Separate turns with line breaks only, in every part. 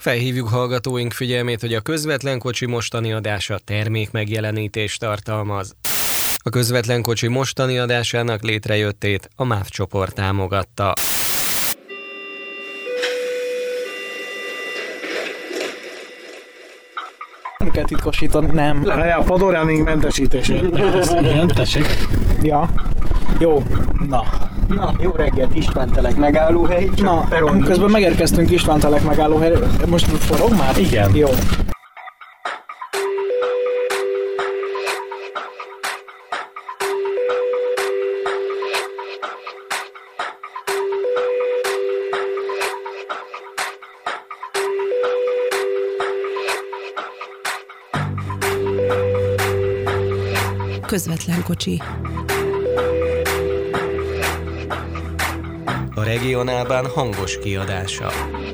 Felhívjuk hallgatóink figyelmét, hogy a közvetlen kocsi mostani adása termékmegjelenítést tartalmaz. A közvetlen kocsi mostani adásának létrejöttét a MÁV csoport támogatta.
Nem kell titkosítani, nem.
A Padorjánénk mentesítését.
Igen, tessék. Ja. Jó.
Na, jó reggelt, Istvántelek megállóhely.
Na, közben megérkeztünk Istvántelek megállóhelyre. Most forog már?
Igen.
Jó.
Közvetlen kocsi.
A regionálban hangos kiadása.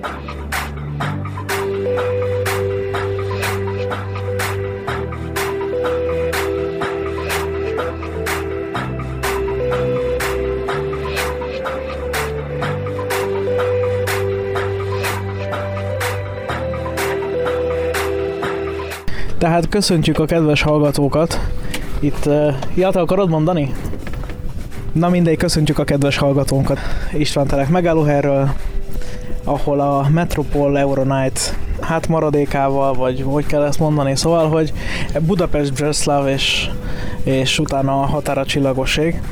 Tehát köszöntjük a kedves hallgatókat. Itt, te akarod mondani? Na mindegy, köszöntjük a kedves hallgatónkat Istvántelek megállóhelyről, ahol a Metropol Euronight maradékával, vagy hogy kell ezt mondani, szóval, hogy Budapest, Břeclav és utána a határa Csillagosség.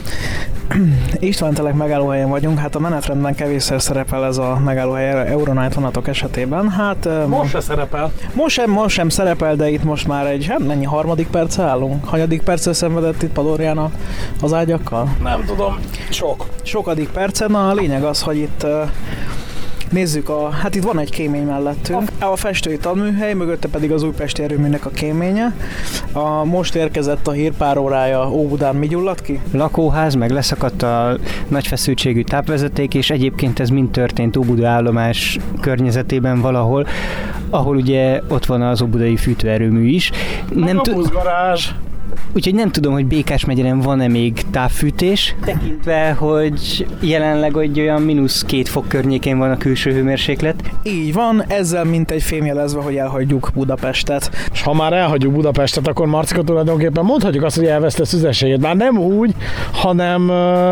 Istvántelek megállóhelyen vagyunk, hát a menetrendben kevésszer szerepel ez a megállóhely Euronight vonatok esetében.
Most se szerepel.
Most sem szerepel, de itt most már egy, mennyi harmadik perce állunk? Hanyadik perccel szenvedett itt Padorján az ágyakkal?
Nem tudom.
Sokadik perce, na a lényeg az, hogy itt nézzük, itt van egy kémény mellettünk, a festői tanműhely, mögötte pedig az újpesti erőműnek a kéménye. Most érkezett a hír pár órája Óbudán, mi gyulladt ki?
Lakóház, meg leszakadt a nagy feszültségű tápvezeték, és egyébként ez mind történt Óbuda állomás környezetében valahol, ahol ugye ott van az óbudai fűtőerőmű is.
Nem a buszgarázs.
Úgyhogy nem tudom, hogy Békás megyeren van-e még távfűtés, tekintve, hogy jelenleg olyan -2 fok környékén van a külső hőmérséklet.
Így van, ezzel mintegy fémjelezve, hogy elhagyjuk Budapestet.
És ha már elhagyjuk Budapestet, akkor Marcika tulajdonképpen mondhatjuk azt, hogy elveszte szüzességét. Már nem úgy, hanem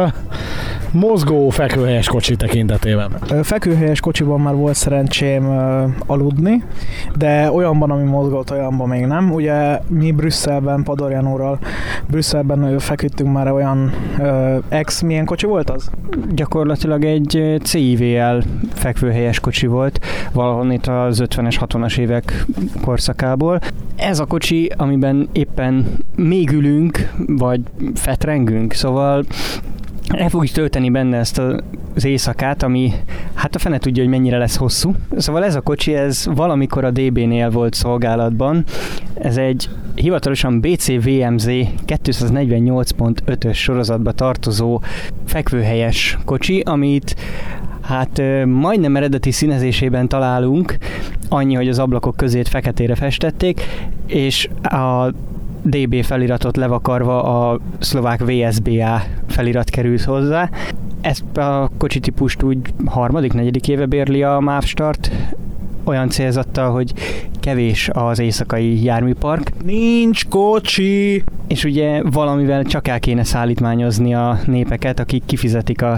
mozgó fekvőhelyes kocsi tekintetében.
Fekvőhelyes kocsiban már volt szerencsém aludni, de olyanban, ami mozgott, olyanban még nem. Ugye mi Brüsszelben, Padorján úrral Brüsszelben feküdtünk már olyan milyen kocsi volt az?
Gyakorlatilag egy CIVL fekvőhelyes kocsi volt, valahol itt az 50-es, 60-as évek korszakából. Ez a kocsi, amiben éppen még ülünk, vagy fetrengünk, szóval el fogjuk tölteni benne ezt az éjszakát, ami a fene tudja, hogy mennyire lesz hosszú. Szóval ez a kocsi, ez valamikor a DB-nél volt szolgálatban. Ez egy hivatalosan BC-VMZ 248.5-ös sorozatba tartozó fekvőhelyes kocsi, amit majdnem eredeti színezésében találunk, annyi, hogy az ablakok közét feketére festették, és a DB feliratot levakarva a szlovák VSBA felirat került hozzá. Ezt a kocsitípust úgy 3.-4. éve bérli a MÁV Start, olyan célzattal, hogy kevés az éjszakai járműpark.
Nincs kocsi!
És ugye valamivel csak el kéne szállítmányozni a népeket, akik kifizetik a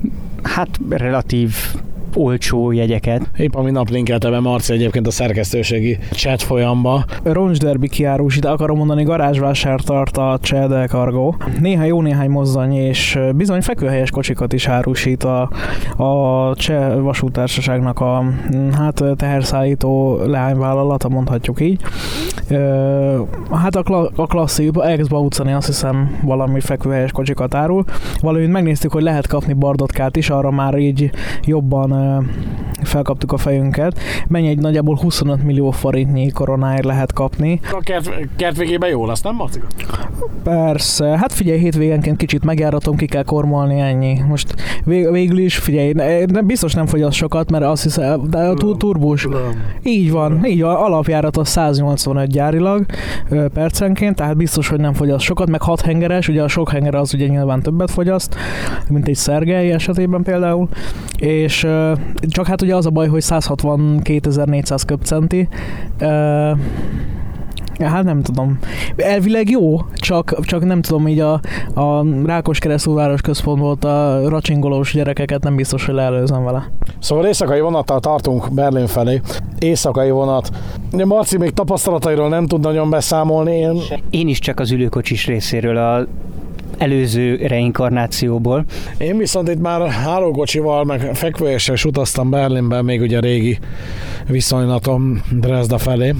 relatív olcsó jegyeket.
Épp a minap linkelte be Marci egyébként a szerkesztőségi chat folyamba.
Roncsderbi kiárusít, akarom mondani, garázsvásár tart a Cseh Cargo. Néhány mozdony és bizony fekvőhelyes kocsikat is árusít a Cseh vasútársaságnak a teherszállító leányvállalata, mondhatjuk így. A klasszik, ex-Baucani azt hiszem valami fekvőhelyes kocsikat árul. Valamint megnéztük, hogy lehet kapni bardotkát is, arra már így jobban felkaptuk a fejünket. Mennyi egy nagyjából 25 millió forintnyi koronáért lehet kapni.
A kert végében jó lesz, nem Marcika?
Persze. Figyelj, hétvégenként kicsit megjáratom, ki kell kormolni, ennyi. Most végül is, figyelj, biztos nem fogyaszt sokat, mert azt hiszem, de a turbós. Így van, alapjárat az 185 gyárilag percenként, tehát biztos, hogy nem fogyaszt sokat, meg 6 hengeres, ugye a sok henger az ugye nyilván többet fogyaszt, mint egy Szergely esetében például, és csak hát ugye az a baj, hogy 162.400 köbcenti. Hát nem tudom. Elvileg jó, csak nem tudom, így a Rákoskeresztúrváros központ volt a racsingolós gyerekeket, nem biztos, hogy leelőzöm vele.
Szóval éjszakai vonattal tartunk Berlin felé. Éjszakai vonat. Marci még tapasztalatairól nem tud nagyon beszámolni.
Én is csak az ülőkocsis részéről a előző reinkarnációból.
Én viszont itt már hálókocsival, meg fekvőéssel is utaztam Berlinben, még ugye régi viszonylatom Dresda felé.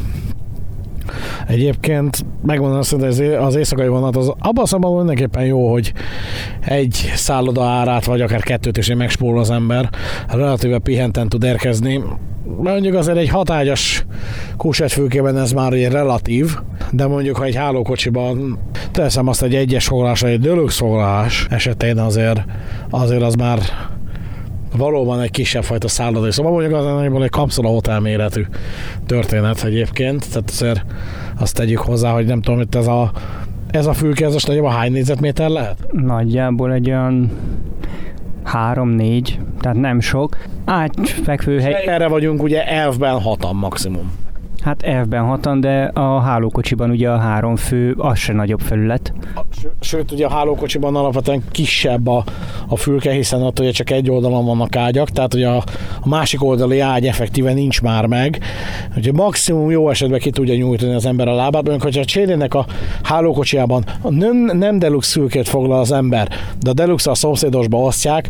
Egyébként megmondom azt, hogy az éjszakai vonat az abban a szemben mindenképpen jó, hogy egy szálloda árát, vagy akár kettőt is megspórol az ember, relatíve pihenten tud érkezni. Mondjuk azért egy hatágyas kúsegyfülkében ez már egy relatív, de mondjuk ha egy hálókocsiban teszem azt egy egyes foglalás, vagy egy deluxe foglalás esetén azért az már valóban egy kisebb fajta szálloda. Szóval mondjuk az nagyjából egy kapszula hotel méretű történet egyébként. Tehát azért azt tegyük hozzá, hogy nem tudom, itt ez a fülke, ez most nagyjából hány négyzetméter lehet?
Nagyjából egy olyan 3-4, tehát nem sok. Fekvőhely.
Erre vagyunk ugye elfben 6-an maximum.
Hát elfben 6-an, de a hálókocsiban ugye a 3 fő, az se nagyobb felület.
Sőt, ugye a hálókocsiban alapvetően kisebb a fülke, hiszen ott ugye csak egy oldalon vannak ágyak, tehát ugye a másik oldali ágy effektíven nincs már meg. Úgyhogy maximum jó esetben ki tudja nyújtani az ember a lábát, mert hogyha a Csérének a hálókocsijában nem deluxe fülkét foglal az ember, de a deluxe a szomszédosba osztják,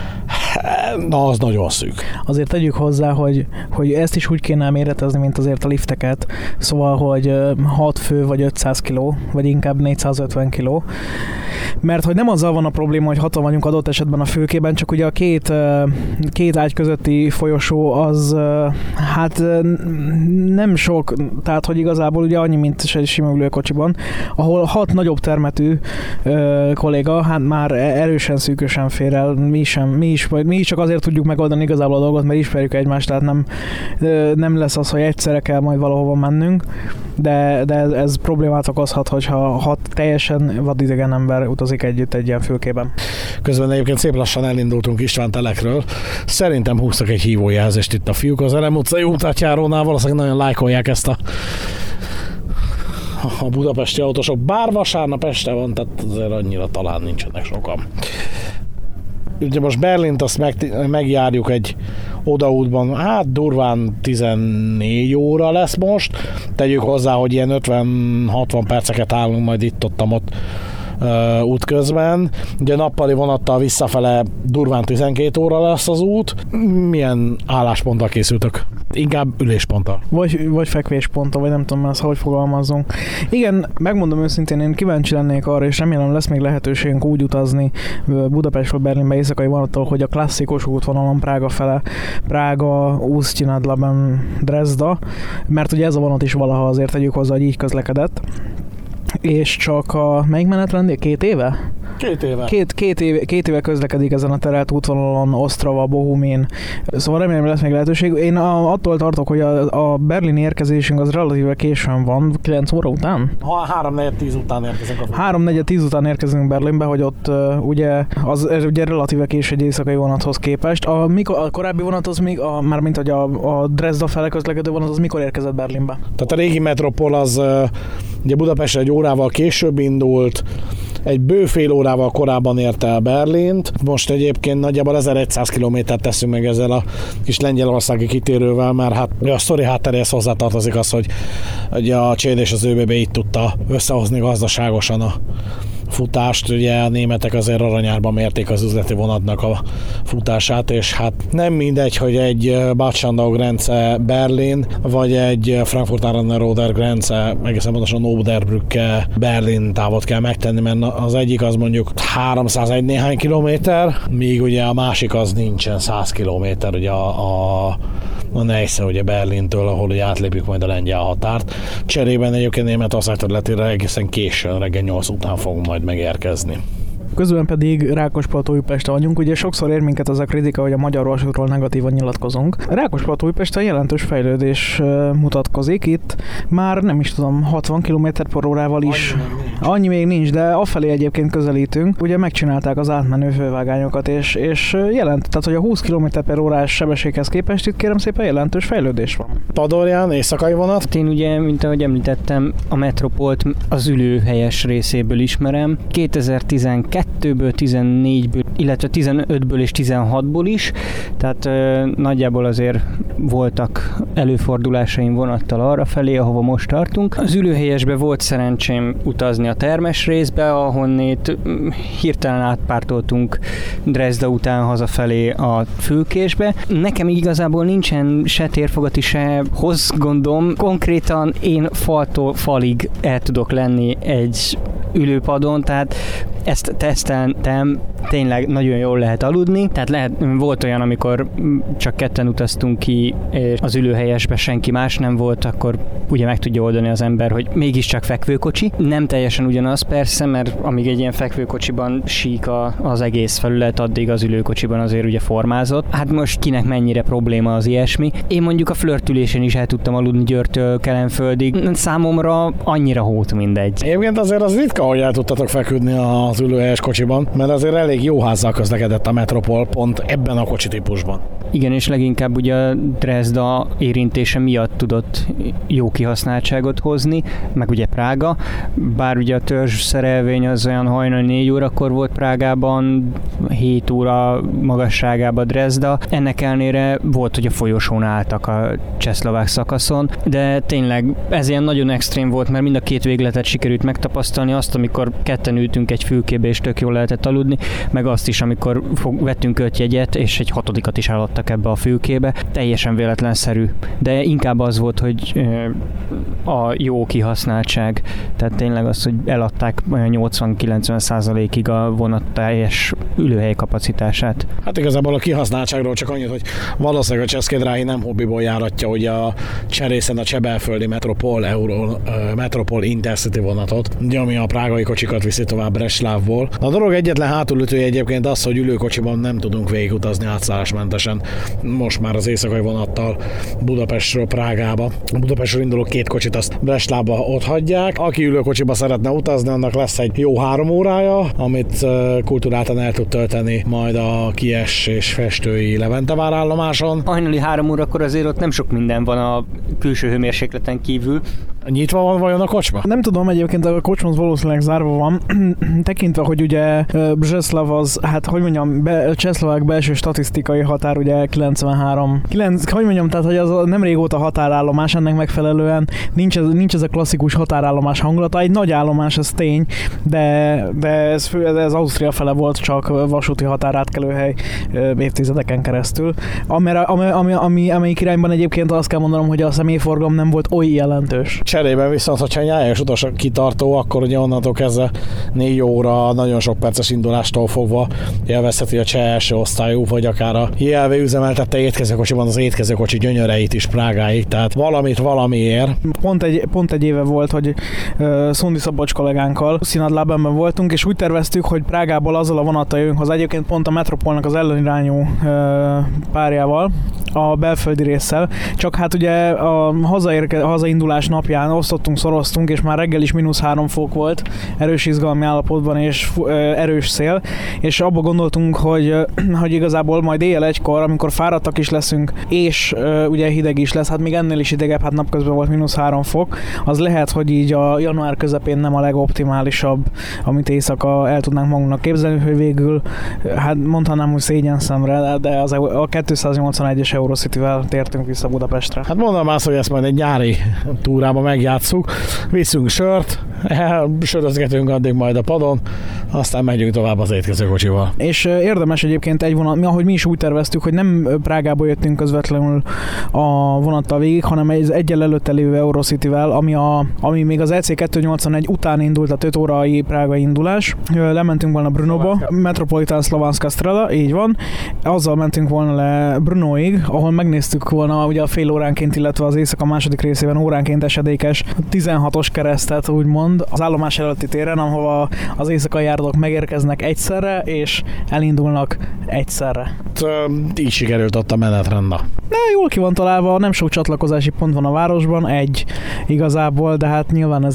na az nagyon szűk.
Azért tegyük hozzá, hogy ezt is úgy kéne méretezni, mint azért a lifteket. Szóval, hogy 6 fő vagy 500 kiló, vagy inkább 450 kiló. Mert hogy nem azzal van a probléma, hogy 6 vagyunk adott esetben a fülkében, csak ugye a két ágy közötti folyosó az hát nem sok, tehát hogy igazából ugye annyi, mint egy sima ülőkocsiban, ahol 6 nagyobb termetű kolléga, hát már erősen szűkösen fér el, mi is csak azért tudjuk megoldani igazából a dolgot, mert ismerjük egymást, tehát nem lesz az, hogy egyszerre kell majd valahova mennünk, de ez problémát okozhat, hogyha 6 teljesen vadidegen ember utazik együtt egy ilyen fülkében.
Közben egyébként szép lassan elindultunk István telekről. Szerintem húztak egy hívójelzést itt a fiúk az Elem utcai útátjárónál, valószínűleg nagyon lájkolják ezt a budapesti autósok. Bár vasárnap este van, tehát azért annyira talán nincsenek sokan. Ugye most Berlint azt megjárjuk egy odaútban, hát durván 14 óra lesz most. Tegyük hozzá, hogy ilyen 50-60 perceket állunk majd itt-ott útközben. Ugye nappali vonattal visszafele durván 12 óra lesz az út. Milyen állásponttal készültök? Inkább ülésponttal.
Vagy fekvésponttal, vagy nem tudom, ezt hogy fogalmazzunk. Igen, megmondom őszintén, én kíváncsi lennék arra, és remélem lesz még lehetőségünk úgy utazni Budapestről Berlinbe éjszakai vonattal, hogy a klasszikus útvonalon Prága fele, Prága, Ústí nad Labem, Dresda, mert ugye ez a vonat is valaha azért tegyük hozzá, hogy így közlekedett. És csak melyik menetrend? 2 éve?
2 éve.
Két éve közlekedik ezen a terelt útvonalon, Ostrava, Bohumin. Szóval remélem lesz még lehetőség. Én attól tartok, hogy a berlini érkezésünk az relatíve későn van, 9 óra után?
3-4-10 után érkezünk.
3-4-10 után érkezünk Berlinbe, hogy ott ugye az ugye relatíve késő egy éjszakai vonathoz képest. A korábbi vonat az még, mármint hogy a Dresda fele közlekedő vonat az mikor érkezett Berlinbe?
Tehát a régi metropol az ugye Budapestre egy órával később indult, egy bő fél órával korábban érte el Berlint. Most egyébként nagyjából 1100 kilométert teszünk meg ezzel a kis lengyelországi kitérővel, mert hát a sztori hátteréhez hozzátartozik az, hogy a Cséd és az ÖBB itt tudta összehozni gazdaságosan a futást. Ugye a németek azért aranyárban mérték az üzleti vonatnak a futását, és hát nem mindegy, hogy egy Bad Schandau-Grenze Berlin, vagy egy Frankfurt-Arener-Oder Grenze, egészen pontosan Oberbrücke Berlin távot kell megtenni, mert az egyik az mondjuk 301 néhány kilométer, míg ugye a másik az nincsen 100 kilométer, ugye a Neisse ugye Berlintől, ahol ugye átlépjük majd a lengyel határt. Cserében egyébként Németország területére egészen későn, reggel 8 után fogunk majd megérkezni.
Közben pedig Rákospalota-Újpesten vagyunk. Ugye sokszor ér minket az a kritika, hogy a magyar vasútról negatívan nyilatkozunk. Rákospalota-Újpesten jelentős fejlődés mutatkozik. Itt már nem is tudom, 60 km/órával is. Annyi még nincs, de afelé egyébként közelítünk. Ugye megcsinálták az átmenő fővágányokat, és jelent, tehát hogy a 20 km/h sebességhez képest itt kérem szépen jelentős fejlődés van.
Padorján, éjszakai vonat.
Én ugye, mint ahogy említettem, a Metropolt az ülőhelyes részéből ismerem. 2012-ből, 14-ből, illetve 15-ből és 16-ból is, tehát nagyjából azért voltak előfordulásaim vonattal arra felé, ahova most tartunk. Az ülőhelyesbe volt szerencsém utazni a termes részbe, ahonnét hirtelen átpártoltunk Dresda után hazafelé a fülkésbe. Nekem igazából nincsen se térfogati, se hozgondom. Konkrétan én faltól falig el tudok lenni egy ülőpadon, tehát ezt teszteltem, tényleg nagyon jól lehet aludni, tehát volt olyan, amikor csak ketten utaztunk ki, és az ülőhelyesbe senki más nem volt, akkor ugye meg tudja oldani az ember, hogy mégiscsak fekvőkocsi. Nem teljesen ugyanaz persze, mert amíg egy ilyen fekvőkocsiban sík az egész felület, addig az ülőkocsiban azért ugye formázott. Hát most kinek mennyire probléma az ilyesmi. Én mondjuk a flörtülésen is el tudtam aludni Győrtől Kelenföldig. Számomra annyira hót mindegy.
Egyébként azért az ritka, hogy el tudtatok feküdni az ülőhelyes kocsiban, mert azért elég jó házzal közlekedett a Metropol pont ebben a kocsitípusban.
Igen, és leginkább ugye a Dresda érintése miatt tudott jó kihasználtságot hozni, meg ugye Prága, bár ugye a törzs szerelvény az olyan hajnali 4 órakor volt Prágában, 7 óra magasságában Dresda. Ennek ellenére volt, hogy a folyosón álltak a csehszlovák szakaszon, de tényleg ez ilyen nagyon extrém volt, mert mind a két végletet sikerült megtapasztalni, azt, amikor ketten ültünk egy fülkébe és tök jól lehetett aludni, meg azt is, amikor vettünk költjegyet, és egy 6-at is eladtak ebbe a fülkébe. Teljesen véletlenszerű, de inkább az volt, hogy a jó kihasználtság, tehát tényleg az, hogy eladták olyan 80-90%-ig a vonat teljes ülőhely kapacitását.
Hát igazából a kihasználtságról csak annyit, hogy valószínűleg a Cseszkédráhi nem hobbiból járatja ugye a cserészen a csebelföldi Metropol Intercity vonatot, ugye, ami a prágai kocsikat viszi tovább Breslávból. A dolog egyetlen hátulütője egyébként az, hogy ülőkocsiban nem tudunk végigutazni átszállásmentesen. Most már az éjszakai vonattal Budapestről Prágába. A Budapestről induló 2 kocsit azt Breslávba ott hagyják. Aki ülőkocsiba szeretne utazni, annak lesz egy jó 3 órája, amit kulturáltan el tud tölteni majd a Kies és Festői Levente várállomáson.
Hajnali 3 órakor azért ott nem sok minden van a külső hőmérsékleten kívül.
Nyitva van vajon a kocsma?
Nem tudom, egyébként a kocsma valószínűleg zárva van, tekintve, hogy ugye Břeclav az, hát hogy mondjam, csehszlovák belső statisztikai határ ugye 93. Hogy mondjam, tehát hogy az nem régóta határállomás, ennek megfelelően nincs ez a klasszikus határállomás hangulata. Egy nagy állomás, ez tény, de ez Ausztria fele volt csak vasúti határátkelőhely évtizedeken keresztül. Amelyik irányban egyébként azt kell mondanom, hogy a személyforgalom nem volt oly jelentős.
Cserében viszont, hogyha nyájas utas kitartó, akkor ugye onnantól kezdve 4 óra, nagyon sok perces indulástól fogva élvezheti a cseh első osztályú, vagy akár a JLV üzemeltette étkezőkocsiban az étkezőkocsi gyönyöreit is Prágáig, tehát valamiért.
Pont egy éve volt, hogy Szundi Szabolcs kollégánkkal Színadlábenben voltunk, és úgy terveztük, hogy Prágából azzal a vonattal jövünk hozzá, egyébként pont a Metropolnak az ellenirányú párjával, a belföldi résszel, csak hát ugye a hazaindulás napján osztottunk, szoroztunk, és már reggel is -3 fok volt, erős izgalmi állapotban és erős szél, és abba gondoltunk, hogy igazából majd éjjel 1-kor, amikor fáradtak is leszünk, és ugye hideg is lesz, hát még ennél is hidegebb, hát napközben volt -3 fok, az lehet, hogy így a január közepén nem a legoptimálisabb, amit éjszaka el tudnánk magunknak képzelni, hogy végül, hát mondhatnám, hogy szégyen szemre, de a 281-es Eurocityvel tértünk vissza Budapestre.
Hát mondom azt, hogy ezt majd egy nyári túrába megjátsszuk, viszünk sört, sörözgetünk addig majd a padon, aztán megyünk tovább az étkezőkocsival.
És érdemes egyébként egy vonat, ahogy mi is úgy terveztük, hogy nem Prágából jöttünk közvetlenül a vonattal végig, hanem egy egyel előtte lévő Eurocityvel, ami még az EC281 után indult, a 5 órai prágai indulás. Lementünk volna Brnóba, Metropolitan Slovanska Strela, így van. Azzal mentünk volna le Brnóig, ahol megnéztük volna ugye a fél óránként, illetve az éjszaka második részében óránként esedékes 16-os keresztet, úgymond, az állomás előtti téren, ahova az éjszakai járatok megérkeznek egyszerre, és elindulnak egyszerre.
Így sikerült ott a menetrenda.
Jól ki van találva, nem sok csatlakozási pont van a városban, egy igazából, de hát nyilván ez egy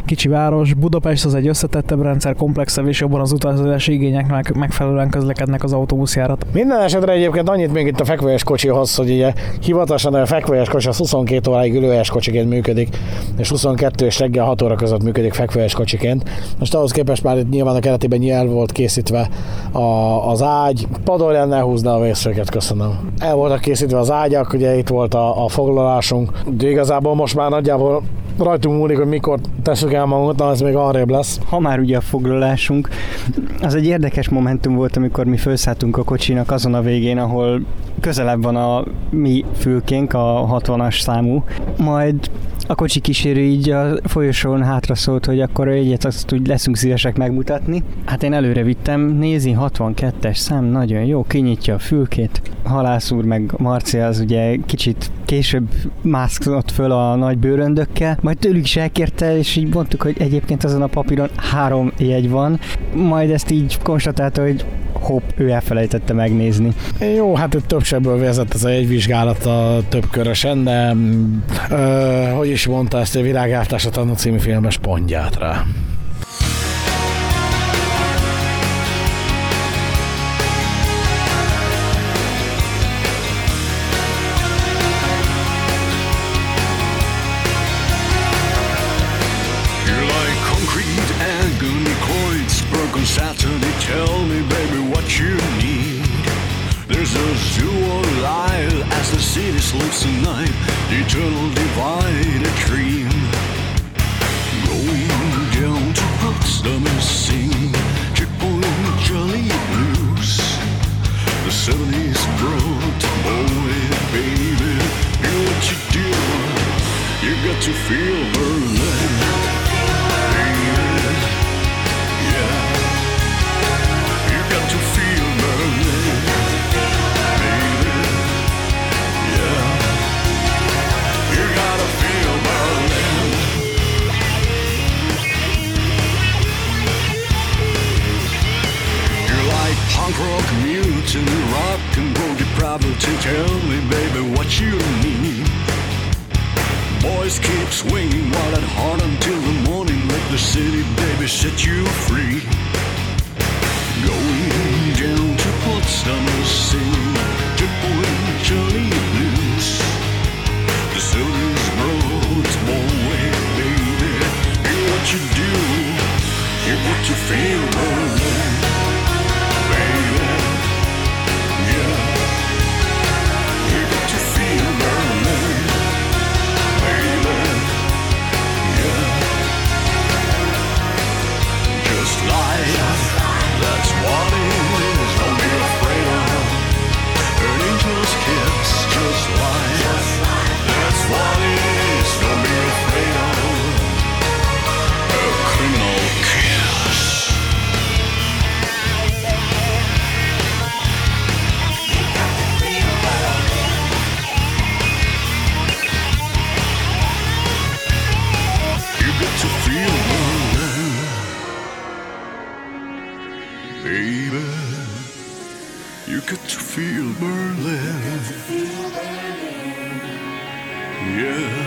kicsi város. Budapest az egy összetettebb rendszer, komplexebb és jobban az utazási igényeknek megfelelően közlekednek az autóbuszjárat.
Minden esetre egyébként annyit még itt a fekvőes kocsihoz, hogy ugye hivatalosan a fekvőes kocsi az 22 óráig ülőes kocsiként működik, és 22 és reggel 6 óra között működik fekvőes kocsiként. Most ahhoz képest már itt nyilván a keretében el volt készítve az ágy. Padolján ne húzna a vészféket, köszönöm. El voltak készítve az ágyak, ugye itt volt a foglalásunk, de igazából most már nagyjából rajtunk múlik, hogy mikor tesszük el magunkat, ez még arrébb lesz.
Ha már ugye a foglalásunk, az egy érdekes momentum volt, amikor mi felszálltunk a kocsinak azon a végén, ahol közelebb van a mi fülkénk, a 60-as számú. Majd a kocsi kísérő így a folyosón hátra szólt, hogy akkor egyet azt úgy leszünk szívesek megmutatni. Hát én előre vittem, nézi, 62-es szám, nagyon jó, kinyitja a fülkét. Halász úr meg Marci az ugye kicsit később mászkodott föl a nagy bőröndökkel, majd tőlük is elkérte, és így mondtuk, hogy egyébként azon a papíron 3 jegy van. Majd ezt így konstatálta, hogy hopp, ő elfelejtette megnézni.
Jó, hát több sebből vezet ez a jegyvizsgálat a több körösen, de hogy is mondta ezt a Virágártás a tanú című filmes pontját rá.
Saturday, tell me, baby, what you need. There's a zoo alive as the city sleeps tonight. The eternal divide, a dream. Going down to Potsdam and sing Checkpoint Jolly Blues. The 70s brought boy, baby. You what you do, you got to feel Berlin. To feel Berlin, baby, yeah. You gotta feel Berlin. You're like punk rock, mutant, rock and roll depravity. Tell me, baby, what you need. Boys keep swinging while at heart until the morning. Let the city, baby, set you free. Going down to Potsdam and sing Checkpoint Jolly Blues. The city's roads, boy, baby. You what you do, you got to feel Berlin, baby, yeah. You got to feel Berlin, baby, yeah. Just like that's what it is, don't be afraid of an angel's kiss, just like that's what it is, don't be afraid of a criminal kiss. You got to feel Berlin, baby, you get to feel Berlin, yeah.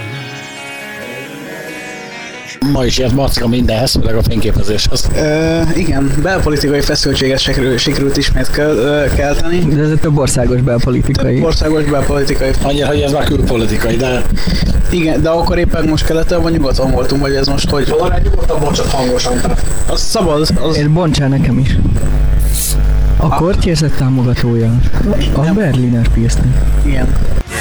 Ma is ért Macka mindenhez, főleg a fényképezéshez.
Igen, belpolitikai feszültséget sikerült ismét kelteni.
De ez a több országos belpolitikai.
Több országos belpolitikai.
Annyira, hogy ez már külpolitikai, de...
Igen, de akkor éppen most keleten vagy nyugaton voltunk, vagy ez most hogy?
Valami nyugodtan bocsát hangosan.
Az szabad, az...
Én bontsál nekem is. A kortyérzet támogatója a Berliner Pilsner.
Igen.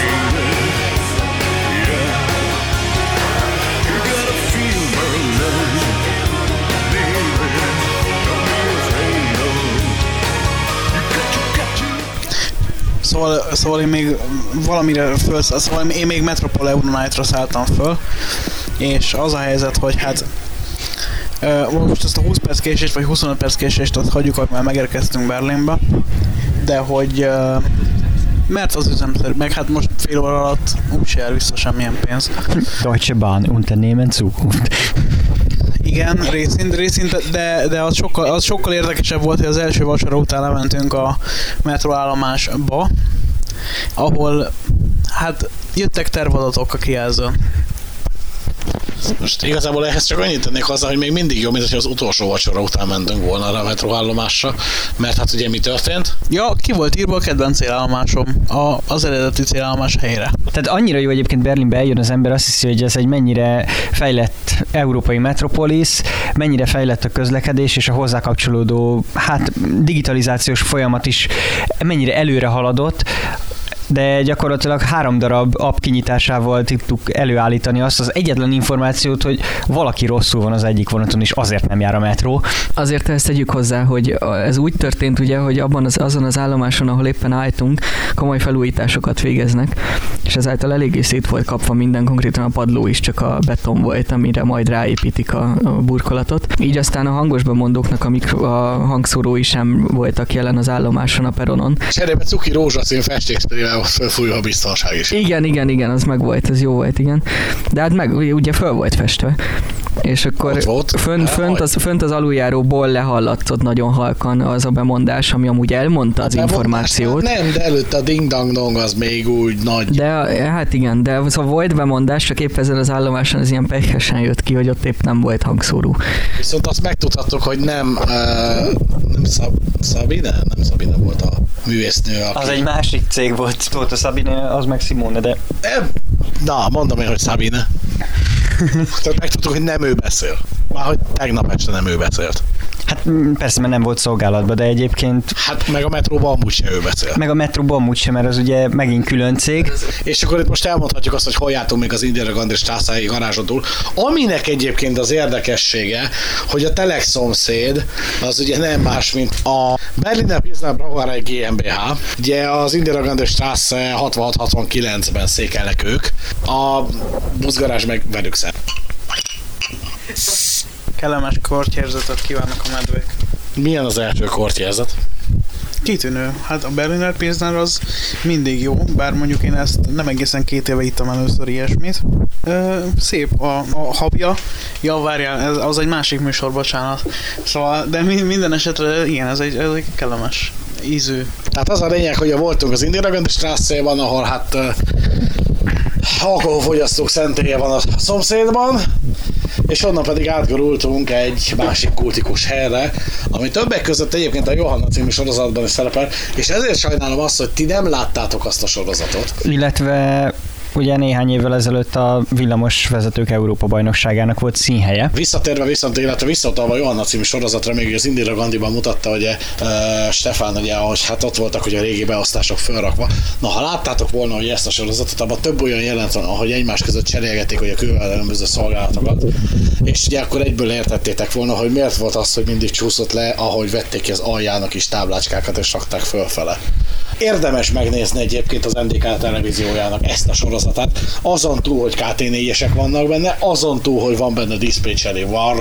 Szóval én még valamire szóval én még Metropol Euronight-ra szálltam föl, és az a helyzet, hogy hát most ezt a 20 perc késést, vagy 25 perc késést azt hagyjuk, hogy már megérkeztünk Berlinbe, de hogy mert az üzemszerű, meg hát most fél óra alatt úgyse jár vissza semmilyen pénz.
Deutsche Bahn, Unternehmen Zukunft.
Igen, részint, de az sokkal érdekesebb volt, hogy az első vacsora után lementünk a metroállomásba, ahol hát jöttek tervadatok a kijelzőn.
Most igazából ehhez csak annyit tennék hozzá, hogy még mindig jobb, mint hogy az utolsó vacsora után mentünk volna arra a metróállomásra, mert hát ugye mi történt?
Ja, ki volt írva a kedvenc célállomásom az eredeti célállomás helyére.
Tehát annyira jó egyébként Berlinbe eljön az ember, azt hiszi, hogy ez egy mennyire fejlett európai metropolis, mennyire fejlett a közlekedés és a hozzá kapcsolódó digitalizációs folyamat is mennyire előre haladott, de gyakorlatilag 3 darab app kinyitásával tudtuk előállítani azt az egyetlen információt, hogy valaki rosszul van az egyik vonaton, és azért nem jár a metró.
Azért ezt tegyük hozzá, hogy ez úgy történt ugye, hogy azon az állomáson, ahol éppen álltunk, komoly felújításokat végeznek, és ezáltal eléggé szét volt kapva minden, konkrétan a padló is csak a beton volt, amire majd ráépítik a burkolatot. Így aztán a hangos bemondóknak a hangszórói sem voltak jelen az állomáson, a peronon.
Cserébe cuki rózsaszín festékspérivel fölfújva a biztonság is.
Igen, az meg volt, ez jó volt, igen. De hát meg ugye föl volt festve. És akkor fönt az aluljáróból lehallatszott nagyon halkan az a bemondás, ami amúgy elmondta az információt.
Nem, de előtte a ding-dang-dong az még úgy nagy.
De hát igen, de szóval volt bemondás, csak épp ezen az állomáson ez ilyen pehesen jött ki, hogy ott épp nem volt hangszóró.
Viszont azt megtudhattuk, hogy nem Sabine? Nem Sabine volt a művésznő.
Az egy másik cég volt a Sabine, az meg Simone, de...
Na, mondom én, hogy Sabine. Tehát megtudtuk, hogy nem ő beszél. Már hogy tegnap este nem ő beszélt.
Hát persze, mert nem volt szolgálatban, de egyébként...
Hát meg a metróban amúgy sem ő beszél.
Meg a metróban amúgy sem, mert az ugye megint külön cég.
És akkor itt most elmondhatjuk azt, hogy hol jártunk még az Indira Gandhi Straße-i garázson túl, aminek egyébként az érdekessége, hogy a Telex szomszéd az ugye nem más, mint a Berliner Pilsner Brauerei GmbH. Ugye az Indira Gandhi Straße 66-69-ben székelnek ők. A buszgarázs meg velük szem.
Kellemes kortyérzetet kívánnak a medvék.
Milyen az első kortyérzet?
Kitűnő. Hát a Berliner Pilsner az mindig jó, bár mondjuk én ezt nem egészen 2 éve ittam először ilyesmit. Szép a habja. Ja, várjál, az egy másik műsor, bocsánat. Szóval, de minden esetre igen, ez egy kellemes ízű.
Tehát az a lényeg, hogy voltunk az Indira Gandhi Straße-ban, ahol hát alkoholfogyasztók szentélye van a szomszédban, és onnan pedig átgurultunk egy másik kultikus helyre, ami többek között egyébként a Johanna című sorozatban is szerepel, és ezért sajnálom azt, hogy ti nem láttátok azt a sorozatot.
Illetve ugye néhány évvel ezelőtt a villamos vezetők Európa-bajnokságának volt színhelye.
Visszatérve illetve visszautalva a Johanna című sorozatra, még az Indira Gandhiban mutatta, ugye Stefán, ugye, hogy hát ott voltak ugye a régi beosztások fölrakva. Na, ha láttátok volna, hogy ezt a sorozatot, abban több olyan jelent van, ahogy egymás között cserélgették, hogy a különböző szolgálatokat, és ugye akkor egyből értettétek volna, hogy miért volt az, hogy mindig csúszott le, ahogy vették ki az aljának is táblácskákat és rakták fölfele. Érdemes megnézni egyébként az NDK televíziójának ezt a sorozatát, azon túl, hogy KT4-esek vannak benne, azon túl, hogy van benne diszpécseri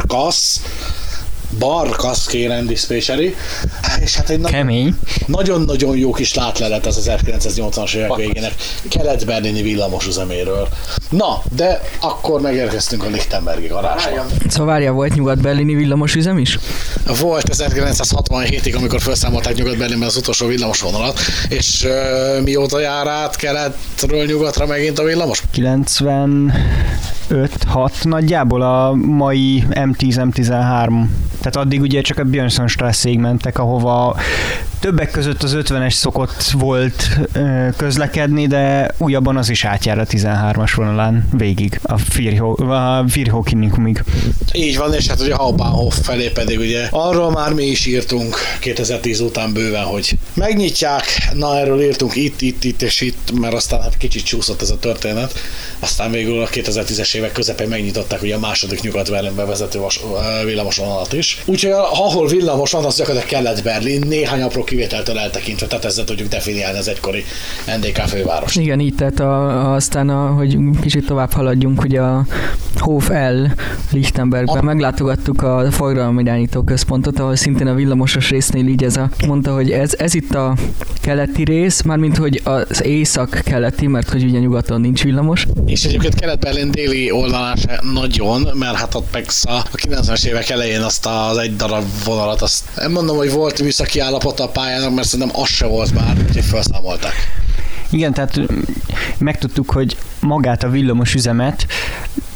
Barkasz kérem diszpécseri, és hát egy nagyon-nagyon jó kis látlelet az 1980-as évek végének kelet-berlini villamosüzeméről. Na, de akkor megérkeztünk a Lichtenbergi garázsba.
Szóval várjál, volt nyugat-berlini villamosüzem is?
Volt 1967-ig, amikor felszámolták Nyugat-Berlinben az utolsó villamosvonalat, és mióta jár át keletről nyugatra megint a villamos?
95-6 nagyjából a mai M10-M13. Tehát addig ugye csak a Björnsonstraßéig mentek, ahova többek között az 50-es szokott volt közlekedni, de újabban az is átjár a 13-as vonalán végig, a Virchow-Klinikumig.
Így van, és hát ugye Hauptbahnhof felé pedig ugye arról már mi is írtunk 2010 után bőven, hogy megnyitják, na erről írtunk itt és itt, mert aztán hát kicsit csúszott ez a történet. Aztán végül a 2010-es évek közepén megnyitották ugye a második Nyugat-Berlinbe vezető villamosvonalat is. Úgyhogy ahol villamos van, az gyakorlatilag Kelet-Berlin, néhány apró kivételtől eltekintve, tehát ezzel tudjuk definiálni az egykori NDK főváros.
Igen, így, tehát aztán, hogy kicsit tovább haladjunk, ugye a Hof L Lichtenbergben meglátogattuk a forgalomirányító központot, ahol szintén a villamosos résznél így mondta, hogy ez itt a keleti rész, mármint hogy az észak-keleti, mert hogy ugye nyugaton nincs villamos.
És egyébként Kelet-Berlin déli oldalán se nagyon, mert hát ott meg a 90-es évek elején azt az egy darab vonalat, azt nem mondom, hogy volt műszaki állapota a pályának, mert szerintem az se volt már, úgyhogy felszámolták.
Igen, tehát megtudtuk, hogy magát a villamos üzemet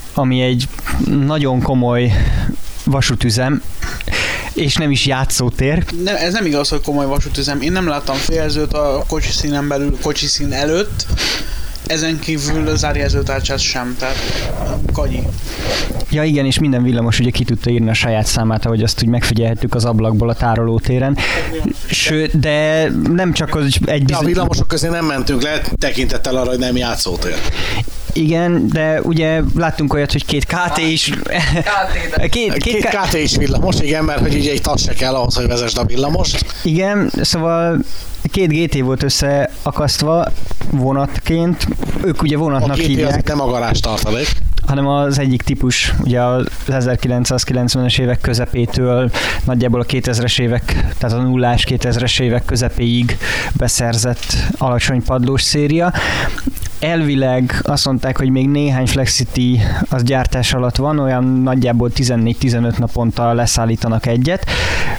ami egy nagyon komoly vasútüzem, és nem is játszótér.
Ez nem igaz, hogy komoly vasútüzem. Én nem láttam féljelzőt a kocsiszínen belül, kocsiszín előtt. Ezen kívül zárjelzőtárcsát sem, tehát kanyi.
Ja igen, és minden villamos ugye ki tudta írni a saját számát, ahogy azt úgy megfigyelhettük az ablakból a tárolótéren. Sőt, de nem csak az egy...
A villamosok közé nem mentünk le, tekintettel arra, hogy nem játszótér.
Igen, de ugye láttunk olyat, hogy két KT is...
Két KT is villamos, igen, mert hogy ugye egy tas se kell ahhoz, hogy vezesd a villamost.
Igen, szóval két GT volt összeakasztva vonatként. Ők ugye vonatnak hívják.
A GT az nem a garázstartalék,
hanem az egyik típus, ugye az 1990-es évek közepétől nagyjából a 2000-es évek, tehát a nullás 2000-es évek közepéig beszerzett alacsony padlós széria. Elvileg azt mondták, hogy még néhány Flexity az gyártás alatt van, olyan nagyjából 14-15 naponta leszállítanak egyet.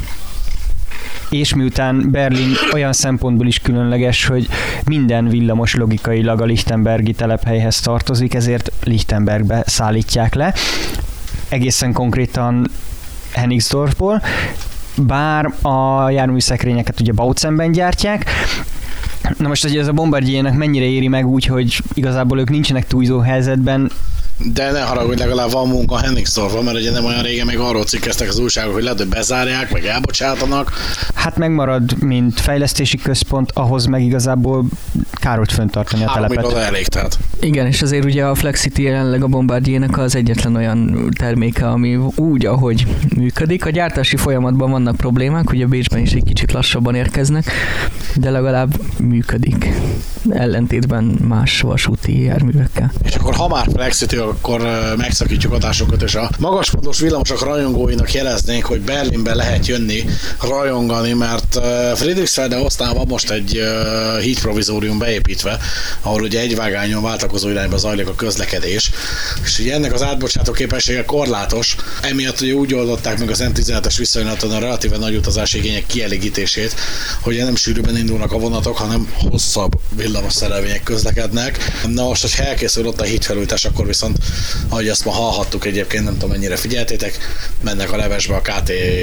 És miután Berlin olyan szempontból is különleges, hogy minden villamos logikailag a lichtenbergi telephelyhez tartozik, ezért Lichtenbergbe szállítják le, egészen konkrétan Hennigsdorfból, bár a járműszekrényeket ugye Bautzenben gyártják. Na most, hogy ez a Bombardiernek mennyire éri meg úgy, hogy igazából ők nincsenek túlzó helyzetben.
De ne haragudj, legalább van munka Hennigsdorfban, mert ugye nem olyan régen még arról cikkeztek az újságok, hogy lehet, hogy bezárják, meg elbocsátanak.
Hát megmarad, mint fejlesztési központ, ahhoz meg igazából károt föntartani a telepet.
3 elég, tehát.
Igen, és azért ugye a Flexity jelenleg a Bombardiernek az egyetlen olyan terméke, ami úgy, ahogy működik. A gyártási folyamatban vannak problémák, ugye Bécsben is egy kicsit lassabban érkeznek, de legalább működik. Ellentétben más vasúti járművekkel.
És akkor ha már Flexity, akkor megszakítjuk adásunkat, és a magaspadlós villamosok rajongóinak jeleznénk, hogy Berlinbe lehet jönni rajongani, mert Friedrichsfelde Ostnál van most egy hídprovizórium beépítve, ahol ugye egyvágányon váltakozó irányba zajlik a közlekedés, és ugye ennek az átbocsátó képessége korlátos, emiatt ugye úgy oldották meg az M17-es viszonylaton a relatíve nagy utazási igények kielégítését, hogy nem sűrűben indulnak a vonatok, hanem hosszabb villamos szerelvények közlekednek. Na most, hogy elkészül ott a hídfelújítás, akkor viszont, ahogy azt ma hallhattuk egyébként, nem tudom mennyire figyeltétek, mennek a levesbe a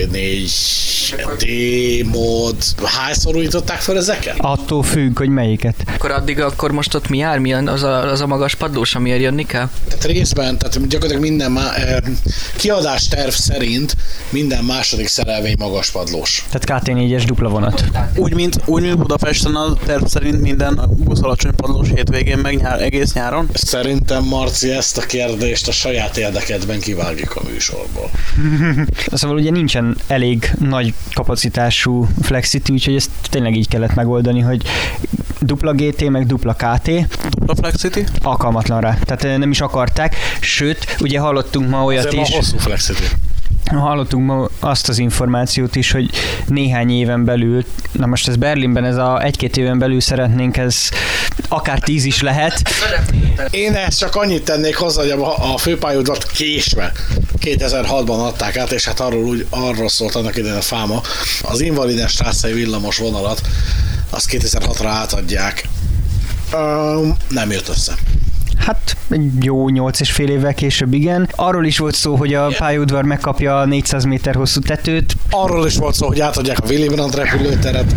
KT4D mód. Hányszor újították fel ezeket?
Attól függ, hogy melyiket.
Akkor most ott mi jár? Milyen az a magas padlós, amiért jönni kell?
Tehát részben, tehát gyakorlatilag minden kiadás terv szerint minden második szerelvény magas padlós.
Tehát KT4-es dupla vonat.
Úgy, mint Budapesten a terv szerint minden busz alacsony padlós hétvégén, meg egész nyáron.
Szerintem, Marci, ezt a kérdést a saját érdekedben kivágjuk a műsorból.
Szóval ugye nincsen elég nagy kapacitású Flexity, úgyhogy ezt tényleg így kellett megoldani, hogy dupla GT, meg dupla KT.
Dupla Flexity?
Alkalmatlan rá. Tehát nem is akarták, sőt, ugye hallottunk ma olyat is.
Hosszú Flexity.
Hallottunk ma azt az információt is, hogy néhány éven belül, na most ez Berlinben, ez a 1-2 éven belül szeretnénk, ez akár 10 is lehet.
Én ezt csak annyit tennék hozzá, hogy a főpályaudvat késve 2006-ban adták át, és hát arról szólt annak idején a fáma. Az Invalidenstraße villamos vonalat, azt 2006-ra átadják. Nem jött össze.
Hát egy jó 8,5 évvel később igen. Arról is volt szó, hogy a pályaudvar megkapja a 400 méter hosszú tetőt.
Arról is volt szó, hogy átadják a Willy Brandt repülőteret.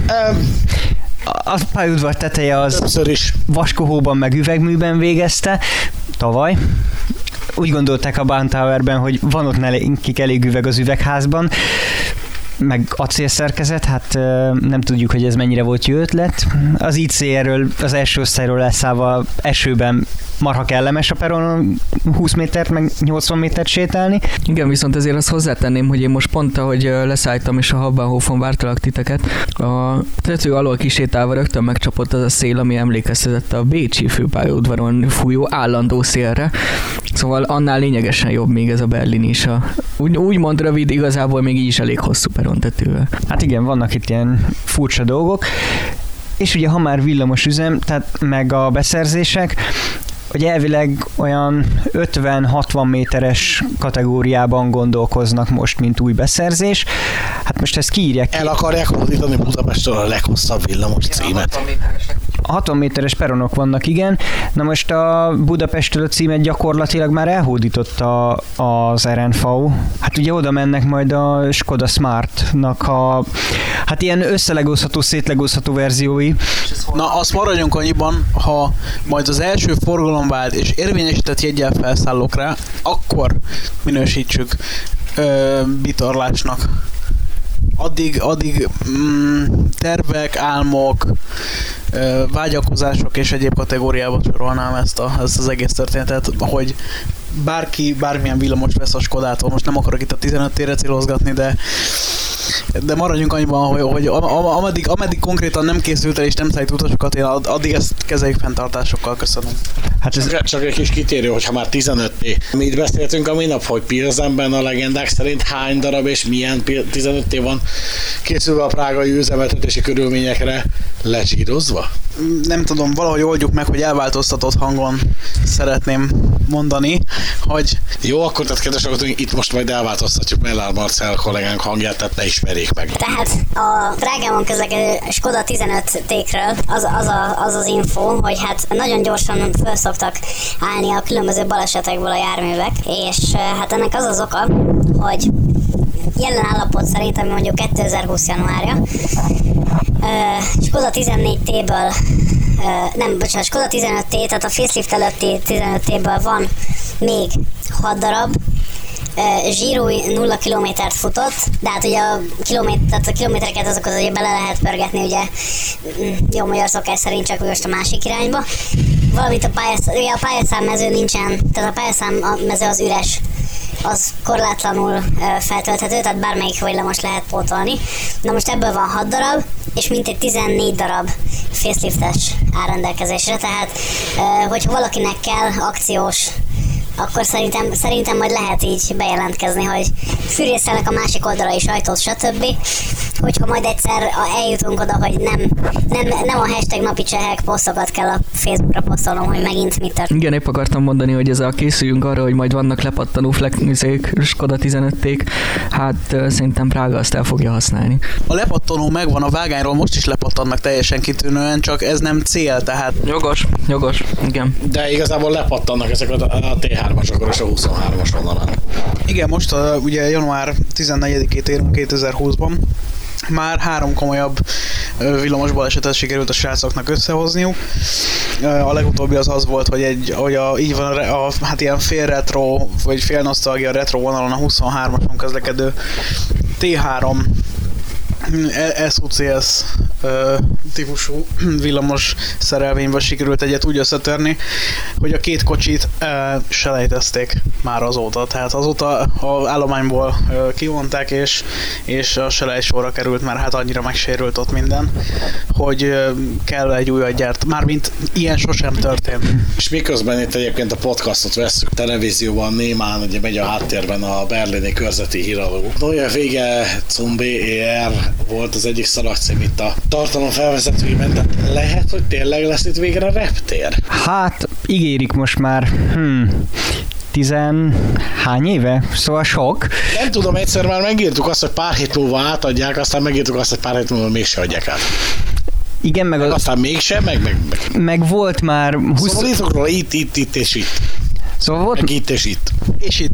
A pályaudvar teteje az
többször is
vaskohóban meg üvegműben végezte tavaly. Úgy gondolták a Bahntowerben, hogy van ott nekik elég üveg az üvegházban, meg acélszerkezet, hát nem tudjuk, hogy ez mennyire volt jó ötlet. Az ICR-ről, az első osztályról leszállva esőben marha kellemes a peronon 20 métert, meg 80 métert sétálni.
Igen, viszont ezért azt hozzátenném, hogy én most pont, ahogy leszálltam és a Hauptbahnhofon vártalak titeket, a tető alól kisétálva rögtön megcsapott az a szél, ami emlékeztetett a bécsi főpályaudvaron fújó állandó szélre. Szóval annál lényegesen jobb még ez a Berlin is. Úgymond rövid, igazából még így is elég hosszú perontetővel.
Hát igen, vannak itt ilyen furcsa dolgok. És ugye ha már villamos üzem, tehát meg a beszerzések, hogy elvileg olyan 50-60 méteres kategóriában gondolkoznak most, mint új beszerzés. Hát most ezt kiírják.
El akarják hódítani Budapestről a leghosszabb villamos címet.
60 méteres peronok vannak, igen. Na most a Budapestről címet gyakorlatilag már elhódította az RNV. Hát ugye oda mennek majd a Skoda Smartnak a hát ilyen összelegozható, szétlegozható verziói.
Na, azt maradjunk annyiban, ha majd az első forgalom vált és érvényesített jeggyel felszállok rá, akkor minősítsük bitorlásnak. Addig tervek, álmok, vágyakozások és egyéb kategóriába sorolnám ezt az egész történetet, hogy bárki bármilyen villamos vesz a Skodától, most nem akarok itt a 15 térre célozgatni, de maradjunk annyiban, hogy ameddig konkrétan nem készült el és nem szállít utasokat, én addig ezt kezeljük fenntartásokkal. Köszönöm.
Hát ez csak egy kis kitérő, hogyha már 15T. Mi itt beszéltünk a minap, hogy Pilsenben a legendák szerint hány darab és milyen 15T van készülve a prágai üzemeltetési körülményekre lezsírozva?
Nem tudom, valahogy oldjuk meg, hogy elváltoztatott hangon szeretném mondani, hogy...
Jó, akkor tehát kedves hallgatóink, itt most majd elváltoztatjuk Mellár Marcell kollégánk hangját, tehát ne ismerjék meg.
Tehát a drágában közlekedő Skoda 15T-kről az info, hogy hát nagyon gyorsan föl szoktak állni a különböző balesetekből a járművek, és hát ennek az oka, hogy jelen állapot szerint, ami mondjuk 2020 januárja, Skoda 14T-ből Skoda 15T, tehát a facelift előtti 15T-ből van még 6 darab, zsírúj 0 kilométert futott, de hát ugye a kilométereket azokat ugye bele lehet pörgetni, ugye jó magyar szokás szerint, csak most a másik irányba. Valamint a pályaszám mező nincsen, tehát a pályaszám mező az üres, az korlátlanul feltölthető, tehát bármelyik villamos lehet pótolni. Na most ebből van 6 darab, és mintegy 14 darab faceliftes áll rendelkezésre, tehát hogyha valakinek kell akciós, akkor szerintem majd lehet így bejelentkezni, hogy fűrészelnek a másik oldalra is ajtót, stb. Hogyha majd egyszer eljutunk oda, hogy nem a hashtag napi csehek posztokat kell a Facebookra posztolnom, hogy megint mit történik.
Igen, épp akartam mondani, hogy készüljünk arra, hogy majd vannak lepattanó Skoda 15-ték, hát szerintem Prága azt el fogja használni.
A lepattanó megvan, a vágányról most is lepattannak teljesen kitűnően, csak ez nem cél, tehát...
Jogos, igen.
De igazából lepattannak ezek a T3-asokon és a 23-as vonalán.
Igen, most ugye január 14-ét érünk 2020-ban. Már 3 komolyabb villamos balesetet sikerült a srácoknak összehozniuk. A legutóbbi az volt, hogy így van hát ilyen fél retro, vagy fél nosztalgia retro vonalon a 23-ason közlekedő T3 SUCS típusú villamos szerelvényből sikerült egyet úgy összetörni, hogy a két kocsit selejtezték már azóta. Tehát azóta az állományból kivonták, és a selejtsorra került, mert hát annyira megsérült ott minden, hogy kell egy újat gyárt. Mármint ilyen sosem történt.
És miközben itt egyébként a podcastot vesszük, televízióban némán ugye megy a háttérben a berlini körzeti híradó. Neue Wege zum BER volt az egyik szalagcím itt a tartalom felvezetőjében, tehát lehet, hogy tényleg lesz itt végre reptér?
Hát ígérik most már 10 hány éve? Szóval sok.
Nem tudom, egyszer már megírtuk azt, hogy pár hét múlva átadják, aztán megírtuk azt, hogy pár hét múlva mégse adják át.
Igen, meg
aztán mégsem,
meg volt már...
Szóval írtok róla itt és itt.
Szóval volt...
Meg itt és itt.
És itt.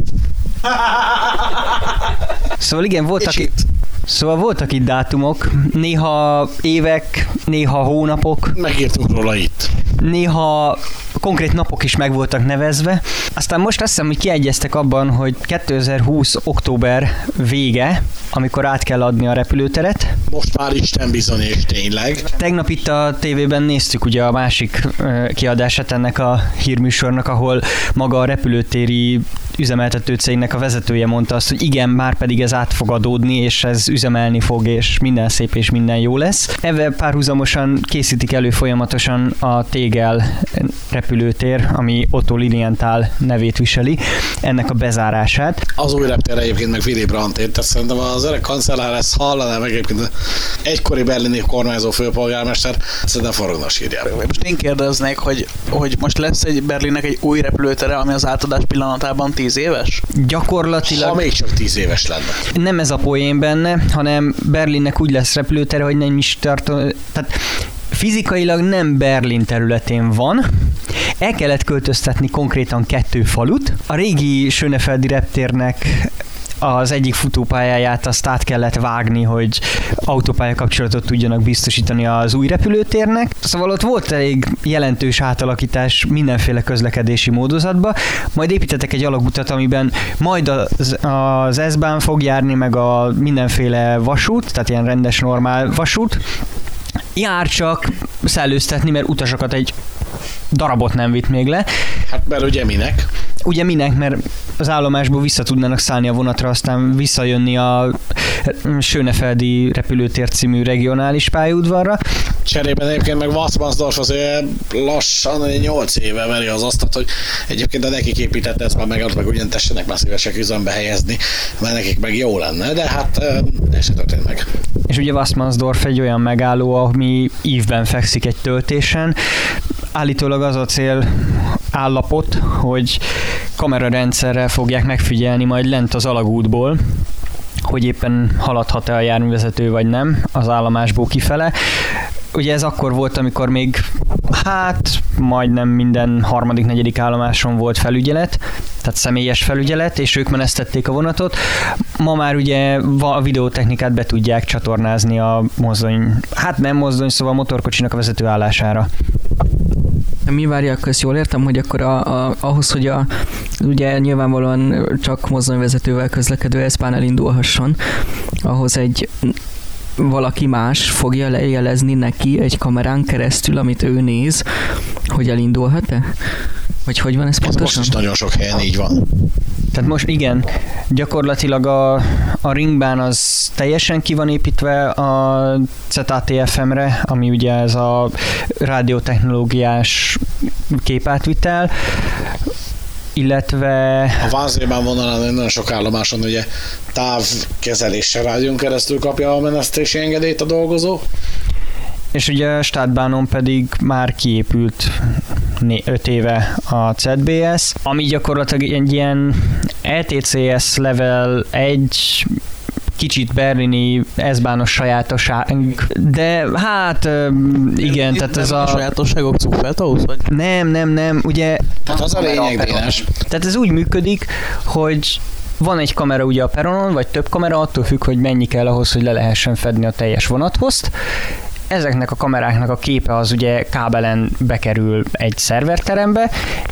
Szóval igen, voltak itt dátumok, néha évek, néha hónapok.
Megírtuk róla itt.
Néha konkrét napok is meg voltak nevezve. Aztán most azt hiszem, hogy kiegyeztek abban, hogy 2020. október vége, amikor át kell adni a repülőteret.
Most már Isten bizony, és tényleg.
Tegnap itt a tévében néztük ugye a másik kiadását ennek a hírműsornak, ahol maga a repülőtéri üzemeltető cégnek a vezetője mondta azt, hogy igen, már pedig ez át fog adódni, és ez üzemelni fog, és minden szép, és minden jó lesz. Ezzel párhuzamosan készítik elő folyamatosan a Tegel repülőtér, ami Otto Lilienthal nevét viseli, ennek a bezárását.
Az új reptér egyébként meg Willy Brandt-ért, tehát szerintem az öreg kancellár ezt hallaná meg egyébként egykori berlini kormányzó főpolgármester, szerintem forogna sírjára.
Most én kérdeznék, hogy most lesz egy Berlinnek egy új repülőtere, ami az átadás pillanatában 10 éves?
Gyakorlatilag...
Ha még csak 10 éves lenne.
Nem ez a poén benne, hanem Berlinnek úgy lesz repülőtere, hogy nem is tehát fizikailag nem Berlin területén van, el kellett költöztetni konkrétan 2 falut. A régi Schönefeldi reptérnek az egyik futópályáját azt át kellett vágni, hogy autópálya kapcsolatot tudjanak biztosítani az új repülőtérnek. Szóval ott volt elég jelentős átalakítás mindenféle közlekedési módozatba, majd építettek egy alagutat, amiben majd az S-Bahn fog járni, meg a mindenféle vasút, tehát ilyen rendes, normál vasút. Jár csak szellőztetni, mert utasokat egy darabot nem vitt még le.
Hát mert ugye minek?
Ugye minek, mert az állomásból vissza tudnának szállni a vonatra, aztán visszajönni a Schönefeldi repülőtér című regionális pályaudvarra.
Cserében egyébként meg Wassmannsdorf azért lassan 8 éve veri az asztalt, hogy egyébként a nekik építette ezt már meg ugyan tessenek már szívesek üzembe helyezni, mert nekik meg jó lenne, de hát ez se történt meg.
És ugye Wassmannsdorf egy olyan megálló, ami ívben fekszik egy töltésen. Állítólag az a cél állapot, hogy kamerarendszerrel fogják megfigyelni majd lent az alagútból, hogy éppen haladhat-e a járművezető vagy nem az állomásból kifele. Ugye ez akkor volt, amikor még majdnem minden harmadik, negyedik állomáson volt felügyelet, tehát személyes felügyelet, és ők menesztették a vonatot. Ma már ugye a videótechnikát be tudják csatornázni a mozdony, nem mozdony, szóval a motorkocsinak a vezetőállására.
Mi várják, ezt jól értem, hogy akkor ahhoz, hogy ugye nyilvánvalóan csak mozdonyvezetővel közlekedő S-Bahn elindulhasson, ahhoz valaki más fogja lejelezni neki egy kamerán keresztül, amit ő néz, hogy elindulhat-e? Vagy hogy van ez pontosan?
Most is nagyon sok helyen így van.
Tehát most igen, gyakorlatilag a Ringbahn az teljesen ki van építve a ZATFM-re, ami ugye ez a rádiótechnológiás képátvitel, illetve...
A Wannsee-Bahn vonalán nagyon sok állomáson ugye távkezeléssel rádión keresztül kapja a menesztési engedélyt a dolgozó.
És ugye a Stadtbahnon pedig már kiépült 5 éve a ZBS, ami gyakorlatilag egy ilyen LTCS level 1 kicsit berlini S-Bahnos sajátosság, de igen, tehát ez a...
sajátosságok cukfelt ahhoz, vagy?
Nem, ugye...
Tehát az a lényeg, Dénes.
Tehát ez úgy működik, hogy van egy kamera ugye a peronon, vagy több kamera, attól függ, hogy mennyi kell ahhoz, hogy le lehessen fedni a teljes vonathozt. Ezeknek a kameráknak a képe az ugye kábelen bekerül egy szerverterembe,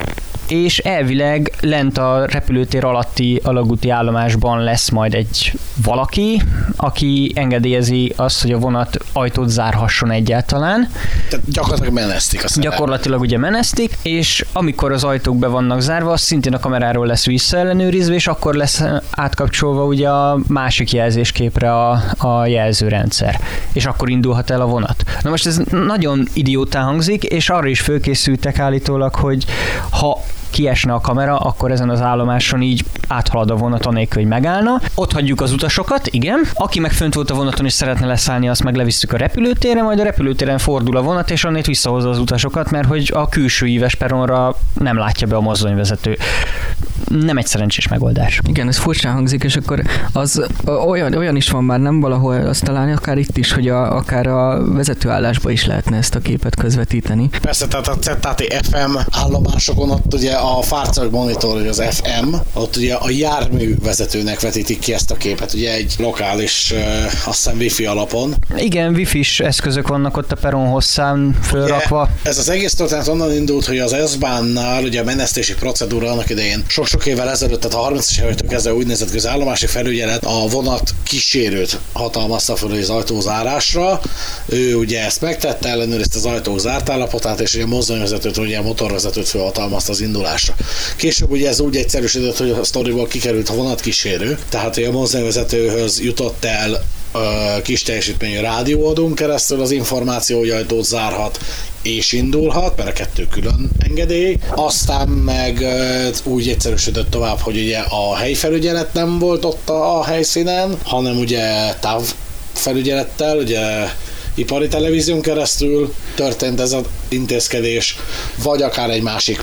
és elvileg lent a repülőtér alatti alagúti állomásban lesz majd egy valaki, aki engedélyezi azt, hogy a vonat ajtót zárhasson egyáltalán.
Tehát gyakorlatilag menesztik a szerver.
Gyakorlatilag ugye menesztik, és amikor az ajtók be vannak zárva, az szintén a kameráról lesz visszaellenőrizve, és akkor lesz átkapcsolva ugye a másik jelzésképre a jelzőrendszer, és akkor indulhat el a vonat. Na most ez nagyon idiótán hangzik, és arra is fölkészültek állítólag, hogy ha kiesne a kamera, akkor ezen az állomáson így áthalad a vonat anélkül, hogy megállna. Ott hagyjuk az utasokat, igen. Aki meg fönt volt a vonaton és szeretne leszállni, azt meg levisszük a repülőtérre, majd a repülőtéren fordul a vonat, és annét visszahozza az utasokat, mert hogy a külső íves peronra nem látja be a mozdonyvezető. Nem egy szerencsés megoldás.
Igen, ez furcsán hangzik, és akkor az olyan is van már, nem valahol, azt talán akár itt is, hogy akár a vezetőállásba is lehetne ezt a képet közvetíteni.
Persze, tehát a ZATFM állomásokon ott ugye a Fahrzeug Monitor, vagy az FM, ott ugye a járművezetőnek vetítik ki ezt a képet, ugye egy lokális, azt hiszem wifi alapon.
Igen, wifi-s eszközök vannak ott a peron hosszán fölrakva.
Ugye, ez az egész történet onnan indult, hogy az S-Bahnnál ugye a menesztési procedúra annak idején sok-sok évvel ezelőtt, tehát a 30-as évektől kezdve úgy nézett ki, az állomási felügyelet a vonat kísérőt hatalmazta fel az ajtózárásra. Ő ugye ezt megtette, ellenőrizte az ajtók zárt állapotát, és ugye a mozdonyvezetőt, ugye a motorvezetőt felhatalmazta az indulásra. Később ugye ez úgy egyszerűsödött, hogy a sztoriból kikerült a vonatkísérő, tehát a mozdonyvezetőhöz jutott el kis teljesítményű rádióadón keresztül az információ, hogy ajtót zárhat és indulhat, mert a kettő külön engedély. Aztán meg úgy egyszerűsödött tovább, hogy ugye a helyi felügyelet nem volt ott a helyszínen, hanem ugye távfelügyelettel, ugye ipari televízión keresztül történt ez az intézkedés, vagy akár egy másik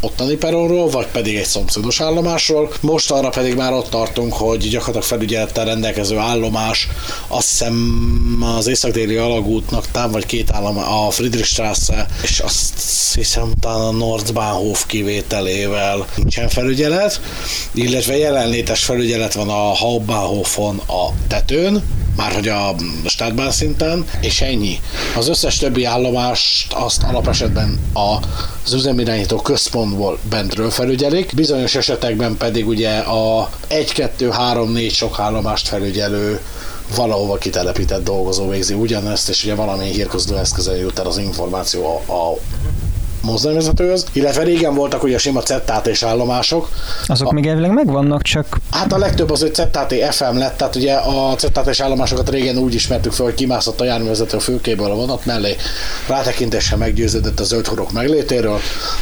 ottani peronról, vagy pedig egy szomszédos állomásról. Most arra pedig már ott tartunk, hogy gyakorlatilag felügyelettel rendelkező állomás, azt hiszem az észak-déli alagútnak vagy két állomás, a Friedrichstraße, és azt hiszem talán a Nordbahnhof kivételével nincsen felügyelet, illetve jelenlétes felügyelet van a Hauptbahnhofon a tetőn, márhogy a Stadtbahn szinten, és ennyi. Az összes többi állomást azt alapesetben az üzemirányító központból bentről felügyelik, bizonyos esetekben pedig ugye a 1, 2, 3, 4 sok állomást felügyelő valahova kitelepített dolgozó végzi ugyanezt, és ugye valamilyen hírközlő eszközön jut el az információ a mozdonyvezetőhöz, illetve régen voltak ugye a sima ZAT-s állomások.
Azok még elvileg megvannak, csak...
Hát a legtöbb az, hogy ZAT FM lett, tehát ugye a ZAT-s állomásokat régen úgy ismertük fel, hogy kimászott a járművezető fülkéből a vonat mellé, rátekintéssel meggyőződött a zöld hurok meglétéről,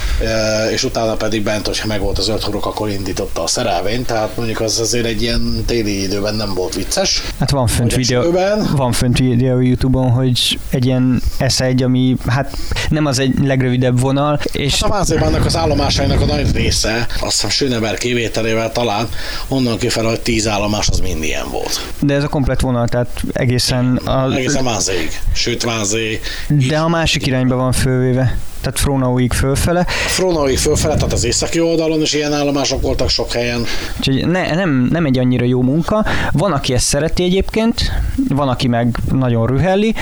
és utána pedig bent, hogyha megvolt a zöld hurok, akkor indította a szerelvényt, tehát mondjuk az azért egy ilyen téli időben nem volt vicces.
Hát van fönt videó YouTube-on, hogy egy ilyen S1, ami hát nem az egy legrövidebb vonal, és... Hát
a Wannsee-Bahnnak az állomásainak a nagy része, azt hiszem Schöneberg kivételével talán onnan kifele, hogy 10 állomás az mind ilyen volt.
De ez a komplett vonal, tehát egészen
Wannsee-ig. Sőt, Wannsee...
De a másik irányba van fölvéve. Tehát Frohnauig fölfele.
Frohnauig fölfele, tehát az északi oldalon is ilyen állomások voltak sok helyen.
Úgyhogy nem egy annyira jó munka. Van, aki ezt szereti egyébként, van, aki meg nagyon rühelli,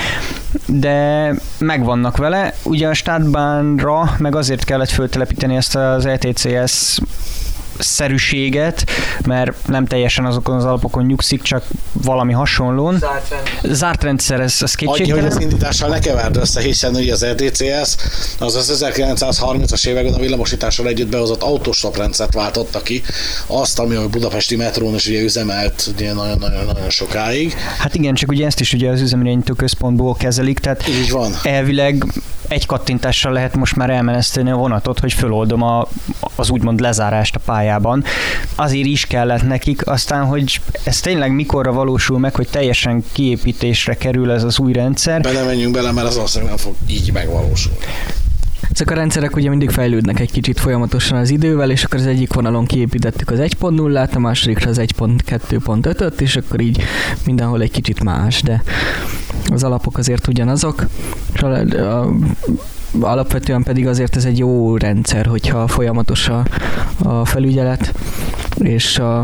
de megvannak vele. Ugye a Stadtbahnra meg azért kellett föltelepíteni ezt az ETCS szerűséget, mert nem teljesen azokon az alapokon nyugszik, csak valami hasonlón. Zárt rendszer, ez kétségtelen.
Annyi, hogy az indítással ne keverd össze, hiszen ugye az ETCS az 1930-as években a villamosítással együtt behozott autostop rendszert váltotta ki, azt, ami a budapesti metrón is ugye üzemelt ugye nagyon-nagyon sokáig.
Hát igen, csak ugye ezt is ugye az üzemirányító központból kezelik, tehát
így van.
Elvileg egy kattintással lehet most már elmeneszteni a vonatot, hogy föloldom az úgymond lezárást a pályában. Azért is kellett nekik, aztán, hogy ez tényleg mikorra valósul meg, hogy teljesen kiépítésre kerül ez az új rendszer.
Nem menjünk bele, mert az valószínűleg nem fog így megvalósulni.
Ezek a rendszerek ugye mindig fejlődnek egy kicsit folyamatosan az idővel, és akkor az egyik vonalon kiépítettük az 1.0-át, a másodikra az 1.2.5-öt, és akkor így mindenhol egy kicsit más, de az alapok azért ugyanazok, és alapvetően pedig azért ez egy jó rendszer, hogyha folyamatos a felügyelet, és a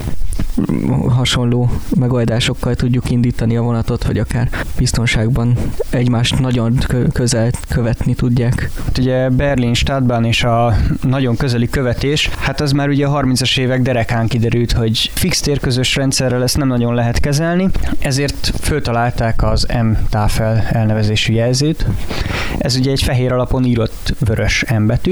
hasonló megoldásokkal tudjuk indítani a vonatot, vagy akár biztonságban egymást nagyon közel követni tudják.
Ugye Berlin Stadtbahn és a nagyon közeli követés, hát az már ugye a 30-as évek derekán kiderült, hogy fix térközös rendszerrel ezt nem nagyon lehet kezelni, ezért föltalálták az M-táfel elnevezésű jelzőt. Ez ugye egy fehér alapon írott vörös M betű,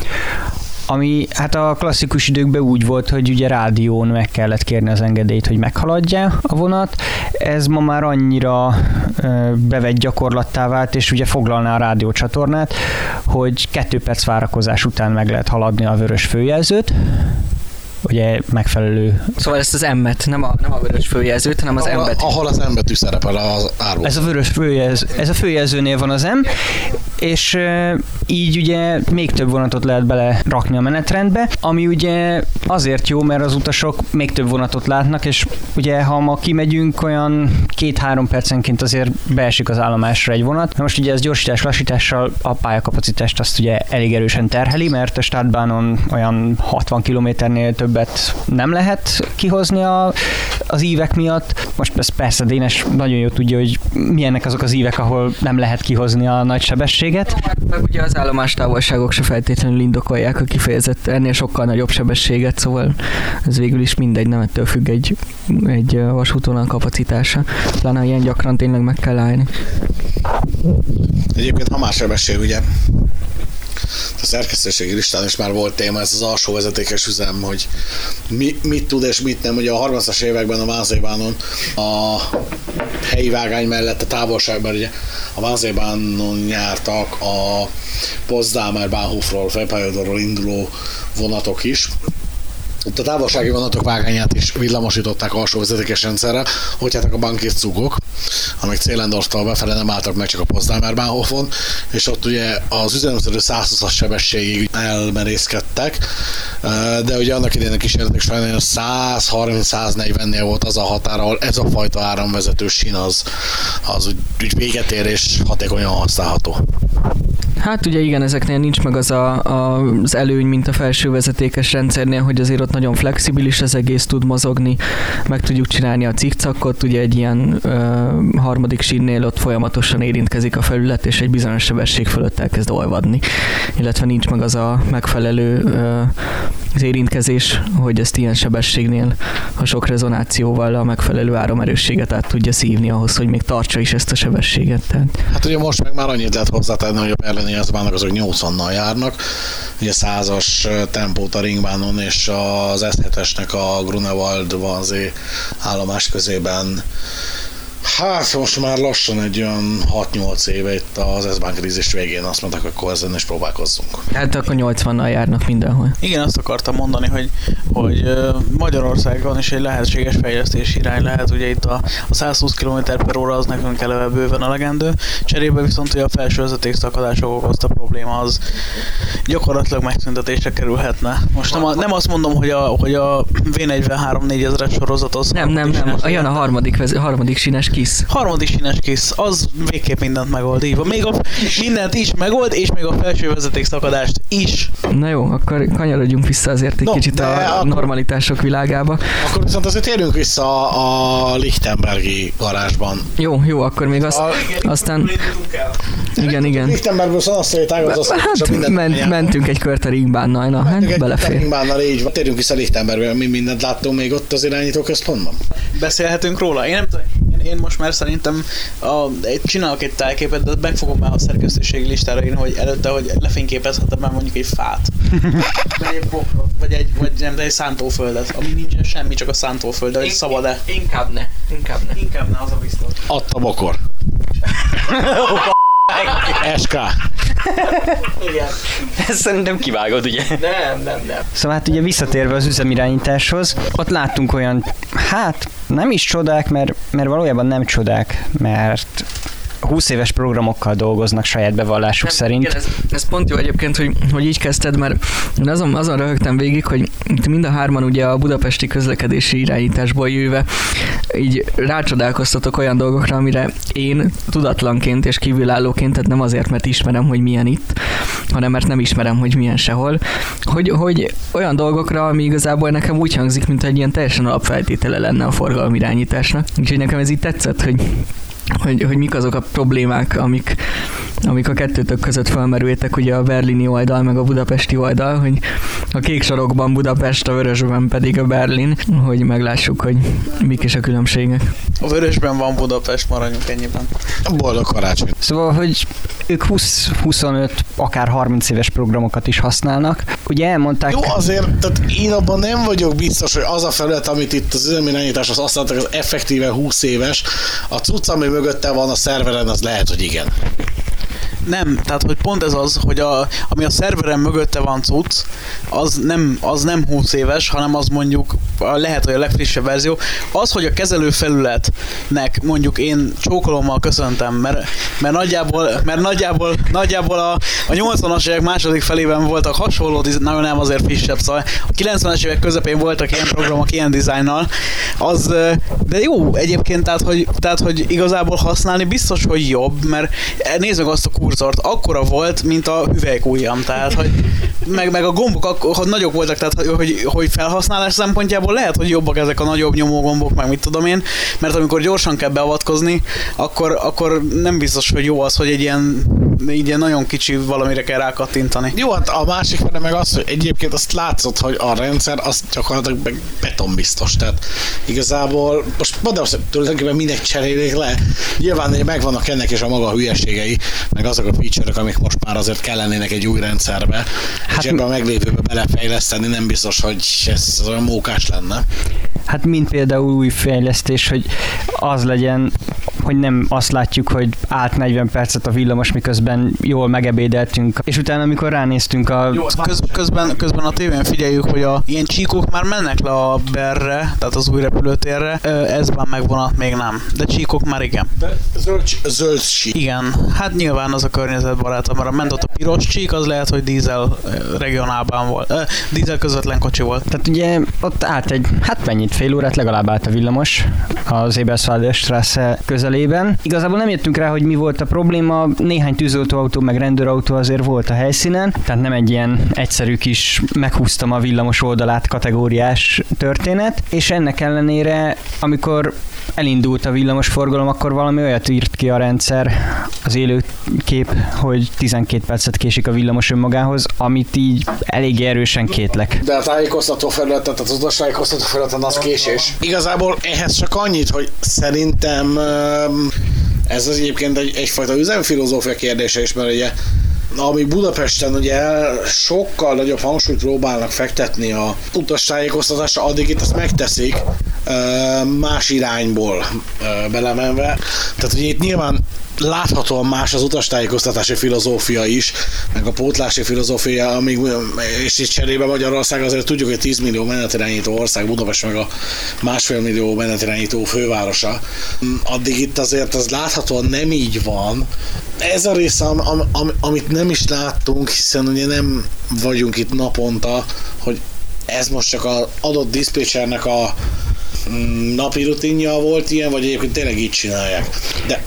ami hát a klasszikus időkben úgy volt, hogy ugye rádión meg kellett kérni az engedélyt, hogy meghaladja a vonat. Ez ma már annyira bevett gyakorlattá vált, és ugye foglalná a rádiócsatornát, hogy 2 perc várakozás után meg lehet haladni a vörös főjelzőt. Ugye megfelelő...
Szóval ezt az M-et, nem a vörös főjelzőt, hanem az M-betű.
Ahol az M-betű szerepel az árban.
Ez a vörös főjelző, ez a főjelzőnél van az M, és így ugye még több vonatot lehet bele rakni a menetrendbe, ami ugye azért jó, mert az utasok még több vonatot látnak, és ugye ha ma kimegyünk, olyan 2-3 percenként azért beesik az állomásra egy vonat. Most ugye ez gyorsítás-lassítással a pályakapacitást azt ugye elég erősen terheli, mert a Stadtbahnon olyan 60 km-nél többet nem lehet kihozni az ívek miatt. Most ez persze Dénes nagyon jól tudja, hogy milyenek azok az ívek, ahol nem lehet kihozni a nagy sebességet.
Meg ugye az állomástávolságok se feltétlenül indokolják a kifejezett ennél sokkal nagyobb sebességet, szóval ez végül is mindegy, nem ettől függ egy vasútvonal kapacitása. Pláne ilyen gyakran tényleg meg kell állni.
Egyébként ha már sebesség, ugye a szerkesztőségi listán is már volt téma, ez az alsó vezetékes üzem, hogy mit tud és mit nem. Ugye a 30-as években a Wannsee-Bahnon a helyi vágány mellett a távolságban, ugye a Wannsee-Bahnon jártak a Potsdamer Bahnhofról, Fehmarnról induló vonatok is, Ott a távolsági vonatok vágányát is villamosították alsó vezetékes rendszerre, hogy hát a bankét cugok, amik Zehlendorftól befele nem álltak meg, csak a Potsdamer Bahnhofon, és ott ugye az üzemszerű 120-as sebességig elmerészkedtek, de ugye annak idején a kísérletek során 130-140-nél volt az a határ, ahol ez a fajta áramvezető sín az úgy véget ér és hatékonyan használható.
Hát ugye igen, ezeknél nincs meg az előny, mint a felső vezetékes rendszernél, hogy azért ott nagyon flexibilis az egész, tud mozogni, meg tudjuk csinálni a cikcakot, ugye egy ilyen harmadik sínnél ott folyamatosan érintkezik a felület, és egy bizonyos sebesség fölött elkezd olvadni, illetve nincs meg az a megfelelő az érintkezés, hogy ezt ilyen sebességnél a sok rezonációval a megfelelő áramerősséget át tudja szívni ahhoz, hogy még tartsa is ezt a sebességet. Tehát.
Hát ugye most meg már annyit lehet hozzátenni, hogy a berlini S-bánok azok 80-nal járnak, ugye 100-as tempót a Ringbahnon és az S7-esnek a Grunewald-Wannsee állomás közében. Hát most már lassan egy olyan 6-8 éve itt az S-Bahn krízis végén azt mondták, hogy akkor ezen is próbálkozzunk.
Hát akkor 80-nal járnak mindenhol.
Igen, azt akartam mondani, hogy Magyarországon is egy lehetséges fejlesztési irány lehet, ugye itt a 120 km/h az nekünk eleve bőven elegendő, cserébe viszont ugye a felső vezetékszakadások okozta probléma az gyakorlatilag megszüntetésre kerülhetne. Most nem azt mondom, hogy a V43 4000-es sorozat az...
Nem, olyan a harmadik sínes KISZ.
Harmadik sínes KISZ, az végképp mindent megold, így van. Még a mindent is megold, és még a felső vezetékszakadást is.
Na jó, akkor kanyarodjunk vissza azért egy kicsit a normalitások világába.
Akkor viszont azért térjünk vissza a Lichtenbergi garázsban.
Jó, akkor még aztán... Igen.
Lichtenbergből szanasztói tágazó.
Hát mentünk egy kört a Ringbahnnal, na hát belefér.
Ringbahnnal, így van. Térjünk vissza Lichtenbergbe, mi mindent láttunk még ott az irányító központban?
Beszélhetünk róla? Én nem tudom. Én most már szerintem csinálok egy tájképet, de meg fogom már a szerkesztőségi listára írni, hogy előtte, hogy lefényképezhetem már mondjuk egy fát. Vagy egy bokrot, vagy egy szántóföldet, ami nincsen semmi, csak a szántóföld, de hogy szabad-e?
Inkább ne,
az a biztos.
Adta bokor. SK.
Igen.
Ezt szerintem kivágod, ugye?
Nem.
Szóval hát ugye visszatérve az üzemirányításhoz, ott láttunk olyan, hát nem is csodák, mert valójában nem csodák, mert 20 éves programokkal dolgoznak saját bevallásuk szerint.
Igen, ez pont jó egyébként, hogy így kezdted, mert én azon röhögtem végig, hogy mind a hárman ugye a budapesti közlekedési irányításból jöve így rácsodálkoztatok olyan dolgokra, amire én tudatlanként és kívülállóként, tehát nem azért, mert ismerem, hogy milyen itt, hanem mert nem ismerem, hogy milyen sehol, hogy olyan dolgokra, ami igazából nekem úgy hangzik, mint egy ilyen teljesen alapfeltétele lenne a forgalomirányításnak. Úgyhogy nekem ez így tetszett, hogy mik azok a problémák, amik a kettőtök között felmerültek, ugye a berlini oldal, meg a budapesti oldal, hogy a kék sarokban Budapest, a vörösben pedig a Berlin, hogy meglássuk, hogy mik is a különbségek.
A vörösben van Budapest, maradjunk ennyiben.
Boldog karácsony.
Szóval, hogy ők 20-25, akár 30 éves programokat is használnak. Ugye elmondták...
Jó, azért, tehát én abban nem vagyok biztos, hogy az a felület, amit itt az üzemirányításhoz használtak, az effektíve 20 éves. A cucc, ami mögötte van a szerveren, az lehet, hogy igen.
Nem, tehát hogy pont ez az, hogy ami a szerveren mögötte van cucc, az nem 20 éves, hanem az mondjuk lehet, hogy a legfrissebb verzió. Az, hogy a kezelő felületnek mondjuk én csókolommal köszöntem, mert nagyjából a 80-as évek második felében voltak hasonló, nagyon nem azért frissebb, szóval a 90-es évek közepén voltak ilyen programok, ilyen dizájnnal, de jó egyébként, tehát hogy igazából használni biztos, hogy jobb, mert nézd meg azt a kurzort, akkora volt, mint a hüvelykujjam, tehát hogy meg a gombok nagyok voltak, tehát hogy felhasználás szempontjából lehet, hogy jobbak ezek a nagyobb nyomógombok, meg mit tudom én, mert amikor gyorsan kell beavatkozni, akkor nem biztos, hogy jó az, hogy egy ilyen nagyon kicsi valamire kell rákattintani.
Jó, hát a másik fele meg az, hogy egyébként azt látszott, hogy a rendszer az gyakorlatilag betonbiztos, tehát igazából most tulajdonképpen minek cserélik le. Nyilván megvannak ennek és a maga hülyeségei, meg azok a feature-ök, amik most már azért kellenének egy új rendszerbe, hát és ebben a meglévőbe belefejleszteni nem biztos, hogy ez olyan mókás lenne.
Hát mint például új fejlesztés, hogy az legyen, hogy nem azt látjuk, hogy állt 40 percet a villamos, miközben jól megebédeltünk, és utána, amikor ránéztünk
Közben a tévén figyeljük, hogy ilyen csíkok már mennek le a Berre, tehát az új repülőtérre, S-Bahn meg vonat még nem, de csíkok már igen.
De zöld csík.
Igen, hát nyilván az a környezetbarát, mert ment ott a piros csík, az lehet, hogy dízel regionálban volt, dízel közvetlen kocsi volt.
Tehát ugye ott állt fél órát legalább állt a villamos az Eberswalder-Straße közelében. Igazából nem jöttünk rá, hogy mi volt a probléma, néhány tűzoltóautó meg rendőrautó azért volt a helyszínen, tehát nem egy ilyen egyszerű kis meghúztam a villamos oldalát kategóriás történet, és ennek ellenére, amikor elindult a villamos forgalom, akkor valami olyat írt ki a rendszer, az élőkép, hogy 12 percet késik a villamos önmagához, amit így elég erősen kétlek.
De a tájékoztató felületen, tehát az utastájékoztató felületen az késés. Igazából ehhez csak annyit, hogy szerintem ez az egyébként egyfajta üzemfilozófia kérdése is, mert ugye amíg Budapesten ugye sokkal nagyobb hangsúlyt próbálnak fektetni a utastájékoztatásra, addig itt azt megteszik más irányból belemenve. Tehát ugye itt nyilván láthatóan más az utastájékoztatási filozófia is, meg a pótlási filozófia, és itt cserébe Magyarország azért tudjuk, hogy 10 millió menetirányító ország, Budapest meg a 1,5 millió menetirányító fővárosa. Addig itt azért az láthatóan nem így van. Ez a része, amit nem is láttunk, hiszen ugye nem vagyunk itt naponta, hogy ez most csak az adott diszpécsernek a napi rutinja volt ilyen, vagy egyébként tényleg így csinálják. De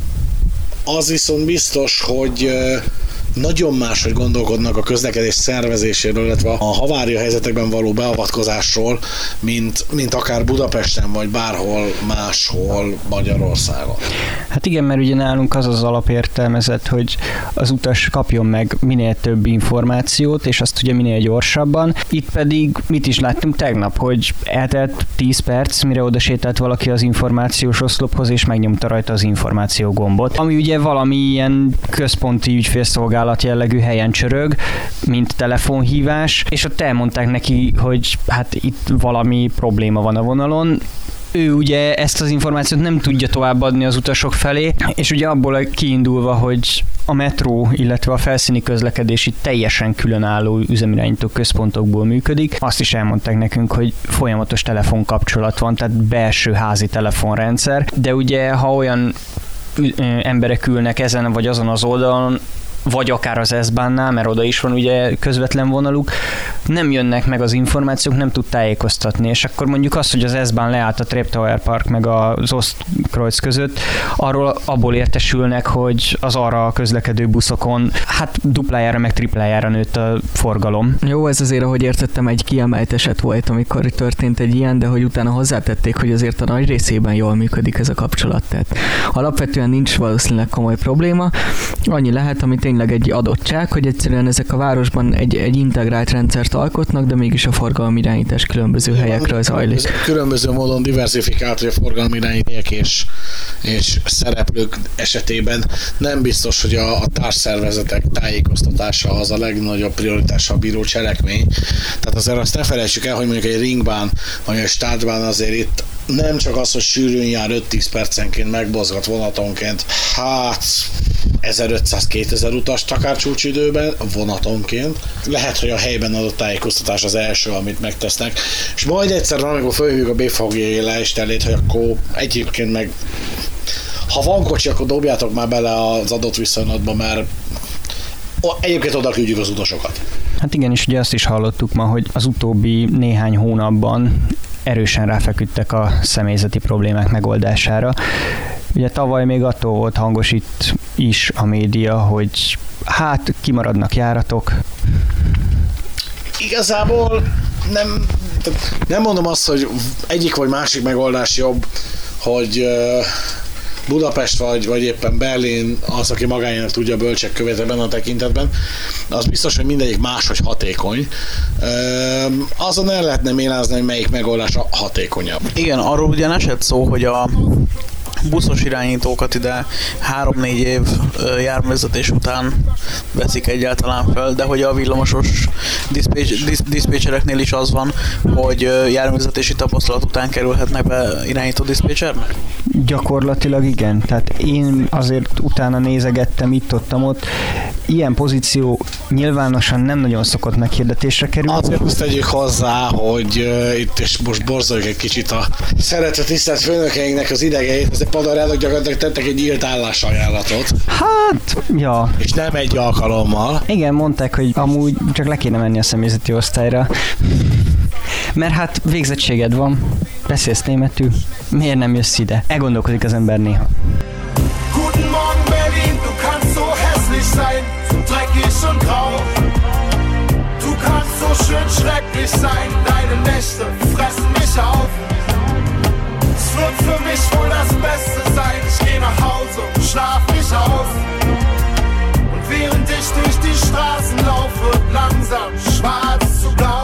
az viszont biztos, hogy nagyon máshogy gondolkodnak a közlekedés szervezéséről, illetve a havária helyzetekben való beavatkozásról, mint akár Budapesten, vagy bárhol máshol Magyarországon.
Hát igen, mert ugye nálunk az alapértelmezet, hogy az utas kapjon meg minél több információt, és azt ugye minél gyorsabban. Itt pedig mit is láttunk tegnap, hogy eltelt 10 perc, mire oda sétált valaki az információs oszlophoz, és megnyomta rajta az információ gombot, ami ugye valami ilyen központi ügyfélszolgálat jellegű helyen csörög, mint telefonhívás, és ott elmondták neki, hogy hát itt valami probléma van a vonalon. Ő ugye ezt az információt nem tudja továbbadni az utasok felé, és ugye abból kiindulva, hogy a metró, illetve a felszíni közlekedés itt teljesen különálló üzemirányító központokból működik. Azt is elmondták nekünk, hogy folyamatos telefonkapcsolat van, tehát belső házi telefonrendszer, de ugye ha olyan emberek ülnek ezen vagy azon az oldalon, vagy akár az S-Bahnnál, mert oda is van ugye közvetlen vonaluk, nem jönnek meg az információk, nem tud tájékoztatni, és akkor mondjuk azt, hogy az S-Bahn leállt a Treptower Park meg az Ostkreuz között, abból értesülnek, hogy az arra közlekedő buszokon hát duplájára meg triplájára nőtt a forgalom.
Jó, ez azért, ahogy értettem, egy kiemelt eset volt, amikor történt egy ilyen, de hogy utána hozzátették, hogy azért a nagy részében jól működik ez a kapcsolat. Tehát alapvetően nincs valószínűleg komoly probléma. Annyi lehet, ami tényleg egy adottság, hogy egyszerűen ezek a városban egy integrált rendszert alkotnak, de mégis a forgalomirányítás különböző helyekről zajlik.
Különböző módon diversifikált, hogy a forgalomirányítók és szereplők esetében nem biztos, hogy a társszervezetek tájékoztatása az a legnagyobb prioritással bíró cselekmény. Tehát azért azt ne felejtsük el, hogy mondjuk egy Ringbahn vagy egy Stadtbahn azért itt nem csak az, hogy sűrűn jár 5-10 percenként megmozgat vonatonként, hát 1500-2000 utast akár csúcsidőben vonatonként. Lehet, hogy a helyben adott tájékoztatás az első, amit megtesznek, és majd egyszer, amikor fölhívjuk a BFG leestelét, hogy akkor egyébként meg ha van kocsi, akkor dobjátok már bele az adott viszonylatba, mert egyébként oda küldjük az utasokat.
Hát igen, és ugye azt is hallottuk ma, hogy az utóbbi néhány hónapban erősen ráfeküdtek a személyzeti problémák megoldására. Ugye tavaly még attól volt hangos itt is a média, hogy hát kimaradnak járatok.
Igazából nem mondom azt, hogy egyik vagy másik megoldás jobb, hogy Budapest vagy éppen Berlin az, aki magáénak tudja bölcsek követ ebben a tekintetben, az biztos, hogy mindegyik máshogy hatékony. Azon el lehetne mélázni, hogy melyik megoldás a hatékonyabb.
Igen, arról ugyan esett szó, hogy a buszos irányítókat ide 3-4 év járművezetés után veszik egyáltalán fel, de hogy a villamosos diszpécsereknél is az van, hogy járművezetési tapasztalat után kerülhetnek be irányító diszpécsernek?
Gyakorlatilag igen, tehát én azért utána nézegettem itt-ott. Ilyen pozíció nyilvánosan nem nagyon szokott meghirdetésre kerülni.
Azért azt tegyük hozzá, hogy itt is most borzoljuk egy kicsit a szeretett tisztelt főnökeinknek az idegeit, ezek padarjának gyakorlatilag tettek egy nyílt állásajánlatot.
Hát, ja.
És nem egy alkalommal.
Igen, mondták, hogy amúgy csak le kéne menni a személyzeti osztályra. Mert hát végzettséged van, beszélsz németül, miért nem jössz ide? Elgondolkodik az ember néha.
Guten Morgen Berlin, du kannst so hässlich sein, so dreckig und grau. Du kannst so schön schrecklich sein, deine Nächte fressen mich auf. Es wird für mich wohl das Beste sein, ich geh nach Hause und schlaf mich auf. Und während ich durch die Straßen laufe, wird langsam schwarz zu blau.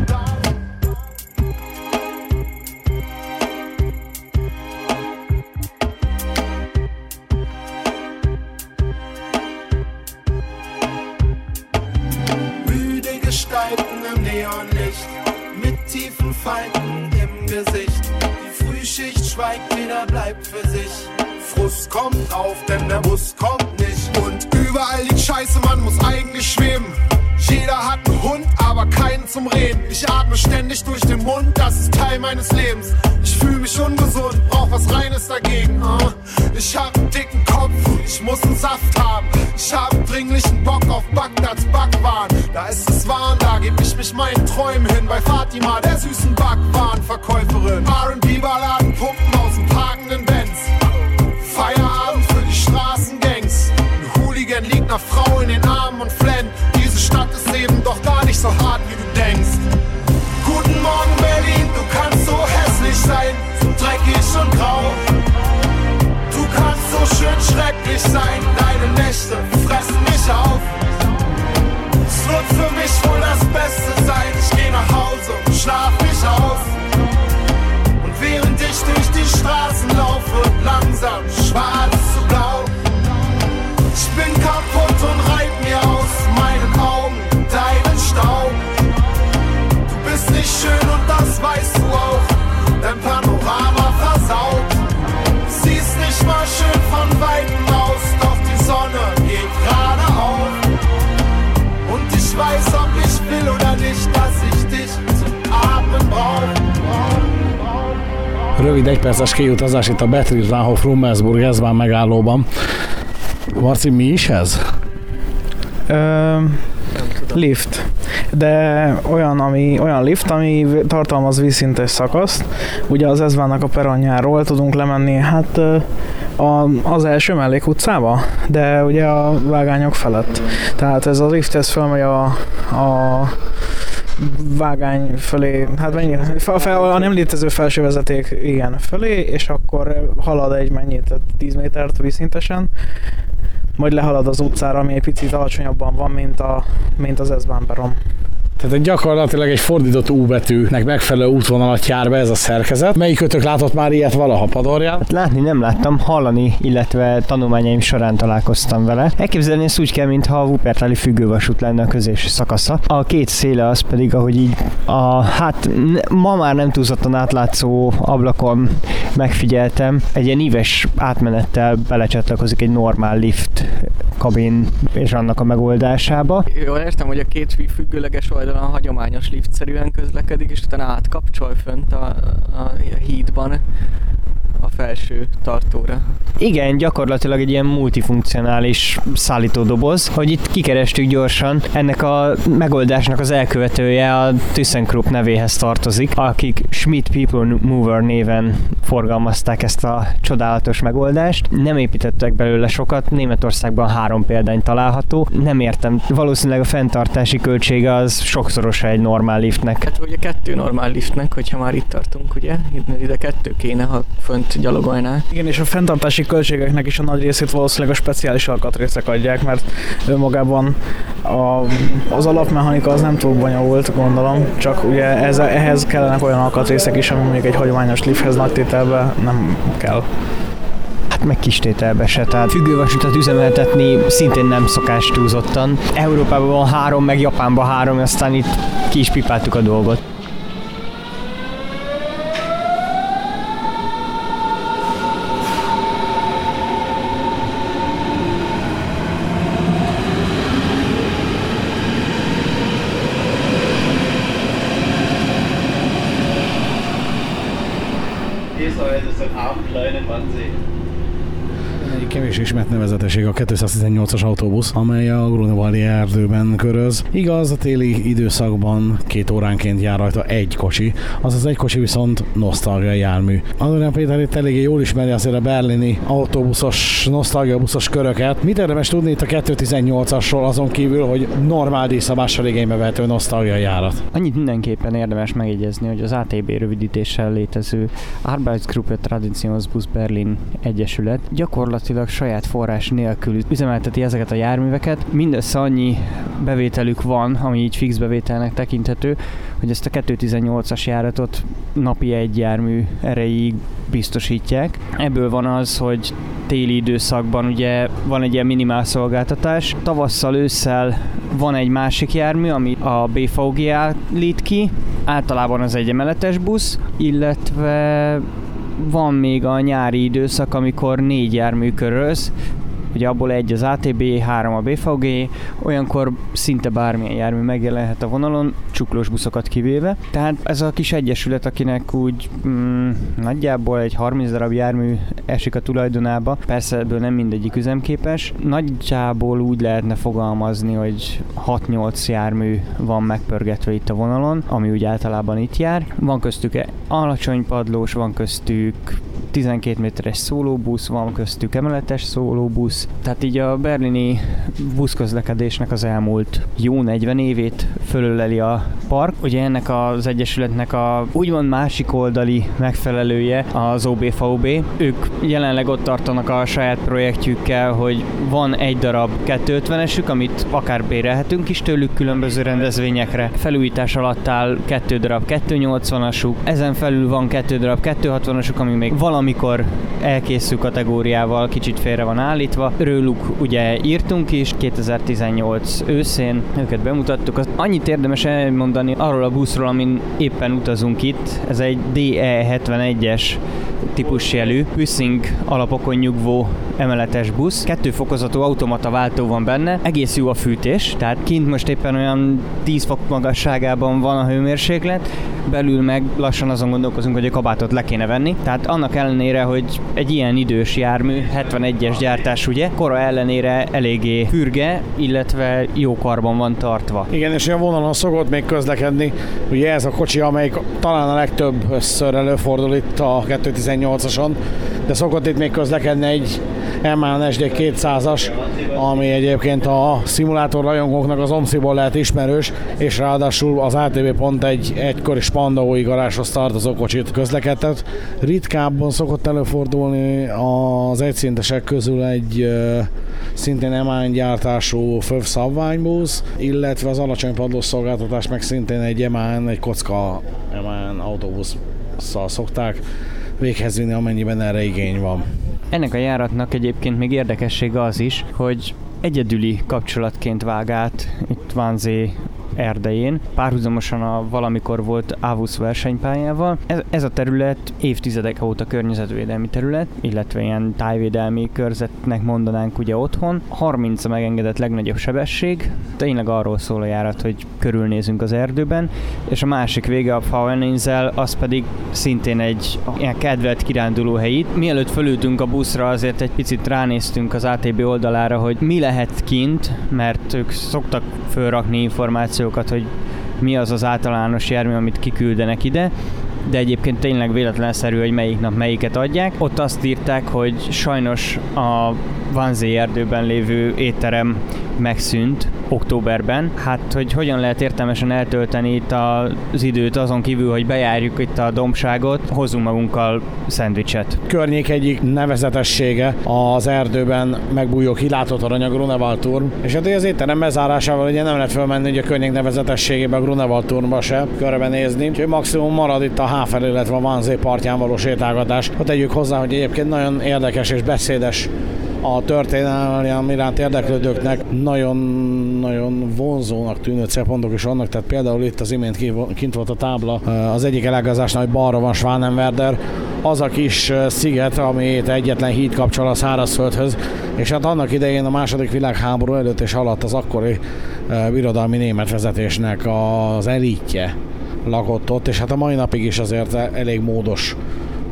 Gestalten im Neonlicht, mit tiefen Falten im Gesicht. Die Frühschicht schweigt, jeder bleibt für sich. Frust kommt auf, denn der Bus kommt nicht. Und überall liegt Scheiße, man muss eigentlich schweben. Jeder hat einen Hund, aber keinen zum Reden. Ich atme ständig durch den Mund, das ist Teil meines Lebens. Ich fühle mich ungesund, brauch was Reines dagegen. Ich hab einen dicken Kopf, ich muss einen Saft haben. Ich hab dringlichen Bock auf Bagdads Backwaren. Da ist es warm, da geb ich mich meinen Träumen hin. Bei Fatima, der süßen Backwarenverkäuferin. R&B-Balladen, Pumpen aus dem parkenden Benz. Feierabend für die Straßengangs. Ein Hooligan liegt einer Frau in den Armen und flennt. Diese Stadt ist eben doch gar nicht so hart, wie du denkst. Guten Morgen Berlin, du kannst so hässlich sein, so dreckig und grau. Du kannst so schön schrecklich sein, deine Nächte fressen mich auf. Es wird für mich wohl das Beste sein, ich geh nach Hause und schlaf mich auf. Und während ich durch die Straßen laufe, wird langsam schwarz zu blau. Ich bin kaputt und reib mir aus meinen Augen deinen Staub. Du bist nicht schön und das weißt du auch, dein Panorama versaut. Siehst nicht mal schön von Weitem aus, doch die Sonne geht gerade auf. Und ich weiß, ob ich will oder nicht, dass ich dich zum Atmen brauch.
Rövid egyperces kiutazás itt a Betriebsbahnhof-Rummelsburg-S-Bahn megállóban. Marci, mi is ez?
Lift. De olyan lift, ami tartalmaz vízszintes szakaszt. Ugye az S-Bahnnak a peronjáról tudunk lemenni, hát az első mellékutcába, de ugye a vágányok felett. Tehát ez a lift, ez felmegy a vágány fölé, hát mennyi? A nem létező felső vezeték, igen, fölé, és akkor halad egy mennyit, 10 métert vízszintesen, majd lehalad az utcára, ami egy picit alacsonyabban van, mint az S-Bahn peron.
Tehát gyakorlatilag egy fordított U betűnek megfelelő útvonalat jár be ez a szerkezet. Melyikötök látott már ilyet valaha Padorján?
Hát látni nem láttam, hallani, illetve tanulmányaim során találkoztam vele. Elképzelni ezt úgy kell, mintha a Wuppertali függővasút lenne a középső szakasza. A két széle az pedig, ahogy így ma már nem túlzottan átlátszó ablakon megfigyeltem, egy ilyen íves átmenettel belecsatlakozik egy normál lift kabin és annak a megoldásába.
Jól értem, hogy a két függőleges oldalon hagyományos liftszerűen közlekedik, és utána átkapcsol fönt a hídban a felső tartóra.
Igen, gyakorlatilag egy ilyen multifunkcionális szállítódoboz, hogy itt kikerestük gyorsan. Ennek a megoldásnak az elkövetője a ThyssenKrupp nevéhez tartozik, akik Schmidt People Mover néven forgalmazták ezt a csodálatos megoldást. Nem építettek belőle sokat, Németországban 3 példány található. Nem értem, valószínűleg a fenntartási költsége az sokszorosa egy normál liftnek.
Hát ugye 2 normál liftnek, hogyha már itt tartunk, ugye? Ide 2 kéne, ha fönt gyalogolnál.
Igen, és a fenntartási költségeknek is a nagy részét valószínűleg a speciális alkatrészek adják, mert önmagában az alapmechanika az nem túl bonyolult, gondolom, csak ugye ehhez kellenek olyan alkatrészek is, ami mondjuk egy hagyományos lifthez nagy tételben nem kell.
Hát meg kis tételbe se, tehát függővasutat üzemeltetni szintén nem szokás túlzottan. Európában van 3, meg Japánban 3, aztán itt ki is pipáltuk a dolgot.
Egy kevés ismert nevezetesség a 218-as autóbusz, amely a Grunewaldi erdőben köröz. Igaz, a téli időszakban 2 óránként jár rajta egy kocsi, azaz egy kocsi viszont nosztalgia jármű. Adrián Péter itt eléggé jól ismeri azért a berlini autóbuszos, nosztalgiabuszos köröket. Mit érdemes tudni itt a 218-asról azon kívül, hogy normál díjszabással igénybe vehető nosztalgia járat?
Annyit mindenképpen érdemes megjegyezni, hogy az ATB rövidítéssel létező Arbeitsgruppe Traditionsbus Berlin Egyesület gyakorlatilag saját forrás nélkül üzemelteti ezeket a járműveket. Mindössze annyi bevételük van, ami így fix bevételnek tekinthető, hogy ezt a 218-as járatot napi egy jármű erejéig biztosítják. Ebből van az, hogy téli időszakban ugye van egy ilyen minimál szolgáltatás. Tavasszal, ősszel van egy másik jármű, ami a BVG állít ki. Általában az egy emeletes busz, illetve van még a nyári időszak, amikor 4 jármű köröz, ugye abból egy az ATB, 3 a BVG, olyankor szinte bármilyen jármű megjelenhet a vonalon, csuklós buszokat kivéve. Tehát ez a kis egyesület, akinek úgy nagyjából egy 30 darab jármű esik a tulajdonába, persze ebből nem mindegyik üzemképes, nagyjából úgy lehetne fogalmazni, hogy 6-8 jármű van megpörgetve itt a vonalon, ami úgy általában itt jár. Van köztük alacsony padlós, van köztük 12 méteres szólóbusz, van köztük emeletes szólóbusz. Tehát így a berlini buszközlekedésnek az elmúlt jó 40 évét fölöleli a park. Ugye ennek az egyesületnek a úgymond másik oldali megfelelője az OBVB. Ők jelenleg ott tartanak a saját projektjükkel, hogy van egy darab 250-esük, amit akár bérelhetünk is tőlük különböző rendezvényekre. Felújítás alatt áll 2 darab 280-asuk, ezen felül van 2 darab 260-asuk, ami még valamikor elkészül kategóriával kicsit félre van állítva. Rőlük ugye írtunk is, 2018 őszén őket bemutattuk. Annyit érdemes elmondani arról a buszról, amin éppen utazunk itt. Ez egy DE71-es típusjelű, Büssing alapokon nyugvó emeletes busz. 2 fokozatú automata váltó van benne, egész jó a fűtés, tehát kint most éppen olyan 10 fok magasságában van a hőmérséklet, belül meg lassan azon gondolkozunk, hogy a kabátot le kéne venni. Tehát annak ellenére, hogy egy ilyen idős jármű, 71-es gyártás ugye, kora ellenére eléggé fürge, illetve jó karban van tartva.
Igen, és a vonalon szokott még közlekedni, ugye ez a kocsi, amelyik talán a legtöbbször előfordul itt a 218-ason, de szokott itt még közlekedni egy MAN SD 200-as, ami egyébként a szimulátor rajongóknak az OMSI-ból lehet ismerős, és ráadásul az ATB pont egy egykori spandaui garázshoz tartozó kocsit közlekedett. Ritkábban szokott előfordulni az egyszintesek közül egy szintén MAN gyártású FÖV szabványbusz, illetve az alacsony padlós szolgáltatás meg szintén egy MAN, egy kocka MAN autóbusszal szokták véghez vinni, amennyiben erre igény van.
Ennek a járatnak egyébként még érdekessége az is, hogy egyedüli kapcsolatként vág át itt Wannsee erdején, párhuzamosan a valamikor volt AVUS versenypályával. Ez a terület évtizedek óta környezetvédelmi terület, illetve ilyen tájvédelmi körzetnek mondanánk ugye otthon. 30 a megengedett legnagyobb sebesség, tényleg arról szól a járat, hogy körülnézünk az erdőben, és a másik vége a Pfaueninsel, az pedig szintén egy ilyen kedvelt kirándulóhely itt. Mielőtt fölültünk a buszra, azért egy picit ránéztünk az ATB oldalára, hogy mi lehet kint, mert ők szoktak fölrakni információkat, hogy mi az az általános jármű, amit kiküldenek ide, de egyébként tényleg véletlenszerű, hogy melyik nap melyiket adják. Ott azt írták, hogy sajnos a Wannsee erdőben lévő étterem megszűnt októberben. Hát, hogy hogyan lehet értelmesen eltölteni itt az időt azon kívül, hogy bejárjuk itt a dombságot, hozzunk magunkkal szendvicset.
Környék egyik nevezetessége az erdőben megbújó kilátott arany a Grunewaldturm, és hát az étterem bezárásával ugye nem lehet fölmenni ugye a környék nevezetességébe, a Grunewaldturmba se körbenézni, úgyhogy maximum marad itt a Havel, illetve a Wannsee partján való sétálgatás. Hát tegyük hozzá, hogy egyébként nagyon érdekes és beszédes a történelem iránt érdeklődőknek nagyon vonzónak tűnő célpontok is vannak, tehát például itt az imént kint volt a tábla, az egyik elágazásnál, hogy balra van Schwanenwerder, az a kis sziget, amit egyetlen híd kapcsol a szárazföldhöz, és hát annak idején a II. Világháború előtt és alatt az akkori birodalmi német vezetésnek az elitje lakott ott, és hát a mai napig is azért elég módos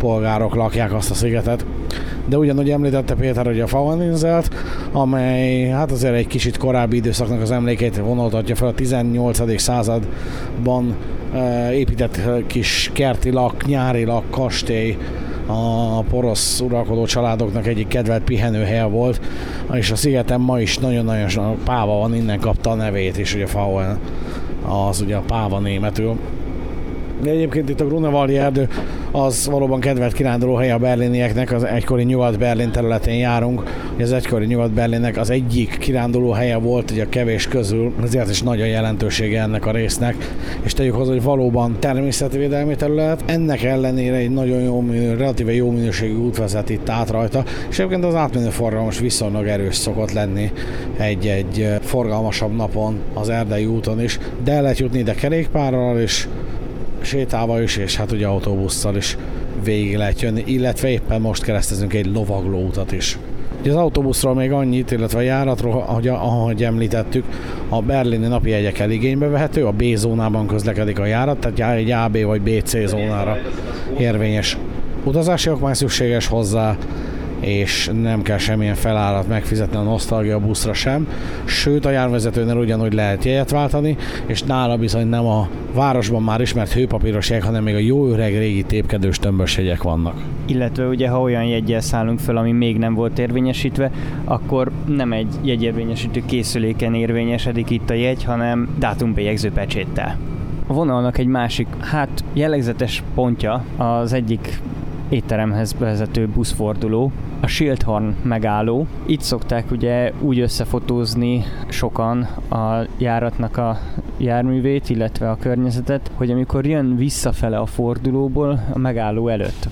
polgárok lakják azt a szigetet. De ugyanúgy említette Péter, hogy a Fraueninsel-t, amely hát azért egy kicsit korábbi időszaknak az emlékeit vonultatja fel, a 18. században épített kis kerti lak, nyári lak, kastély, a porosz uralkodó családoknak egyik kedvelt pihenőhelye volt, és a szigeten ma is nagyon-nagyon páva van, innen kapta a nevét is, ugye Frauen, az ugye a páva németül. De egyébként itt a Grunewaldi erdő az valóban kedvelt kirándulóhely a berlinieknek, az egykori Nyugat-Berlin területén járunk. Az egykori Nyugat-Berlinnek az egyik kirándulóhelye volt ugye a kevés közül, ezért is nagy a jelentősége ennek a résznek, és tegyük hozzá, hogy valóban természetvédelmi terület. Ennek ellenére egy nagyon jó, relatíve jó minőségű út vezet itt át rajta, és egyébként az átmenő forgalmas viszonylag erős szokott lenni egy forgalmasabb napon az erdei úton is, de el lehet jutni ide kerékpárral is, sétával is, és hát ugye autóbusszal is végig lehet jönni, illetve éppen most keresztezünk egy lovaglóutat is. Ugye az autóbuszról még annyit, illetve a járatról, ahogy említettük, a berlini napi jegyekkel igénybe vehető, a B zónában közlekedik a járat, tehát egy AB vagy BC zónára érvényes utazási okmány szükséges hozzá, és nem kell semmilyen felárat megfizetni a Nostalgia buszra sem, sőt a járvezetőnél ugyanúgy lehet jegyet váltani, és nála bizony nem a városban már ismert hőpapíros jegy, hanem még a jó öreg régi tépkedős tömbös jegyek vannak.
Illetve ugye, ha olyan jeggyel szállunk fel, ami még nem volt érvényesítve, akkor nem egy jegyérvényesítő készüléken érvényesedik itt a jegy, hanem dátumbeljegyző pecséttel. A vonalnak egy másik, jellegzetes pontja az egyik étteremhez vezető buszforduló, a Schildhorn megálló. Itt szokták ugye úgy összefotózni sokan a járatnak a járművét, illetve a környezetet, hogy amikor jön visszafele a fordulóból, a megálló előtt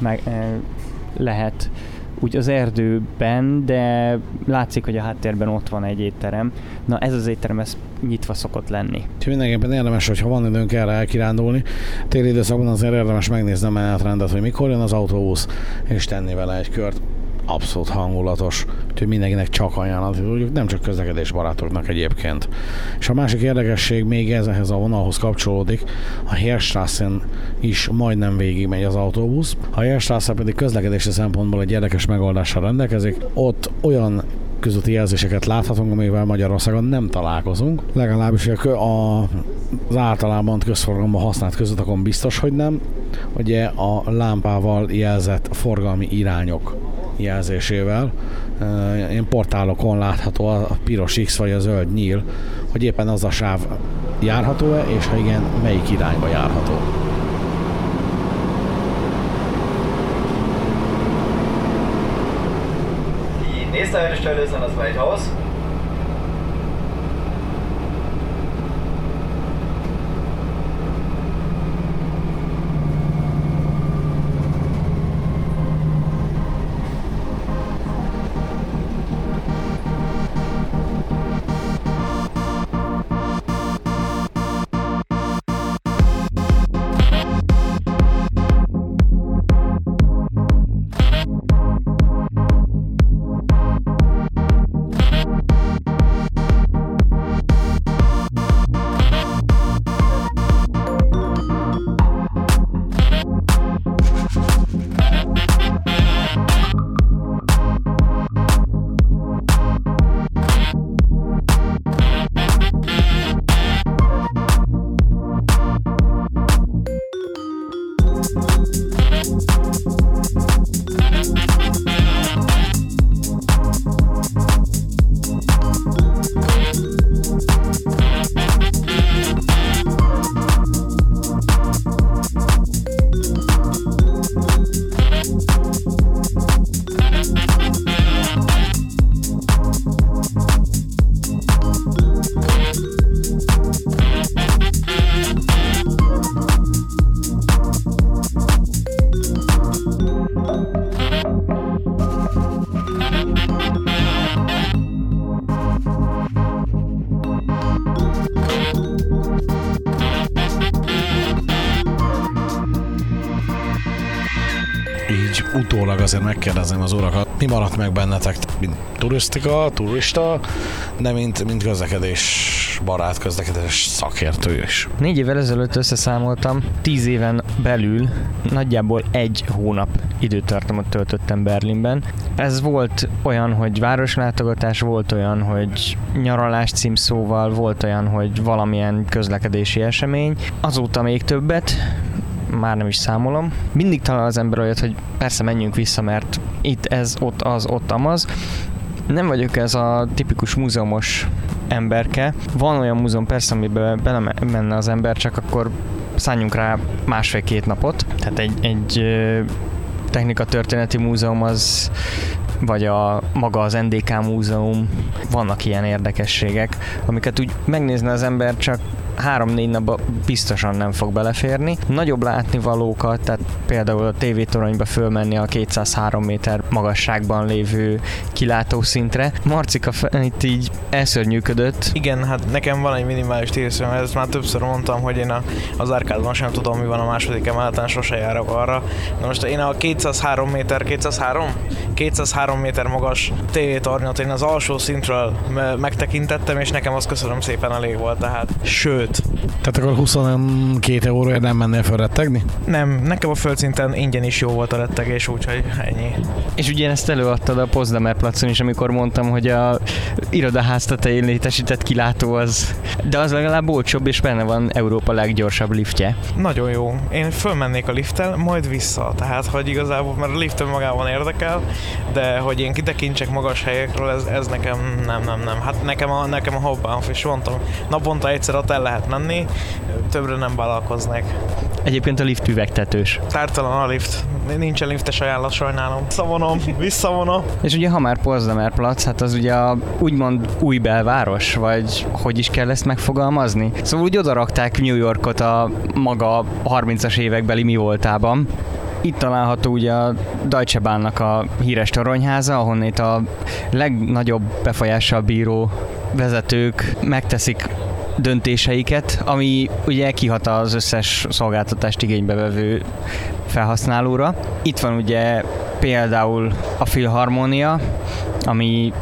lehet úgy az erdőben, de látszik, hogy a háttérben ott van egy étterem. Na ez az étterem, ez nyitva szokott lenni.
Mindenképpen érdemes, hogyha van időnk erre elkirándulni. Téli időszakban azért érdemes megnézni a menetrendet, hogy mikor jön az autóbusz, és tenni vele egy kört. Abszolút hangulatos, úgyhogy mindenkinek csak ajánlat, nem csak közlekedésbarátoknak egyébként. És a másik érdekesség még ehhez a vonalhoz kapcsolódik, a Heerstraßen is majdnem végig megy az autóbusz. A Heerstraße pedig közlekedési szempontból egy érdekes megoldással rendelkezik. Ott olyan közúti jelzéseket láthatunk, amivel Magyarországon nem találkozunk. Legalábbis az általában közforgalomban használt közutakon biztos, hogy nem. Ugye a lámpával jelzett forgalmi irányok jelzésével. Ilyen portálokon látható a piros X vagy a zöld nyíl, hogy éppen az a sáv járható-e, és ha igen, melyik irányba járható.
Die nächste Haltestelle ist dann das Waldhaus.
Utólag azért megkérdezem az urakat, mi maradt meg bennetek, mint turista, de mint közlekedés barát, közlekedés szakértő is.
4 évvel ezelőtt összeszámoltam, 10 éven belül nagyjából 1 hónap időtartamot töltöttem Berlinben. Ez volt olyan, hogy városlátogatás, volt olyan, hogy nyaralás címszóval, volt olyan, hogy valamilyen közlekedési esemény. Azóta még többet, már nem is számolom. Mindig talál az ember olyat, hogy persze menjünk vissza, mert itt ez, ott az, ott amaz. Nem vagyok ez a tipikus múzeumos emberke. Van olyan múzeum persze, amiben belemenne az ember, csak akkor szálljunk rá 1,5-2 napot. Tehát egy technikatörténeti múzeum az, vagy maga az NDK múzeum, vannak ilyen érdekességek, amiket úgy megnézne az ember, csak 3-4 napba biztosan nem fog beleférni. Nagyobb látnivalókat, tehát például a tévétoronyba fölmenni a 203 méter magasságban lévő kilátószintre. Marcika itt így elszörnyűködött.
Igen, hát nekem van egy minimális tészőm, ezt már többször mondtam, hogy én az árkádban sem tudom, mi van a második emeleten, sose járok arra. Na most én a 203 méter magas tévétornyot én az alsó szintről megtekintettem, és nekem azt köszönöm szépen elég volt, tehát. Sőt.
Tehát akkor 22 euróért nem mennél föl rettegni?
Nem, nekem a földszinten ingyen is jó volt a rettegés, úgyhogy ennyi.
És ugye ezt előadtad a Potsdamer placon is, amikor mondtam, hogy a irodaház tetején létesített kilátó az, de az legalább olcsóbb, és benne van Európa leggyorsabb liftje.
Nagyon jó. Én fölmennék a lifttel, majd vissza. Tehát, hogy igazából, mert a lift önmagában érdekel, de hogy én kitekintsek magas helyekről, ez nekem nem. Hát nekem a hobbám, és mondtam, naponta egyszer ott el lehet menni, többre nem vállalkoznék.
Egyébként a lift üvegtetős.
Tártalan a lift. Nincsen liftes ajánlat, sajnálom. Visszavonom.
És ugye ha már Potsdamer Platz, hát az ugye a úgymond új belváros, vagy hogy is kell ezt megfogalmazni? Szóval úgy odarakták New Yorkot a maga 30-as évekbeli mi voltában. Itt található ugye a Deutsche Bahnnak a híres toronyháza, ahonnét a legnagyobb befolyással bíró vezetők megteszik döntéseiket, ami ugye kihat az összes szolgáltatást igénybe vevő felhasználóra. Itt van ugye például a Philharmonia, ami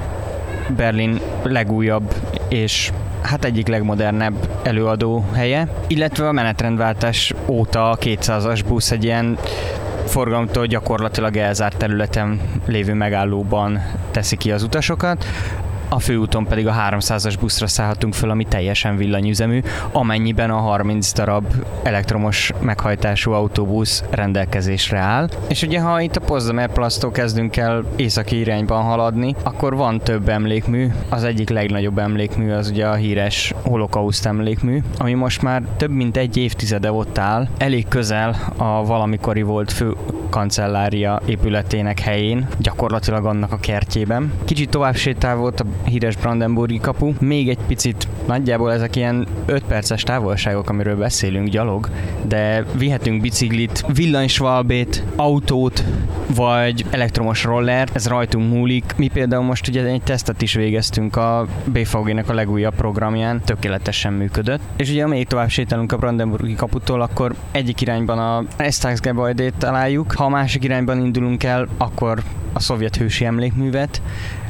Berlin legújabb és hát egyik legmodernebb előadó helye, illetve a menetrendváltás óta a 200-as busz egy ilyen forgalomtól gyakorlatilag elzárt területen lévő megállóban teszi ki az utasokat. A főúton pedig a 300-as buszra szállhatunk föl, ami teljesen villanyüzemű, amennyiben a 30 darab elektromos meghajtású autóbusz rendelkezésre áll. És ugye, ha itt a Potsdamer Platztól kezdünk el északi irányban haladni, akkor van több emlékmű. Az egyik legnagyobb emlékmű az ugye a híres holokauszt emlékmű, ami most már több mint egy évtizede ott áll, elég közel a valamikori volt főkancellária épületének helyén, gyakorlatilag annak a kertjében. Kicsit tovább sétál volt a híres Brandenburgi kapu. Még egy picit, nagyjából ezek ilyen 5 perces távolságok, amiről beszélünk gyalog, de vihetünk biciklit, villanysvalbét, autót, vagy elektromos roller, ez rajtunk múlik. Mi például most ugye egy tesztet is végeztünk a BVG-nek a legújabb programján, tökéletesen működött. És ugye még tovább sétálunk a Brandenburgi kaputól, akkor egyik irányban a Reichstagsgebäudét találjuk, ha a másik irányban indulunk el, akkor a szovjet hősi emlékművet,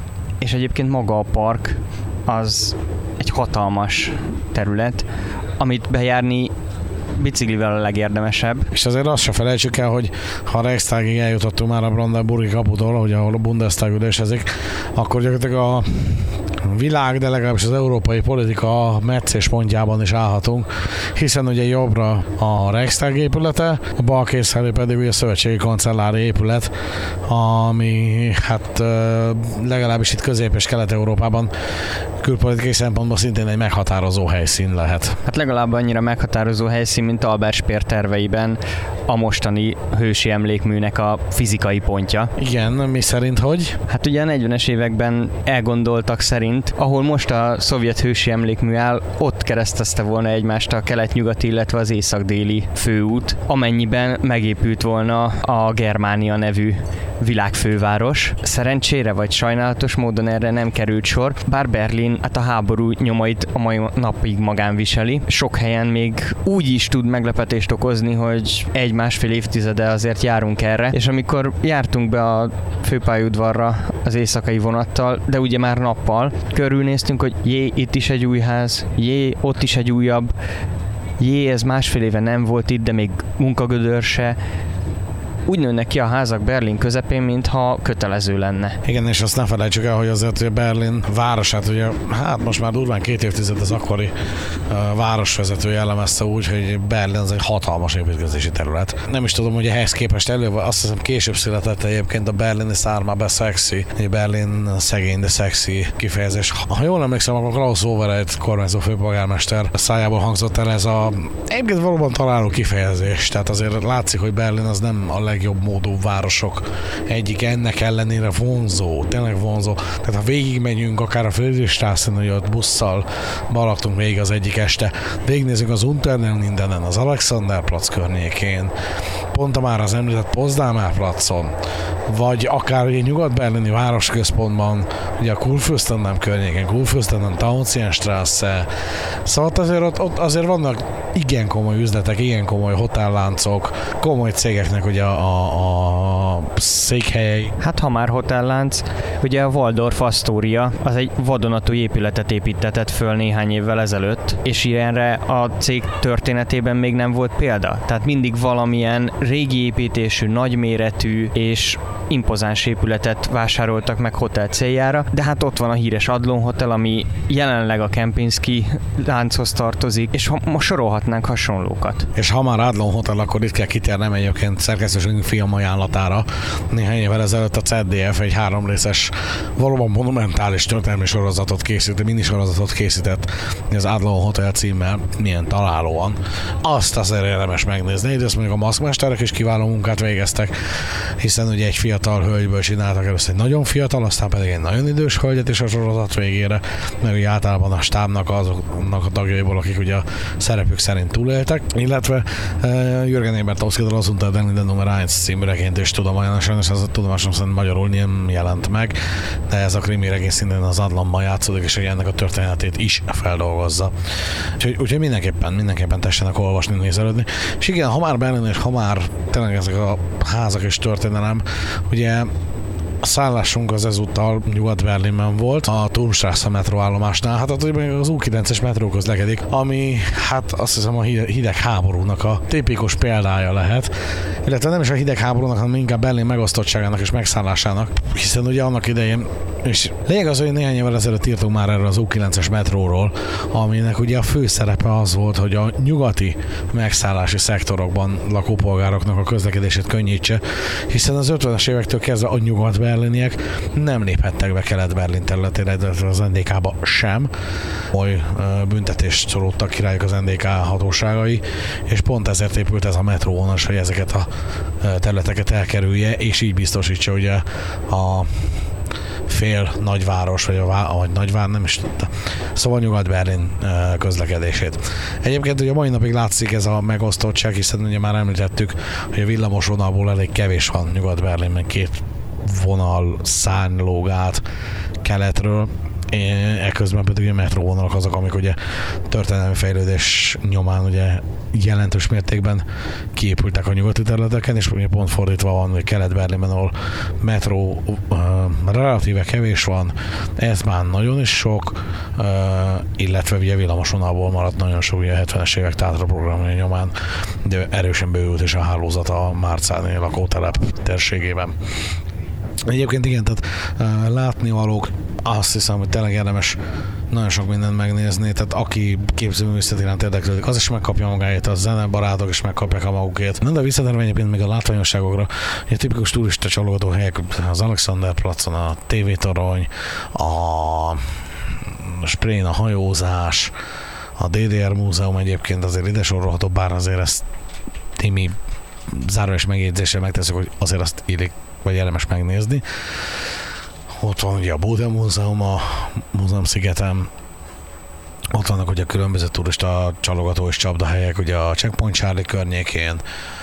és egyébként maga a park az egy hatalmas terület, amit bejárni biciklivel a legérdemesebb.
És azért azt se felejtsük el, hogy ha a Reichstagig eljutottunk már a Brandenburgi kaputól, hogy ahol a Bundestag ülésezik, akkor gyakorlatilag a világ, de legalábbis az európai politika meccéspontjában is állhatunk, hiszen ugye jobbra a Reichstag épülete, a bal kész felé pedig ugye a szövetségi kancellári épület, ami hát legalábbis itt Közép- és Kelet-Európában külpolitikai szempontból szintén egy meghatározó helyszín lehet.
Hát legalább annyira meghatározó helyszín, mint Albert Speer terveiben a mostani hősi emlékműnek a fizikai pontja.
Igen, mi szerint hogy?
Hát ugye a 40-es években elgondoltak szerint, ahol most a szovjet hősi emlékmű áll, ott keresztezte volna egymást a kelet-nyugati, illetve az észak-déli főút, amennyiben megépült volna a Germánia nevű világfőváros. Szerencsére vagy sajnálatos módon erre nem került sor, bár Berlin hát a háború nyomait a mai napig magán viseli. Sok helyen még úgy is tud meglepetést okozni, hogy 1-1,5 évtizede azért járunk erre, és amikor jártunk be a főpályaudvarra az éjszakai vonattal, de ugye már nappal, körülnéztünk, hogy itt is egy új ház, ott is egy újabb, ez 1,5 éve nem volt itt, de még munkagödör se. úgy nőnek ki a házak Berlin közepén, mintha kötelező lenne.
Igen, és azt ne felejtsük el, hogy azért hogy Berlin városát, ugye, hát most már durván 2 évtized az akkori városvezető jellemezte úgy, hogy Berlin az egy hatalmas építkezési terület. Nem is tudom, hogy ehhez képest azt hiszem később született egyébként a berlini szárma be szexi, Berlin szegény, de szexi kifejezés. Ha jól emlékszem, akkor Klaus Wowereit kormányzó főpolgármester szájából hangzott el ez a egyébként valóban találó kifejezés. Tehát azért látszik, hogy Berlin az nem a legjobb módú városok egyik, ennek ellenére vonzó, tényleg vonzó. Tehát ha végigmegyünk akár a Friedrichstraßen, hogy ott busszal balagtunk végig az egyik este, végignézzük az Unternen Lindenen, az Alexanderplatz környékén, pont a már az említett Potsdamer Platzon, vagy akár egy nyugat-berlini városközpontban, ugye a Kurfürstendamm környéken, Kurfürstendamm, Tauentzienstraße. Szóval ott azért vannak igen komoly üzletek, igen komoly hotelláncok, komoly cégeknek ugye a székhelyei.
Hát ha már hotellánc, ugye a Waldorf Astoria az egy vadonatúj épületet építetett föl néhány évvel ezelőtt, és ilyenre a cég történetében még nem volt példa. Tehát mindig valamilyen régi építésű, nagyméretű és impozáns épületet vásároltak meg hotel céljára, de hát ott van a híres Adlon Hotel, ami jelenleg a Kempinski lánchoz tartozik, és most sorolhatnánk hasonlókat.
És ha már Adlon Hotel, akkor itt kell kitérnem egyébként szerkesztőségünk film ajánlatára. Néhány évvel ezelőtt a ZDF egy 3 részes, valóban monumentális történelmi sorozatot készített, minisorozatot készített, az Adlon Hotel címmel, milyen találóan. Azt azért érdemes megnézni, de azt mondjuk a maszkmesterek is kiváló munkát végeztek, hiszen ugye egy fiatal hölgyből csináltak először egy nagyon fiatal, aztán pedig egy nagyon idős hölgyet is a sorozat végére, mert ugye általában a stábnak azoknak a tagjaiból, akik ugye a szerepük szerint túléltek, illetve Jürgen Ebertowski-től az Unter den Linden Nummer 1 című regényt is tudom ajánlani, sajnos ez a tudomásom szerint magyarul nem jelent meg, de ez a krimi regény szintén az Adlonban játszódik, és ennek a történetét is feldolgozza. Úgyhogy mindenképpen tessenek olvasni, nézelődni. És igen, ha már Berlin, és ha már tényleg ezek a házak és történelem, ugye a szállásunk az ezúttal Nyugat-Berlinben volt, a Turmstrasse metróállomásnál, hát ott az U9-es metró közlekedik, ami hát azt hiszem a hidegháborúnak a tipikus példája lehet, illetve nem is a hidegháborúnak, hanem inkább Berlin megosztottságának és megszállásának, hiszen ugye annak idején, és lényeg az, hogy néhány évvel ezelőtt írtunk már erről az U9-es metróról, aminek ugye a fő szerepe az volt, hogy a nyugati megszállási szektorokban lakó polgároknak a közlekedését könnyítse, hiszen az 50-es évektől kezdve a nyugat-berliniek nem léphettek be Kelet-Berlin területére, illetve az NDK-ba sem. Oly büntetést szorultak királyuk az NDK hatóságai, és pont ezért épült ez a metróvonal, hogy ezeket a területeket elkerülje, és így biztosítsa ugye a fél nagyváros, vagy nagyvár, nem is tudta. Szóval Nyugat-Berlin közlekedését. Egyébként ugye a mai napig látszik ez a megosztottság, hiszen ugye már említettük, hogy a villamos vonalból elég kevés van Nyugat-Berlinben, 2 vonal szárny lóg át keletről, ekközben pedig a metróvonalak azok, amik ugye történelmi fejlődés nyomán ugye jelentős mértékben kiépültek a nyugati területeken, és ugye pont fordítva van, hogy Kelet-Berlinben, ahol metró relatíve kevés van, ez már nagyon is sok, illetve ugye villamosvonalból maradt nagyon sok, ugye a 70-es évek Tátra programja nyomán, de erősen bővült is a hálózat a Márcáni lakótelep térségében. Egyébként igen, tehát látnivalók, azt hiszem, hogy tényleg érdemes nagyon sok mindent megnézni, tehát aki képzőművészet iránt érdeklődik, az is megkapja magáét, a zenebarátok is megkapják a magukét. Nem, de visszatérve egyébként még a látványosságokra, ugye tipikus turista csalogató helyek, az Alexanderplatzon, a TV-torony, a Sprén, a hajózás, a DDR múzeum egyébként azért ide sorolható, bár azért ezt némi zárójeles megjegyzéssel megteszek, hogy azért azt illik vagy érdemes megnézni. Ott van ugye a Bode Múzeum, a Múzeumszigeten, ott vannak ugye a különböző turista csalogató és csapdahelyek, ugye a Checkpoint Charlie környékén,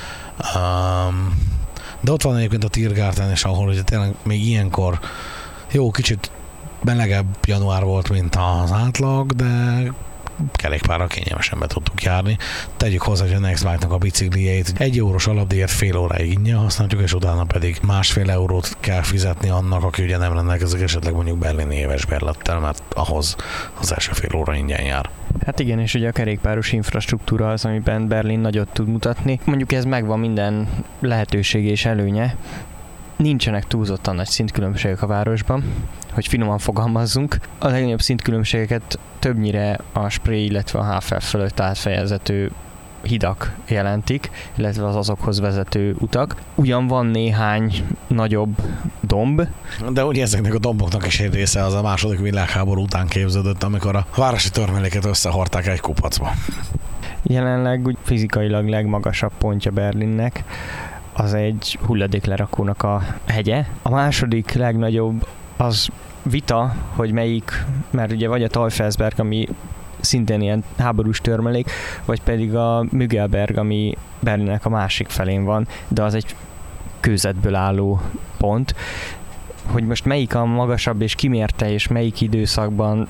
de ott van egyébként a Tiergarten is, ahol ugye tényleg még ilyenkor jó, kicsit melegebb január volt, mint az átlag, de kerékpárral kényelmesen be tudtuk járni. Tegyük hozzá, hogy a Nextbike-nak a biciklieit 1 eurós alapdíjat fél óráig ingyen használjuk, és utána pedig 1,5 eurót kell fizetni annak, aki ugye nem rendelkezik esetleg mondjuk berlini éves bérlettel, mert ahhoz az első fél óra ingyen jár.
Hát igen, és ugye a kerékpáros infrastruktúra az, amiben Berlin nagyot tud mutatni. Mondjuk ez megvan minden lehetőség és előnye. Nincsenek túlzottan nagy szintkülönbségek a városban, hogy finoman fogalmazzunk. A legnagyobb szintkülönbségeket többnyire a Spree, illetve a HFF fölött átfejezető hidak jelentik, illetve az azokhoz vezető utak. Ugyan van néhány nagyobb domb.
De ugye ezeknek a domboknak is egy része az a második világháború után képződött, amikor a városi törmeléket összehordták egy kupacba.
Jelenleg úgy fizikailag legmagasabb pontja Berlinnek az egy hulladéklerakónak a hegye. A második legnagyobb az vita, hogy melyik, mert ugye vagy a Teufelsberg, ami szintén ilyen háborús törmelék, vagy pedig a Müggelberg, ami Berlinnek a másik felén van, de az egy kőzetből álló pont. Hogy most melyik a magasabb és kimérte, és melyik időszakban,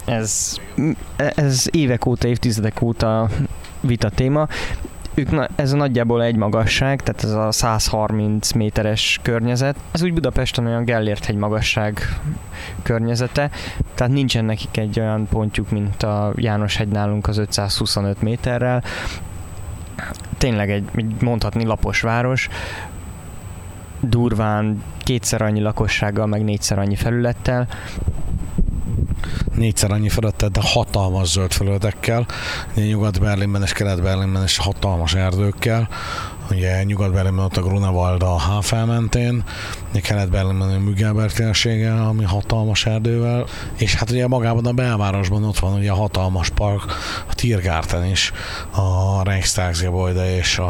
ez évek óta, évtizedek óta vita téma. Ez nagyjából egy magasság, tehát ez a 130 méteres környezet. Ez úgy Budapesten olyan Gellért-hegy magasság környezete, tehát nincsen nekik egy olyan pontjuk, mint a János-hegy nálunk az 525 méterrel. Tényleg egy mondhatni lapos város, durván 2-szer annyi lakossággal, meg 4-szer annyi felülettel.
4-szer annyi felületet, de hatalmas zöld felületekkel, Nyugat-Berlinben és Kelet-Berlinben és hatalmas erdőkkel. Ugye Nyugat-Berlinben ott a Grunewald a Havel mentén, Kelet-Berlinben a Müggelberg térsége, ami hatalmas erdővel, és hát ugye magában a belvárosban ott van ugye a hatalmas park, a Tiergarten is, a Reichstagsgebäude és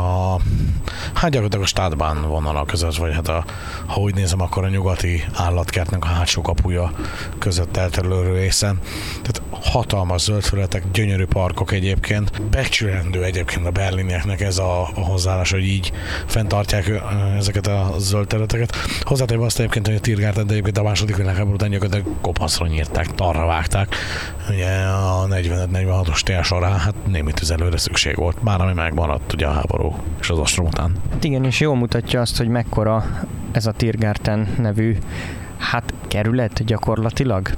hát gyakorlatilag a Stadtbahn vonala között, vagy hát ha úgy nézem, akkor a nyugati állatkertnek a hátsó kapuja között elterülő részen. Tehát hatalmas zöldfelületek, gyönyörű parkok egyébként. Becsülendő egyébként a berlinieknek ez a hozzáállás, hogy így fenntartják ezeket a zöld területeket. Hozzátéve azt egyébként, hogy a Tiergarten egyébként a második világháború után gyakorlatilag kopaszra nyírták, tarra vágták. Ugye a 45-46-os tél során hát némi tüzelőre szükség volt, bár ami megmaradt ugye a háború és az ostrom után.
Igen, és jól mutatja azt, hogy mekkora ez a Tiergarten nevű kerület gyakorlatilag.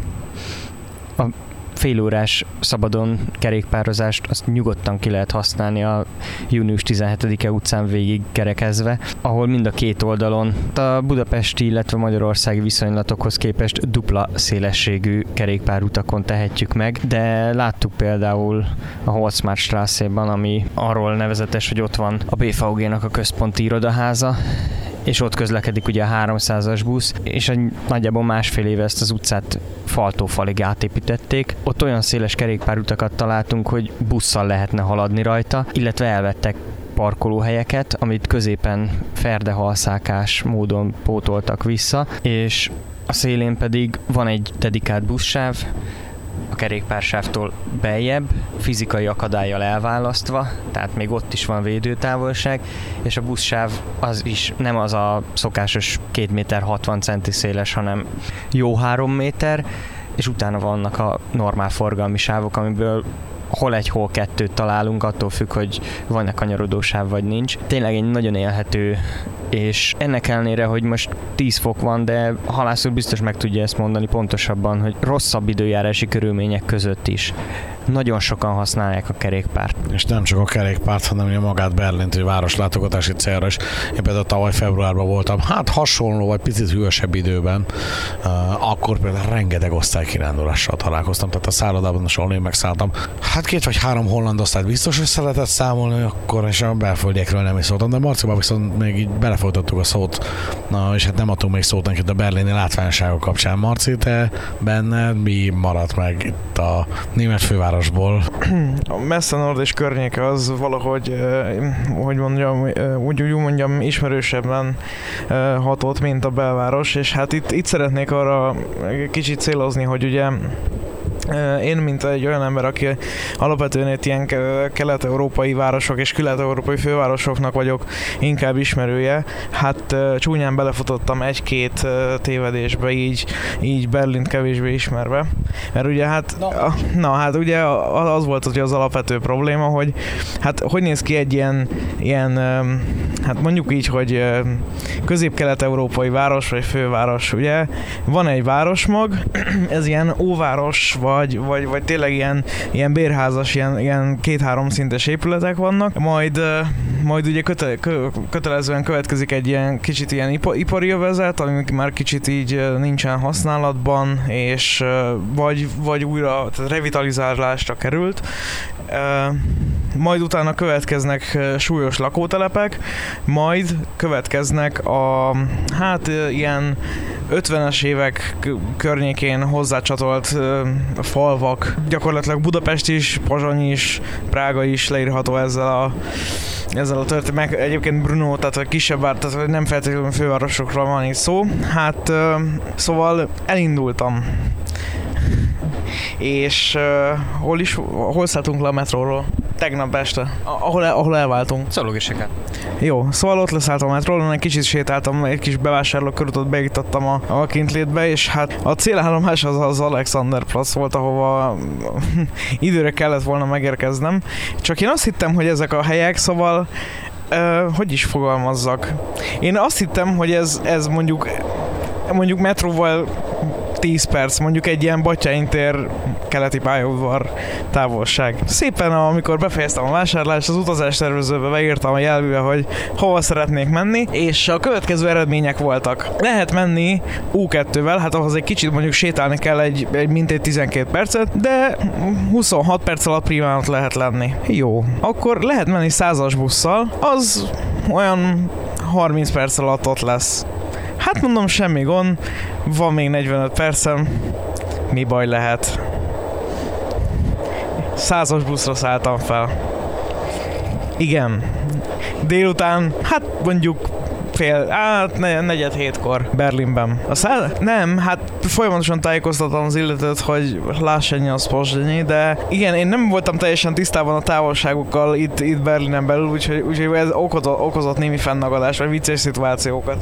A félórás szabadon kerékpározást azt nyugodtan ki lehet használni a június 17-e utcán végig kerekezve, ahol mind a két oldalon a budapesti, illetve magyarországi viszonylatokhoz képest dupla szélességű kerékpárutakon tehetjük meg, de láttuk például a Holzmarktstraßében, ami arról nevezetes, hogy ott van a BVG-nak a központi irodaháza, és ott közlekedik ugye a 300-as busz, és nagyjából 1,5 éve ezt az utcát faltól falig átépítették. Ott olyan széles kerékpárutakat találtunk, hogy busszal lehetne haladni rajta, illetve elvettek parkolóhelyeket, amit középen ferdehalszákás módon pótoltak vissza, és a szélén pedig van egy dedikált buszsáv, a kerékpársávtól beljebb, fizikai akadállyal elválasztva, tehát még ott is van védőtávolság, és a buszsáv az is nem az a szokásos 2 méter 60 centi széles, hanem jó 3 méter, és utána vannak a normál forgalmi sávok, amiből hol egy, hol kettőt találunk, attól függ, hogy van-e kanyarodósáv vagy nincs. Tényleg egy nagyon élhető, és ennek ellenére, hogy most 10 fok van, de a halász úr biztos meg tudja ezt mondani pontosabban, hogy rosszabb időjárási körülmények között is nagyon sokan használják a kerékpárt.
És nem csak a kerékpárt, hanem ugye magát Berlint, hogy városlátogatási célra is. Én például tavaly februárban voltam, hasonló vagy picit hűvösebb időben, akkor például rengeteg osztálykirándulással találkoztam, tehát a szállodában, ahol én megszálltam. 2 vagy 3 holland osztályt biztos össze lehetett számolni, akkor és a belföldiekről nem is szóltam, de Marciban viszont még így belefolytattuk a szót, és hát nem adtunk még szót neked a berlini látványosságok kapcsán. Marci, te benned mi maradt meg itt a német fővárosból?
A Messe Nord és környéke az valahogy, úgy mondjam, ismerősebben hatott, mint a belváros, és hát itt szeretnék arra kicsit célozni, hogy ugye Én, mint egy olyan ember, aki alapvetően itt ilyen kelet-európai városok és kelet-európai fővárosoknak vagyok inkább ismerője, hát csúnyán belefutottam egy-két tévedésbe, így Berlint kevésbé ismerve. Mert ugye hát, hát ugye az volt ugye az alapvető probléma, hogy hát hogy néz ki egy ilyen hát mondjuk így, hogy közép-kelet-európai város vagy főváros, ugye? Van egy városmag, ez ilyen óváros, vagy tényleg ilyen bérházas, ilyen 2-3 szintes épületek vannak, majd ugye kötelezően következik egy ilyen kicsit ilyen ipari övezet, ami már kicsit így nincsen használatban, és vagy újra tehát revitalizálásra került. Majd utána következnek súlyos lakótelepek, majd következnek ilyen 50-es évek környékén hozzácsatolt falvak. Gyakorlatilag Budapest is, Pozsony is, Prága is leírható ezzel a történet. Egyébként Brno, tehát a kisebb tehát nem feltétlenül fővárosokról van itt szó. Hát szóval elindultam. És hol szálltunk le a metróról? Tegnap este, ahol elváltunk.
Zoológiai.
Jó, szóval ott leszálltam a metróról, egy kicsit sétáltam, egy kis bevásárlókörútot beiktattam a kintlétbe, és hát a célállomás az Alexanderplatz volt, ahova időre kellett volna megérkeznem. Csak én azt hittem, hogy ezek a helyek, szóval hogy is fogalmazzak. Én azt hittem, hogy ez mondjuk metróval 10 perc, mondjuk egy ilyen Batthyány tér keleti pályaudvar távolság. Szépen, amikor befejeztem a vásárlást, az utazástervezőbe beírtam a jelvűbe, hogy hova szeretnék menni, és a következő eredmények voltak. Lehet menni U2-vel, hát ahhoz egy kicsit mondjuk sétálni kell egy mintegy 12 percet, de 26 perc alatt primán ott lehet lenni. Jó. Akkor lehet menni 100-as busszal, az olyan 30 perc alatt ott lesz. Hát mondom, semmi gond, van még 45 percem, mi baj lehet. 100-as buszra szálltam fel. Igen. Délután, hát mondjuk negyed hétkor Berlinben. Nem, hát folyamatosan tájékoztatom az illetőt, hogy lássányi az Pozsonyi, de igen, én nem voltam teljesen tisztában a távolságokkal itt Berlinen belül, úgyhogy ez okozott némi fennagadást, vagy vicces szituációkat.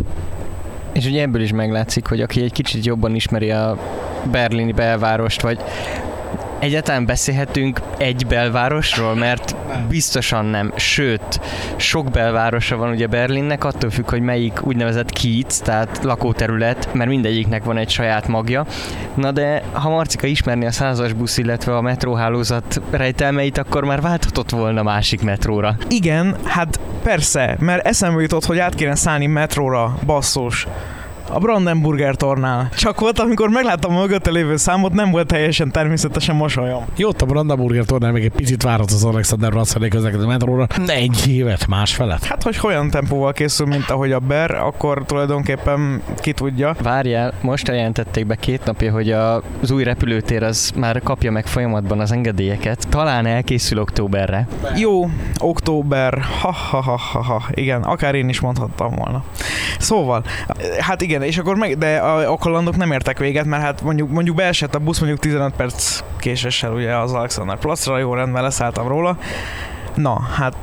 És ugye ebből is meglátszik, hogy aki egy kicsit jobban ismeri a berlini belvárost, vagy egyáltalán beszélhetünk egy belvárosról, mert biztosan nem. Sőt, sok belvárosa van ugye Berlinnek, attól függ, hogy melyik úgynevezett Kiez, tehát lakóterület, mert mindegyiknek van egy saját magja. Na de ha Marcika ismerni a 100-as busz, illetve a metróhálózat rejtelmeit, akkor már válthatott volna másik metróra.
Igen, hát persze, mert eszembe jutott, hogy át kéne szállni metróra, basszus. A Brandenburger tornál. Csak volt, amikor megláttam a mögötte lévő számot, nem volt teljesen természetesen mosolyom.
Jó, a Brandenburger tornál még egy picit várhat az Alexanderplatz felé közlekedő metróra. Egy évet, másfelet.
Hát, hogy olyan tempóval készül, mint ahogy a Ber, akkor tulajdonképpen ki tudja.
Várjál, most jelentették be 2 napja, hogy az új repülőtér az már kapja meg folyamatban az engedélyeket. Talán elkészül októberre.
Jó, október. Igen, akár én is mondhattam volna. Szóval, hát igen, és akkor de a kalandok nem értek véget, mert hát mondjuk beesett a busz mondjuk 15 perc késéssel ugye az Alexanderplatzra, jó rendben leszálltam róla. Na, hát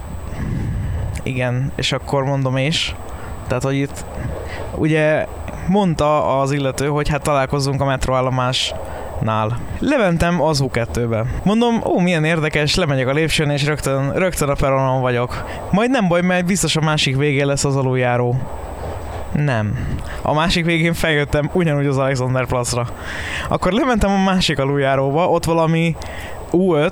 igen, és akkor mondom is, tehát hogy itt ugye mondta az illető, hogy hát találkozzunk a metróállomásnál. Lementem az U2-be. Mondom, milyen érdekes, lemegyek a lépcsőn és rögtön a peronon vagyok. Majd nem baj, mert biztos a másik végén lesz az aluljáró. Nem. A másik végén feljöttem ugyanúgy az Alexanderplatzra. Akkor lementem a másik aluljáróba, ott valami U5,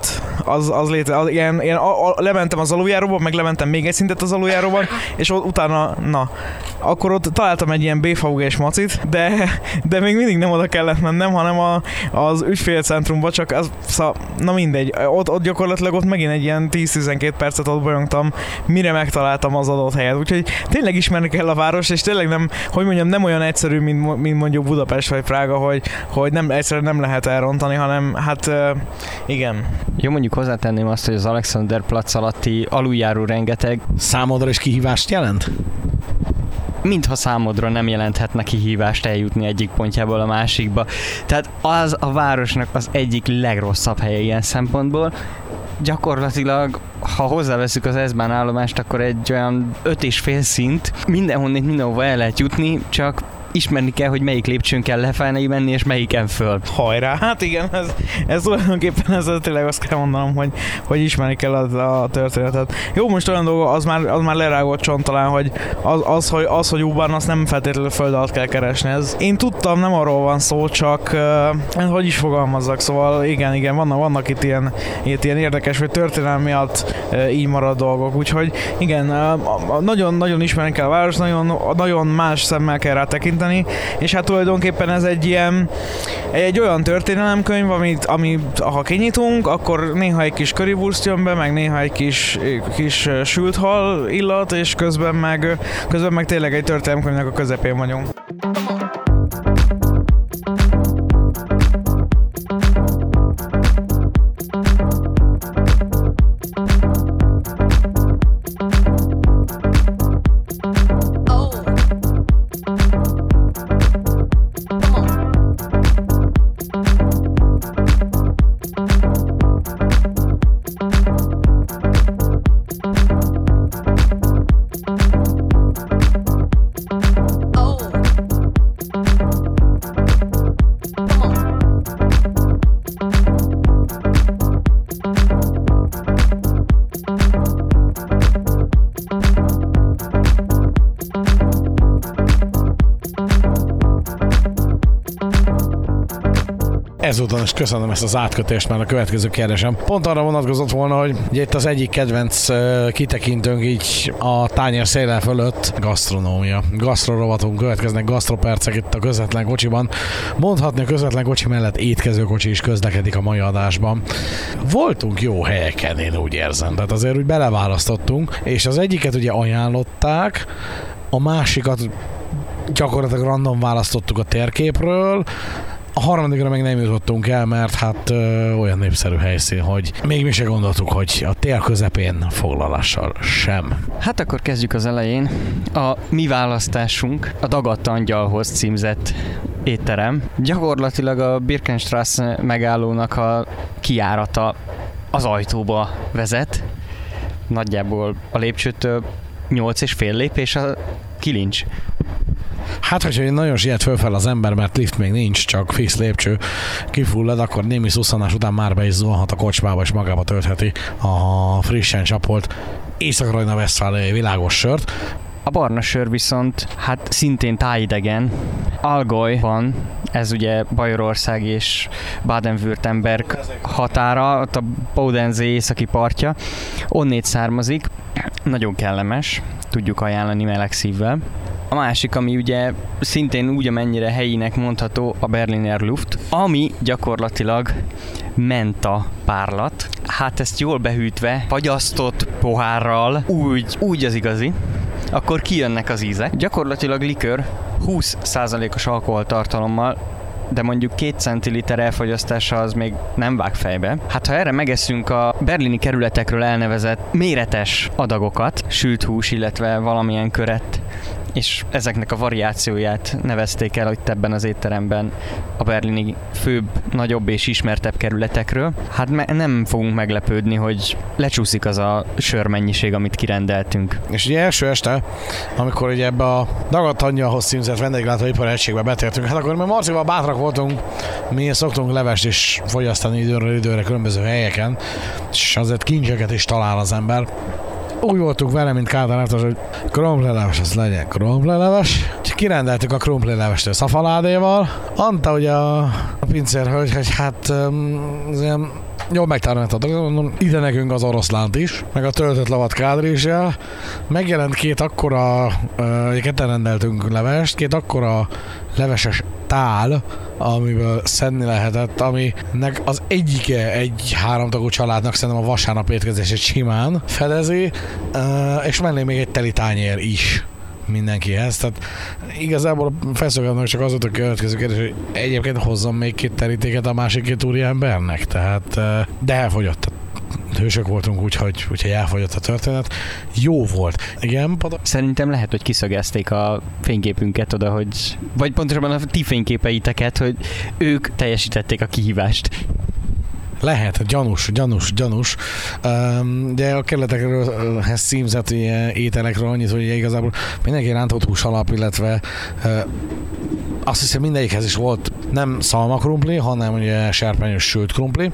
lementem az aluljáróba, meg lementem még egy szintet az aluljáróban, és utána, akkor ott találtam egy ilyen BVG-s macit, de még mindig nem oda kellett mennem, hanem az ügyfélcentrumba, csak na mindegy, ott gyakorlatilag ott megint egy ilyen 10-12 percet ott bolyongtam, mire megtaláltam az adott helyet, úgyhogy tényleg ismerni kell a város, és tényleg nem olyan egyszerű, mint mondjuk Budapest vagy Prága, hogy egyszerűen nem lehet elrontani, hanem hát igen.
Jó, mondjuk hozzátenném azt, hogy az Alexanderplatz alatti aluljáró rengeteg.
Számodra is kihívást jelent?
mintha számodra nem jelenthetne kihívást eljutni egyik pontjából a másikba. Tehát az a városnak az egyik legrosszabb helye ilyen szempontból. Gyakorlatilag, ha hozzáveszünk az S-Bahn állomást, akkor egy olyan 5,5 szint, mindenhonnét mindenhova el lehet jutni, csak ismerni kell, hogy melyik lépcsőn kell lefelé menni, és melyiken föl.
Hajrá! Hát igen, ez tulajdonképpen ez tényleg azt kell mondanom, hogy ismerni kell a történetet. Jó, most olyan dolog, az már lerágott csont talán, hogy az, hogy U-Bahn, azt nem feltétlenül föld alatt kell keresni. Én tudtam, nem arról van szó, csak hogy is fogalmazzak, szóval igen, vannak itt ilyen érdekes, vagy történelmi miatt így marad dolgok, úgyhogy igen, nagyon ismerni kell a város, nagyon más szemmel kell rá tekinteni, és hát tulajdonképpen ez egy olyan történelemkönyv, amit ha kinyitunk, akkor néha egy kis currywurst jön be, meg néha egy kis sült hal illat, és közben meg tényleg egy történelemkönyvnek a közepén vagyunk.
Ezúton is köszönöm ezt az átkötést, mert a következő kérdésem pont arra vonatkozott volna, hogy ugye itt az egyik kedvenc kitekintőnk így a tányér széle fölött gasztronómia. Gasztrorovatunk következnek, gasztropercek itt a közvetlen kocsiban. Mondhatni, a közvetlen kocsi mellett étkezőkocsi is közlekedik a mai adásban. Voltunk jó helyeken, én úgy érzem, tehát azért úgy beleválasztottunk, és az egyiket ugye ajánlották, a másikat gyakorlatilag random választottuk a térképről, a harmadikra meg nem jutottunk el, mert hát olyan népszerű helyszín, hogy még mi se gondoltuk, hogy a tél közepén foglalással sem.
Hát akkor kezdjük az elején. A mi választásunk a Dagadt Angyalhoz címzett étterem. Gyakorlatilag a Birkenstraße megállónak a kijárata az ajtóba vezet. Nagyjából a lépcsőtől 8,5 lépés a kilincs.
Hát, hogyha nagyon siet fölfel az ember, mert lift még nincs, csak fix lépcső, kifullad, akkor némi szusszanás után már be is zuhanhat a kocsmába, és magába töltheti a frissen csapolt Észak-Rajna-Vesztfáliai világos sört.
A barna sör viszont, hát szintén tájidegen. Allgäu van, ez ugye Bajorország és Baden-Württemberg határa, ott a Bodensee északi partja. Onnét származik, nagyon kellemes, tudjuk ajánlani meleg szívvel. A másik, ami ugye szintén úgy, amennyire helyinek mondható, a Berliner Luft, ami gyakorlatilag menta párlat. Hát ezt jól behűtve, fagyasztott pohárral, úgy az igazi, akkor kijönnek az ízek. Gyakorlatilag likőr 20%-os alkoholtartalommal, de mondjuk 2 centiliter elfogyasztása az még nem vág fejbe. Hát ha erre megeszünk a berlini kerületekről elnevezett méretes adagokat, sült hús, illetve valamilyen köret, és ezeknek a variációját nevezték el itt ebben az étteremben a berlini főbb, nagyobb és ismertebb kerületekről. Hát nem fogunk meglepődni, hogy lecsúszik az a sörmennyiség, amit kirendeltünk.
És ugye első este, amikor ugye ebbe a Dagadt Angyalhoz címzett vendéglátóipari egységbe betértünk, hát akkor mi Marcival bátrak voltunk, mi szoktunk levest is fogyasztani időről időre különböző helyeken, és azért kincseket is talál az ember. Úgy voltunk vele, mint Kádár, hogy krumplileves, az legyen krumplileves. Kirendeltük a krumplilevestől szafaládéval. Anta ugye a pincérhölgy, hogy hát ilyen jól megtároltatok, mondom, ide nekünk az oroszlánt is, meg a töltött lavat kádríssel. Megjelent 2 akkora, ketten rendeltünk levest, 2 akkora leveses tál, amiből szedni lehetett, aminek az egyike egy 3 tagú családnak szerintem a vasárnap étkezését simán fedezi, és mellé még egy teli tányér is mindenkihez. Tehát igazából felszolgálnak csak az volt a következő kérdés, hogy egyébként hozzam még 2 terítéket a másik 2 úri embernek, tehát de elfogyott. hősök voltunk, úgyhogy elfogyott a történet. Jó volt. Igen,
Szerintem lehet, hogy kiszögezték a fényképünket oda, hogy... Vagy pontosabban a ti fényképeiteket, hogy ők teljesítették a kihívást.
Lehet, gyanús. De a kerületekhez címzett ételekről annyit, hogy igazából mindenki rántott hús alap, illetve azt hiszem mindegyikhez is volt nem szalmakrumpli, hanem ugye serpenyős sült krumpli,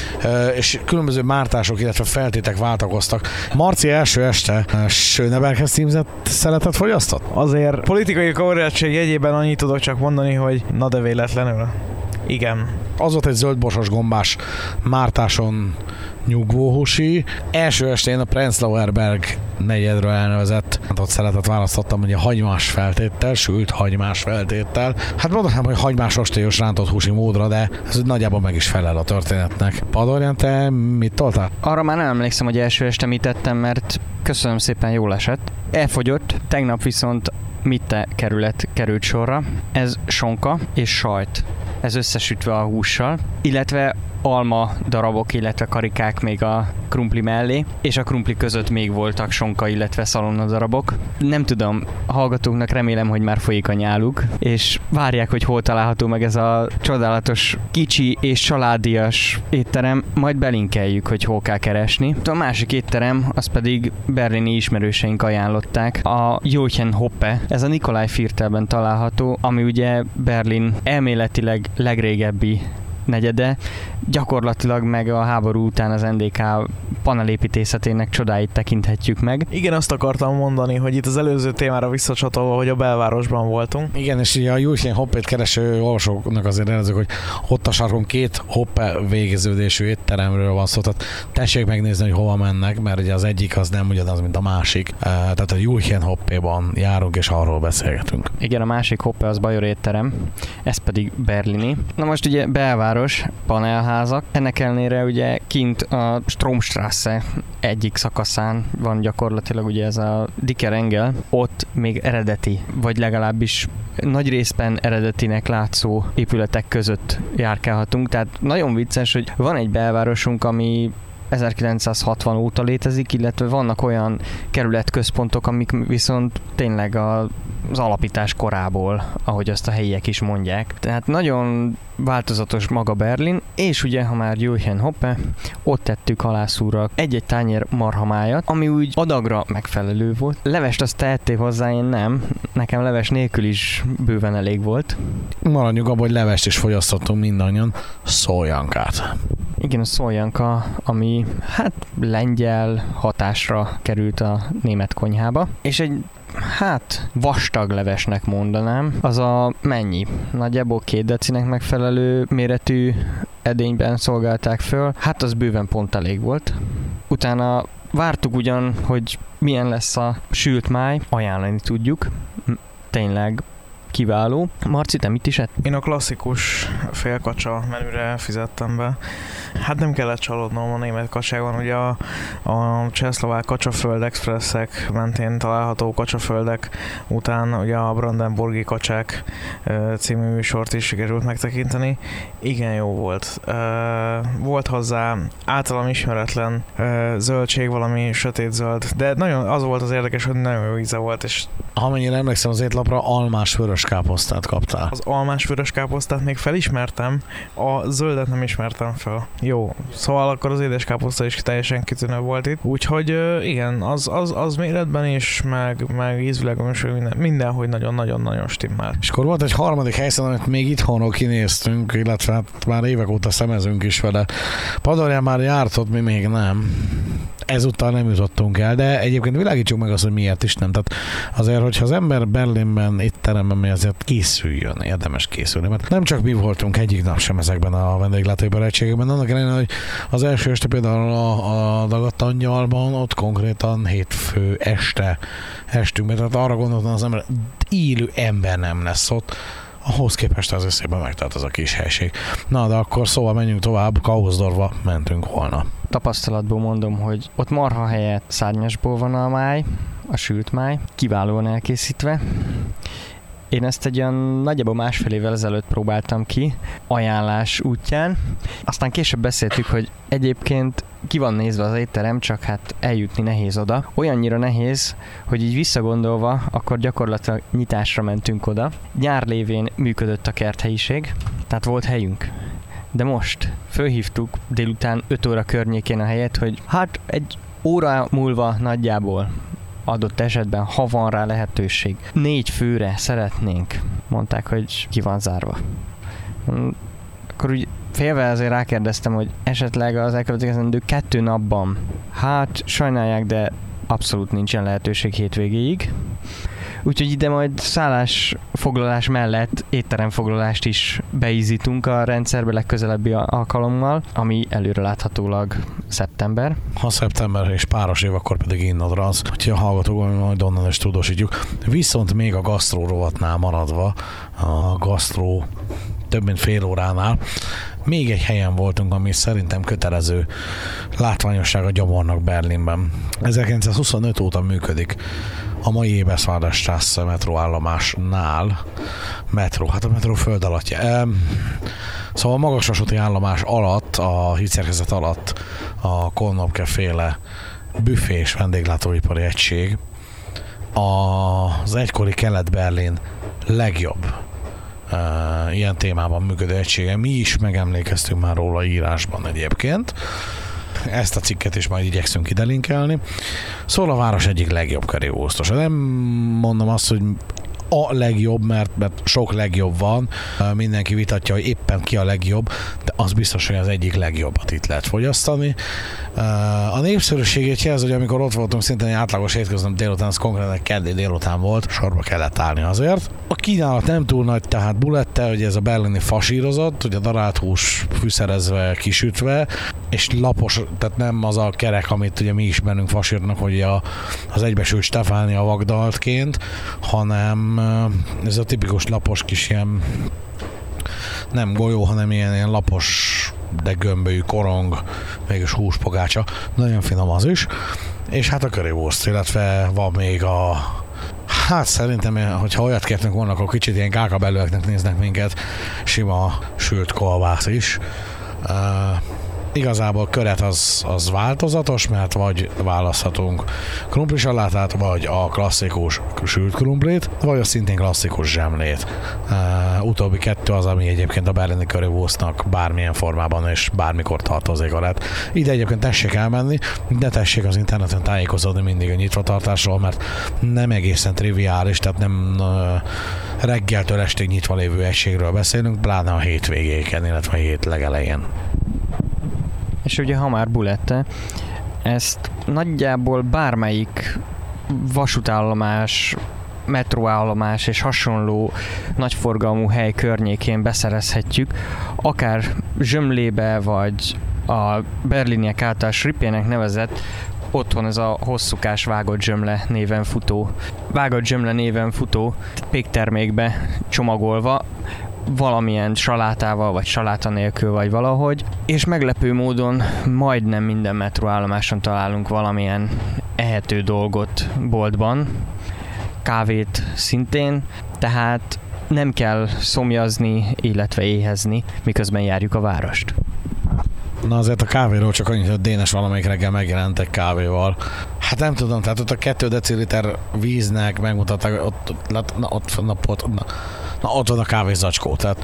és különböző mártások, illetve feltétek váltakoztak. Marci első este Schöneberghez címzett szeletet fogyasztott?
Azért politikai korrektség jegyében annyit tudok csak mondani, hogy na de véletlenül. Igen.
Az volt egy zöldborsos gombás mártáson nyugvóhúsi. Első estén a Prenzlauer Berg negyedről elnevezett szeletet választottam, ugye hagymás feltéttel, sült hagymás feltéttel. Hát mondanám, hogy hagymás rostélyos rántott húsi módra, de ez nagyjából meg is felel a történetnek. Padorján, te mit toltál?
Arra már nem emlékszem, hogy első este mit tettem, mert köszönöm szépen, jól esett. Elfogyott, tegnap viszont Mitte kerület került sorra. Ez sonka és sajt. Ez összesütve a hússal, illetve alma darabok, illetve karikák még a krumpli mellé, és a krumpli között még voltak sonka, illetve szalonna darabok. Nem tudom, a hallgatóknak remélem, hogy már folyik a nyáluk, és várják, hogy hol található meg ez a csodálatos, kicsi és családias étterem, majd belinkeljük, hogy hol kell keresni. A másik étterem, az pedig berlini ismerőseink ajánlották, a Jochen Hoppe. Ez a Nikolai Viertelben található, ami ugye Berlin elméletileg legrégebbi negyede, gyakorlatilag meg a háború után az NDK panelépítészetének csodáit tekinthetjük meg.
Igen, azt akartam mondani, hogy itt az előző témára visszacsatolva, hogy a belvárosban voltunk.
Igen, és ugye a Jochen Hoppét kereső olvasóknak azért jelzők, hogy ott a sarkon 2 Hoppe végeződésű étteremről van szó, tehát tessék megnézni, hogy hova mennek, mert ugye az egyik az nem ugyanaz, mint a másik. Tehát a Jochen Hoppéban járunk és arról beszélgetünk.
Igen, a másik Hoppe az bajor étterem, ez pedig berlini. Na most ugye belváros, panelházak, ennek ellenére ugye kint a Stromstrasse egyik szakaszán van gyakorlatilag ugye ez a Dicker Engel, ott még eredeti, vagy legalábbis nagy részben eredetinek látszó épületek között járkálhatunk, tehát nagyon vicces, hogy van egy belvárosunk, ami 1960 óta létezik, illetve vannak olyan kerületközpontok, amik viszont tényleg az alapítás korából, ahogy azt a helyiek is mondják. Tehát nagyon változatos maga Berlin, és ugye, ha már Jochen Hoppe, ott tettük halászúra egy-egy tányér marhamájat, ami úgy adagra megfelelő volt. Levest azt tehették hozzá, én nem. Nekem leves nélkül is bőven elég volt.
Maradjunk abban, hogy levest is fogyasztottunk mindannyian, szójankát.
Igen, a szójanka, ami hát lengyel hatásra került a német konyhába, és egy vastag levesnek mondanám. Az a mennyi? Nagyjából 2 decinek megfelelő méretű edényben szolgálták föl. Hát az bőven pont elég volt. Utána vártuk ugyan, hogy milyen lesz a sült máj, ajánlani tudjuk. Tényleg kiváló. Marci, te mit is ett?
Én a klasszikus félkacsa menüre fizettem be. Hát nem kellett csalódnom a német kacságon, ugye a csehszlovák kacsaföld expresszek mentén található kacsaföldek után ugye a Brandenburgi kacsák című műsort is sikerült megtekinteni. Igen jó volt. Volt hozzá általam ismeretlen zöldség, valami sötétzöld, de nagyon az volt az érdekes, hogy nagyon jó íze volt, és
amennyire emlékszem az étlapra, almás vörös káposztát kaptál.
Az almás vörös káposztát még felismertem, a zöldet nem ismertem fel. Jó, szóval akkor az édeskáposzta is teljesen kitűnő volt itt. Úgyhogy igen, az méretben is, meg ízvilágon is mindenhogy nagyon-nagyon-nagyon stimmel.
És akkor volt egy harmadik helyszín, amit még itthonról kinéztünk, illetve hát már évek óta szemezünk is vele. Padorján már járt ott, mi még nem. Ezúttal nem jutottunk el, de egyébként világítsuk meg azt, hogy miért is nem. Tehát azért, hogyha az ember Berlinben, itt teremben mi azért készüljön, érdemes készülni, mert nem csak mi voltunk egyik nap sem ezekben a vendéglátóbarátségekben, annak ellenére, hogy az első este például a Dagadt Angyalban, ott konkrétan hétfő este estünk be, tehát arra gondoltam az ember, élő ember nem lesz ott, ahhoz képest az összében megtart az a kis helység. Na, de akkor szóval menjünk tovább, Kausdorfba mentünk volna.
Tapasztalatból mondom, hogy ott marha helyett szárnyasból van a máj, a sült máj, kiválóan elkészítve, Én ezt egy olyan nagyjából másfél évvel ezelőtt próbáltam ki, ajánlás útján. Aztán később beszéltük, hogy egyébként ki van nézve az étterem, csak hát eljutni nehéz oda. Olyannyira nehéz, hogy így visszagondolva, akkor gyakorlatilag nyitásra mentünk oda. Nyár lévén működött a kerthelyiség, tehát volt helyünk. De most fölhívtuk délután 5 óra környékén a helyet, hogy hát egy óra múlva nagyjából adott esetben, ha van rá lehetőség, 4 főre szeretnénk. Mondták, hogy ki van zárva. Akkor úgy félve azért rákérdeztem, hogy esetleg az elkövetkezendő 2 napban. Hát sajnálják, de abszolút nincsen lehetőség hétvégéig. Úgyhogy ide majd szállásfoglalás mellett étteremfoglalást is beízítunk a rendszerbe legközelebbi alkalommal, ami előreláthatólag szeptember.
Ha szeptember és páros év, akkor pedig innadra az, hogyha hallgatók, majd onnan is tudósítjuk. Viszont még a gasztró rovatnál maradva, a gasztró több mint fél óránál, még egy helyen voltunk, ami szerintem kötelező látványosság a gyomornak Berlinben. 1925 óta működik a mai Eberswalder Straße metróállomásnál hát a metró föld alattja. Szóval a magasvasúti állomás alatt, a hídszerkezet alatt a Kolnopke féle büfés vendéglátóipari egység az egykori Kelet-Berlin legjobb ilyen témában működő egysége. Mi is megemlékeztünk már róla írásban egyébként. Ezt a cikket is majd igyekszünk ide linkelni. Szóval a város egyik legjobb currywurstos. Nem mondom azt, hogy a legjobb, mert sok legjobb van. Mindenki vitatja, hogy éppen ki a legjobb, de az biztos, hogy az egyik legjobbat itt lehet fogyasztani. A népszerűségét jelz, hogy amikor ott voltunk, szintén egy átlagos hétköznap délután, az konkrétan keddi délután volt, sorba kellett állni azért. A kínálat nem túl nagy, tehát bulette, hogy ez a berlini fasírozott, ugye darált hús fűszerezve, kisütve, és lapos, tehát nem az a kerek, amit ugye mi ismerünk fasírnak, hogy az egybesült Stefánia vagdaltként, hanem ez a tipikus lapos kis ilyen, nem golyó, hanem ilyen lapos, de gömbölyű korong, mégis húspogácsa. Nagyon finom az is. És hát a currywurst, illetve van még hát szerintem, hogyha olyat kértünk volna, akkor kicsit ilyen kákabelőeknek néznek minket, sima sült kolbász is. Igazából köret az változatos, mert vagy választhatunk krumplisalátát, vagy a klasszikus sült krumplit, vagy a szintén klasszikus zsemlét. Utóbbi kettő az, ami egyébként a berlini currywurstnak bármilyen formában és bármikor tartozik alá. Ide egyébként tessék elmenni, de tessék az interneten tájékozódni mindig a nyitvatartásról, mert nem egészen triviális, tehát nem reggeltől estig nyitva lévő egységről beszélünk, pláne a hétvégéken, illetve a hét legelején.
És ugye, ha már bulette, ezt nagyjából bármelyik vasútállomás, metróállomás és hasonló nagyforgalmú hely környékén beszerezhetjük, akár zsömlébe, vagy a berliniek által Schrippének nevezett, otthon ez a hosszúkás vágott zsömle néven futó péktermékbe csomagolva, valamilyen salátával, vagy saláta nélkül, vagy valahogy. És meglepő módon majdnem minden metróállomáson találunk valamilyen ehető dolgot boltban. Kávét szintén, tehát nem kell szomjazni, illetve éhezni, miközben járjuk a várost.
Na azért a kávéról csak annyit, hogy Dénes valamelyik reggel megjelentek kávéval. Hát nem tudom, tehát ott a 2 deciliter víznek megmutatták, ott van a kávézacskó, tehát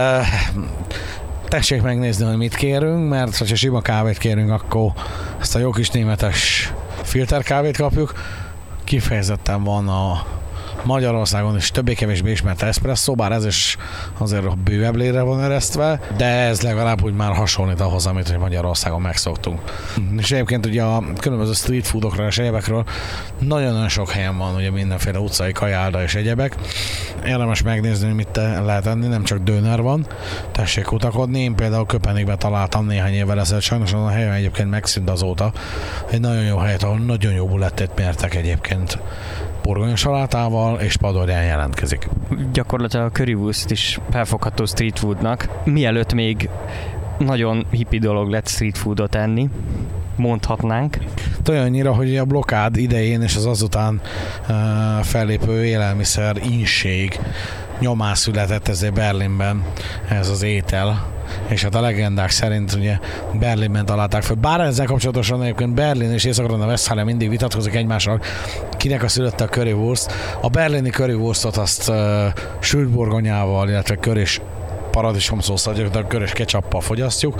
tessék megnézni, hogy mit kérünk, mert ha sima kávét kérünk, akkor ezt a jó kis németes filterkávét kapjuk. Kifejezetten van a Magyarországon is többé-kevésbé ismert espresszó, bár ez is azért bővebb lére van eresztve, de ez legalább úgy már hasonlít ahhoz, amit Magyarországon megszoktunk. És egyébként ugye a különböző street foodokra és egyebekről nagyon-nagyon sok helyen van, ugye mindenféle utcai kajálda és egyebek. Érdemes megnézni, hogy mit lehet enni, nem csak döner van, tessék kutakodni. Én például Köpenickben találtam néhány évvel ezelőtt, sajnos a helyen egyébként megszűnt azóta. Egy nagyon jó helyet, ahol nagyon jó bulettét mértek egyébként. Burgonyos salátával és padorján jelentkezik.
Gyakorlatilag a currywurst is felfogható street foodnak. Mielőtt még nagyon hippi dolog lett street foodot enni. mondhatnánk.
Olyannyira, hogy a blokkád idején és az azután fellépő élelmiszer ínség nyomán született ezért Berlinben ez az étel, és hát a legendák szerint ugye Berlinben találták fel. Bár ezzel kapcsolatosan egyébként Berlin és Észak-Rajna-Westfália mindig vitatkozik egymással, kinek a szülötte a currywurst. A berlini currywurstot azt sült burgonyával, illetve kör és paradicsomszósszal, de kör és ketchuppal fogyasztjuk.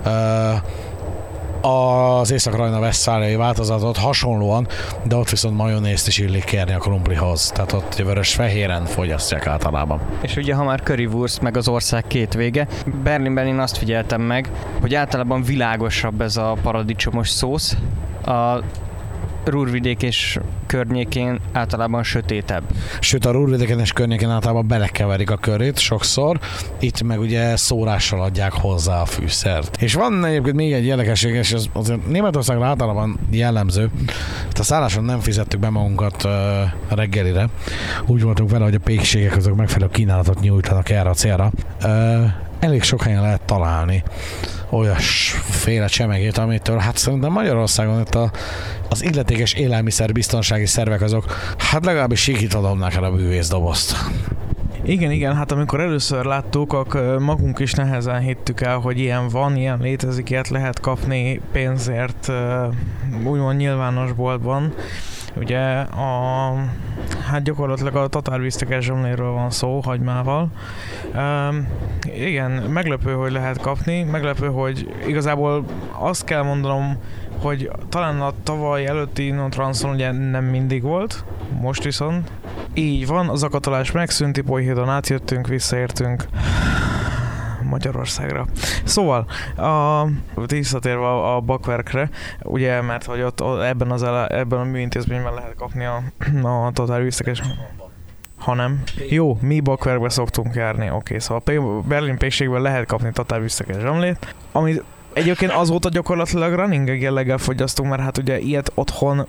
Az Észak-Rajna-Westfáliai változatot hasonlóan, de ott viszont majonézt is illik kérni a krumplihoz. Tehát ott vörös-fehéren fogyasztják általában.
És ugye, ha már currywurst, meg az ország két vége, Berlinben én azt figyeltem meg, hogy általában világosabb ez a paradicsomos szósz, a Ruhrvidék és környékén általában sötétebb.
Sőt, a Ruhrvidéken és környékén általában belekeverik a körét sokszor, itt meg ugye szórással adják hozzá a fűszert. És van egyébként még egy érdekesség, és ez azért Németországra általában jellemző. A szálláson nem fizettük be magunkat reggelire. Úgy voltunk vele, hogy a pékségek azok megfelelő kínálatot nyújtanak erre a célra. Elég sok helyen lehet találni olyasféle csemegét, amitől hát szerintem Magyarországon itt az illetékes élelmiszerbiztonsági szervek azok hát legalábbis sikítodobnák el a bűvészdobozt.
Igen, hát amikor először láttuk, akkor magunk is nehezen hittük el, hogy ilyen van, ilyen létezik, ilyet lehet kapni pénzért úgymond nyilvános boltban. Ugye hát gyakorlatilag a tatárvíztekes zsomléről van szó, hagymával. Igen, meglepő, hogy lehet kapni, meglepő, hogy igazából azt kell mondanom, hogy talán a tavaly előtti Innotranszon ugye nem mindig volt, most viszont így van, az akatolás megszűnt, Ipolyhídon átjöttünk, visszaértünk Magyarországra. Szóval, visszatérve a bakverkre, ugye, mert hogy ott ebben a műintézményben lehet kapni a tatárvíztekes. Ha nem. Jó, mi bakverkbe szoktunk járni, oké, szóval Berlin pékségben lehet kapni tatárvíztekes zsomlét, amit egyébként azóta gyakorlatilag running jelleggel fogyasztunk, mert hát ugye ilyet otthon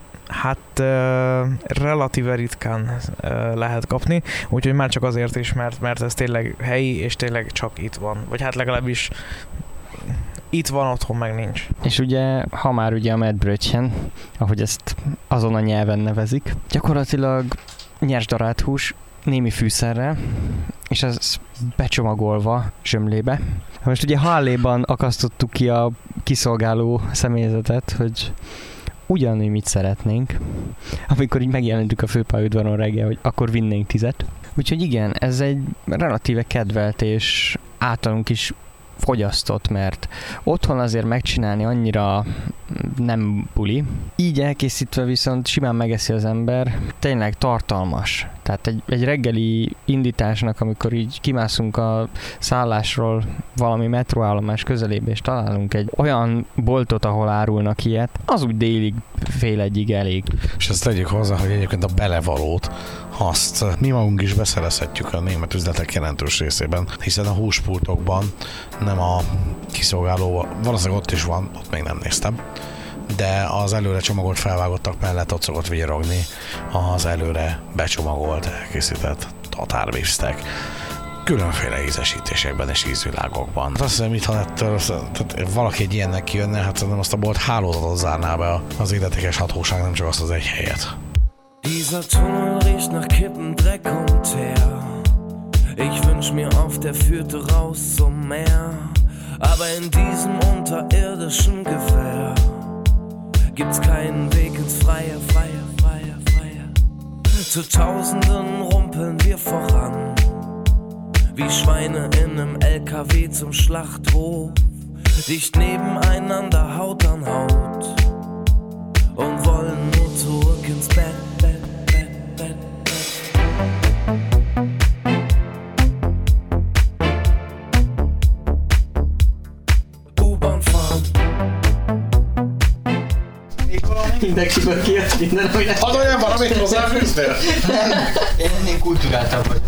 relatíve ritkán lehet kapni, úgyhogy már csak azért is, mert ez tényleg helyi, és tényleg csak itt van. Vagy hát legalábbis itt van, otthon meg nincs.
És ugye, ha már ugye a Mettbrötchen, ahogy ezt azon a nyelven nevezik, gyakorlatilag nyers darált hús, némi fűszerrel, és ez becsomagolva zsömlébe. Most ugye Halléban akasztottuk ki a kiszolgáló személyzetet, hogy ugyanúgy mit szeretnénk, amikor így megjelentünk a főpályaudvaron reggel, hogy akkor vinnénk 10. Úgyhogy igen, ez egy relatíve kedvelt és általunk is fogyasztott, mert otthon azért megcsinálni annyira nem buli. Így elkészítve viszont simán megeszi az ember, tényleg tartalmas. Tehát egy reggeli indításnak, amikor így kimászunk a szállásról valami metróállomás közelébe, és találunk egy olyan boltot, ahol árulnak ilyet, az úgy délig, fél egyig elég.
És ezt tegyük hozzá, hogy egyébként a belevalót, azt mi magunk is beszerezhetjük a német üzletek jelentős részében, hiszen a húspultokban nem a kiszolgáló, valószínűleg ott is van, ott még nem néztem, de az előre csomagolt felvágottak mellett ott szokott vírogni az előre becsomagolt, elkészített tatárbisztek. Különféle ízesítésekben és ízvilágokban. Azt hiszem, itt, ha valaki egy ilyennek kijönne, hát szerintem azt a bolt hálózatot zárná be az illetékes hatóság, nem csak azt az egy helyet.
Dieser Tunnel riecht nach Kippen, Dreck und Teer. Ich wünsch mir oft, er führte raus zum Meer. Aber in diesem unterirdischen Gefähr gibt's keinen Weg ins Freie, Freie, Freie, Freie. Zu Tausenden rumpeln wir voran, wie Schweine in nem LKW zum Schlachthof. Dicht nebeneinander, Haut an Haut, und wollen nur zurück ins Bett.
Mindenkiből kijött minden, aminek...
Hadd olyan valamit hozzáfűztél?
Én ennél kulturáltabb vagy.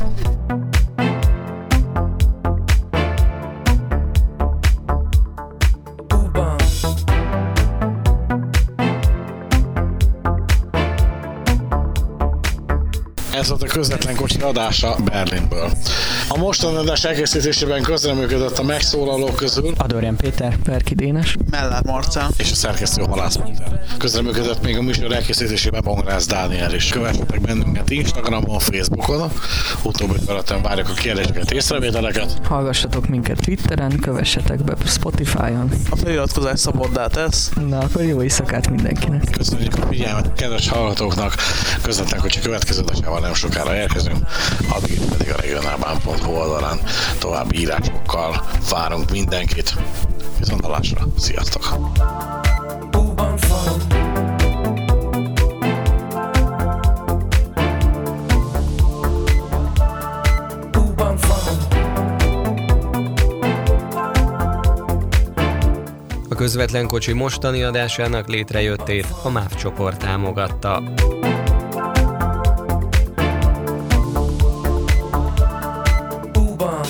Ez volt a közvetlen kocsi adása Berlinből. A mostani adás elkészítésében közreműködött a megszólalók közül
Adorján Péter,
Perki Dénes,
Mellár Marcell
és a szerkesztő Halász Péter. Közreműködött még a műsor elkészítésében Bongrász Dániel is. Kövessetek bennünket Instagramon, Facebookon, utóbbi területen várjuk a kérdéseket, észrevételeket.
hallgassatok minket Twitteren, kövessetek be Spotify-on.
A feliratkozás szabaddá tesz.
Na, akkor jó éjszakát mindenkinek.
Köszönjük a figyelmet a kedves hallgatóknak. Közvetlen kocsi következő adásával nem sokára érkezünk. Addig pedig a regionálbán.hu oldalán további írásokkal várunk mindenkit. Viszontlátásra. Sziasztok!
U-Bahn fahren. U-Bahn fahren.
A közvetlen kocsi mostani adásának létrejöttét a MÁV csoport támogatta.
U-Bahn.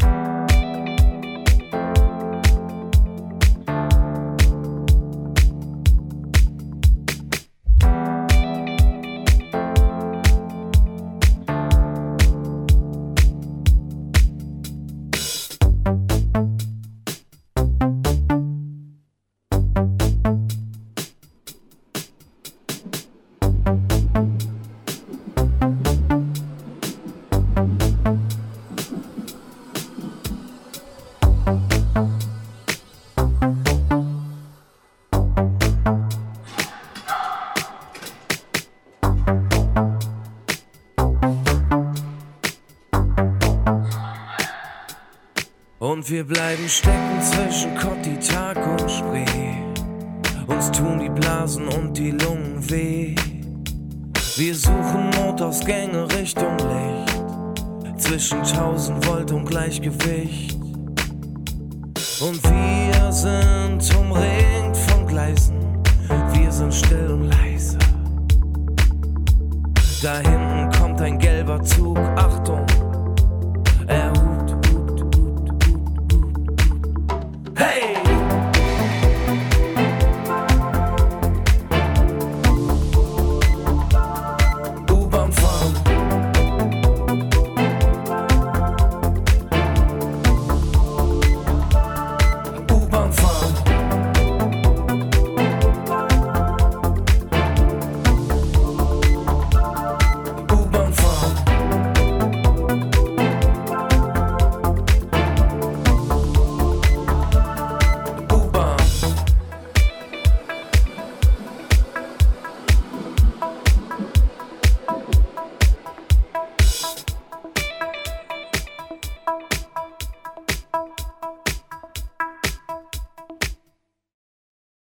Und wir bleiben stecken zwischen Kotti, Tag und Spree. Uns tun die Blasen und die Lungen weh. Wir suchen Notausgänge Richtung Licht, zwischen 1000 Volt und Gleichgewicht. Und wir sind umringt von Gleisen, wir sind still und leise. Da hinten kommt ein gelber Zug, Achtung,